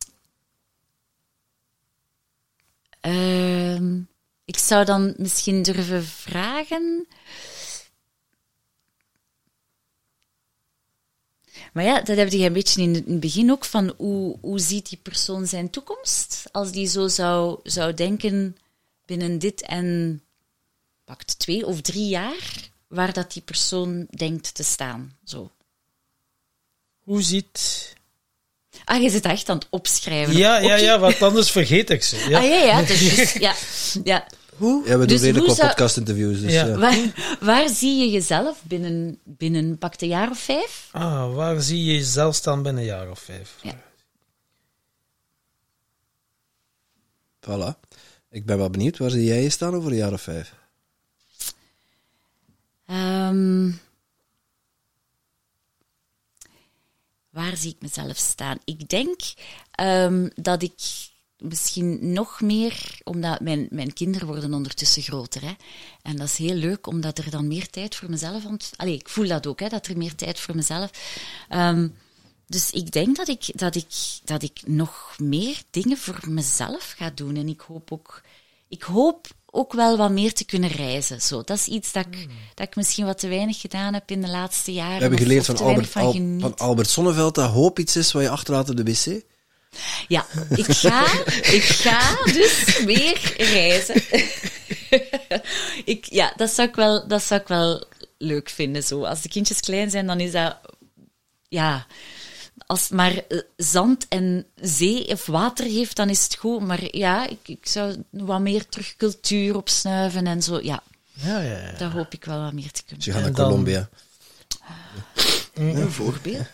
um, ik zou dan misschien durven vragen... Maar ja, dat heb je een beetje in het begin ook, van hoe, hoe ziet die persoon zijn toekomst? Als die zo zou, zou denken binnen dit en pakt twee of drie jaar, waar dat die persoon denkt te staan. Zo. Hoe ziet... Ah, je zit echt aan het opschrijven. Ja, okay. ja, ja, want anders vergeet ik ze. Ja. Ah, ja, ja, dus, dus, ja, ja. Hoe? Ja, we doen dus redelijk wat zou... podcast-interviews. Dus, ja. ja. Waar, waar zie je jezelf binnen, binnen pak een jaar of vijf? Ah, waar zie je jezelf staan binnen een jaar of vijf? Ja. Voilà. Ik ben wel benieuwd, waar zie jij je staan over een jaar of vijf? Um, waar zie ik mezelf staan? Ik denk um, dat ik... Misschien nog meer, omdat mijn, mijn kinderen worden ondertussen groter. Hè. En dat is heel leuk, omdat er dan meer tijd voor mezelf... Ont... Allee, ik voel dat ook, hè, dat er meer tijd voor mezelf... Um, dus ik denk dat ik, dat, ik, dat ik nog meer dingen voor mezelf ga doen. En ik hoop ook, ik hoop ook wel wat meer te kunnen reizen. Zo, dat is iets dat ik, mm. dat ik misschien wat te weinig gedaan heb in de laatste jaren. We hebben geleerd of, van, of Albert, van, Al, van Albert Sonneveld dat hoop iets is wat je achterlaat op de wc. Ja, ik ga, ik ga dus meer reizen. ik, ja, dat zou, ik wel, dat zou ik wel leuk vinden. Zo. Als de kindjes klein zijn, dan is dat... Ja, als het maar zand en zee of water heeft, dan is het goed. Maar ja, ik, ik zou wat meer terug cultuur opsnuiven en zo. Ja, ja, ja, ja. daar hoop ik wel wat meer te kunnen. Dus je gaat naar dan... Colombia. Bijvoorbeeld.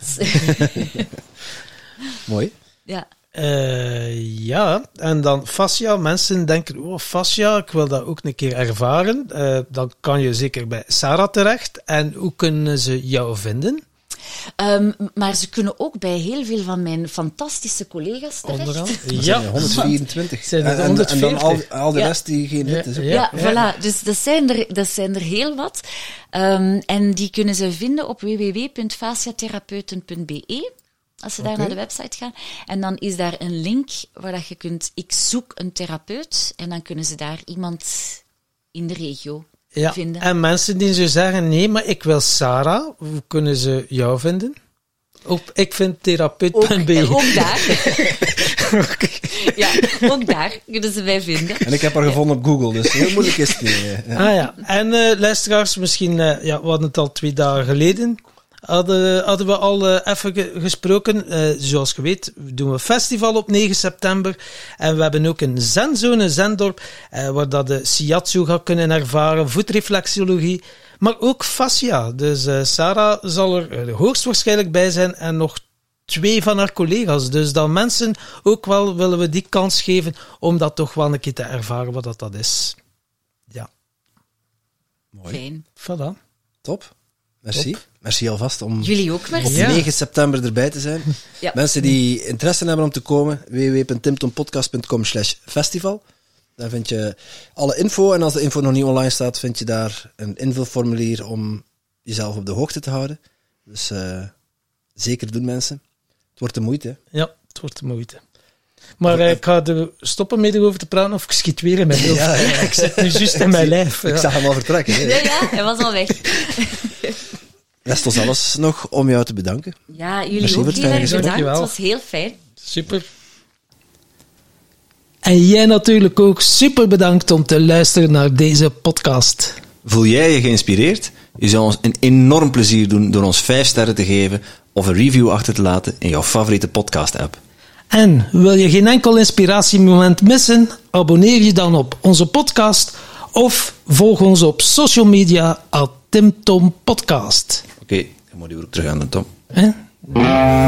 Mooi. Ja. Uh, ja, en dan fascia. Mensen denken, oh, fascia, ik wil dat ook een keer ervaren. Uh, dan kan je zeker bij Sarah terecht. En hoe kunnen ze jou vinden? Um, maar ze kunnen ook bij heel veel van mijn fantastische collega's terecht. Ja, honderdvierentwintig. Zijn er en, honderdveertig. En dan al, al de ja. rest die geen lid is. Ja, ja, ja, voilà. Dus dat zijn er, dat zijn er heel wat. Um, en die kunnen ze vinden op w w w punt fasciatherapeuten punt b e. Als ze daar okay. naar de website gaan. En dan is daar een link waar dat je kunt... Ik zoek een therapeut. En dan kunnen ze daar iemand in de regio ja. vinden. En mensen die zo zeggen, nee, maar ik wil Sarah. Hoe kunnen ze jou vinden? Op ik vind therapeut punt b e. Ook, ook daar. okay. Ja, ook daar kunnen ze mij vinden. En ik heb haar ja. gevonden op Google, dus heel moeilijk is het niet. Ja. Ah ja. En uh, luisteraars, misschien... Uh, ja, we hadden het al twee dagen geleden... Hadden, hadden we al uh, even ge- gesproken. Uh, zoals je weet doen we een festival op negen september. En we hebben ook een zenzone, Zendorp, uh, waar dat de shiatsu gaat kunnen ervaren, voetreflexologie, maar ook fascia. Dus uh, Sarah zal er uh, hoogstwaarschijnlijk bij zijn en nog twee van haar collega's. Dus dan mensen ook wel willen we die kans geven om dat toch wel een keer te ervaren wat dat, dat is. Ja. Mooi. Fijn. Voilà. Top. Merci. Top. Merci alvast om Jullie ook, merci. op Ja. negen september erbij te zijn. Ja. Mensen die interesse hebben om te komen, w w w punt timtompodcast punt com slash festival. Daar vind je alle info. En als de info nog niet online staat, vind je daar een invulformulier om jezelf op de hoogte te houden. Dus uh, zeker doen, mensen. Het wordt de moeite. Ja, het wordt de moeite. Maar uh, ik ga er stoppen met erover te praten of ik schiet weer in mijn hoofd. Ja, ja. Ik zit nu juist in mijn lijf. Ik ja. zag hem al vertrekken. Hè. Ja, ja, hij was al weg. Rest ons alles nog om jou te bedanken. Ja, jullie Merci ook heel erg gesprek. bedankt. Het was heel fijn. Super. En jij natuurlijk ook super bedankt om te luisteren naar deze podcast. Voel jij je geïnspireerd? Je zou ons een enorm plezier doen door ons vijf sterren te geven of een review achter te laten in jouw favoriete podcast-app. En wil je geen enkel inspiratiemoment missen? Abonneer je dan op onze podcast of volg ons op social media at Tim Tom Podcast. Oké, okay, dan moet je ook terug aan de Tom. Eh?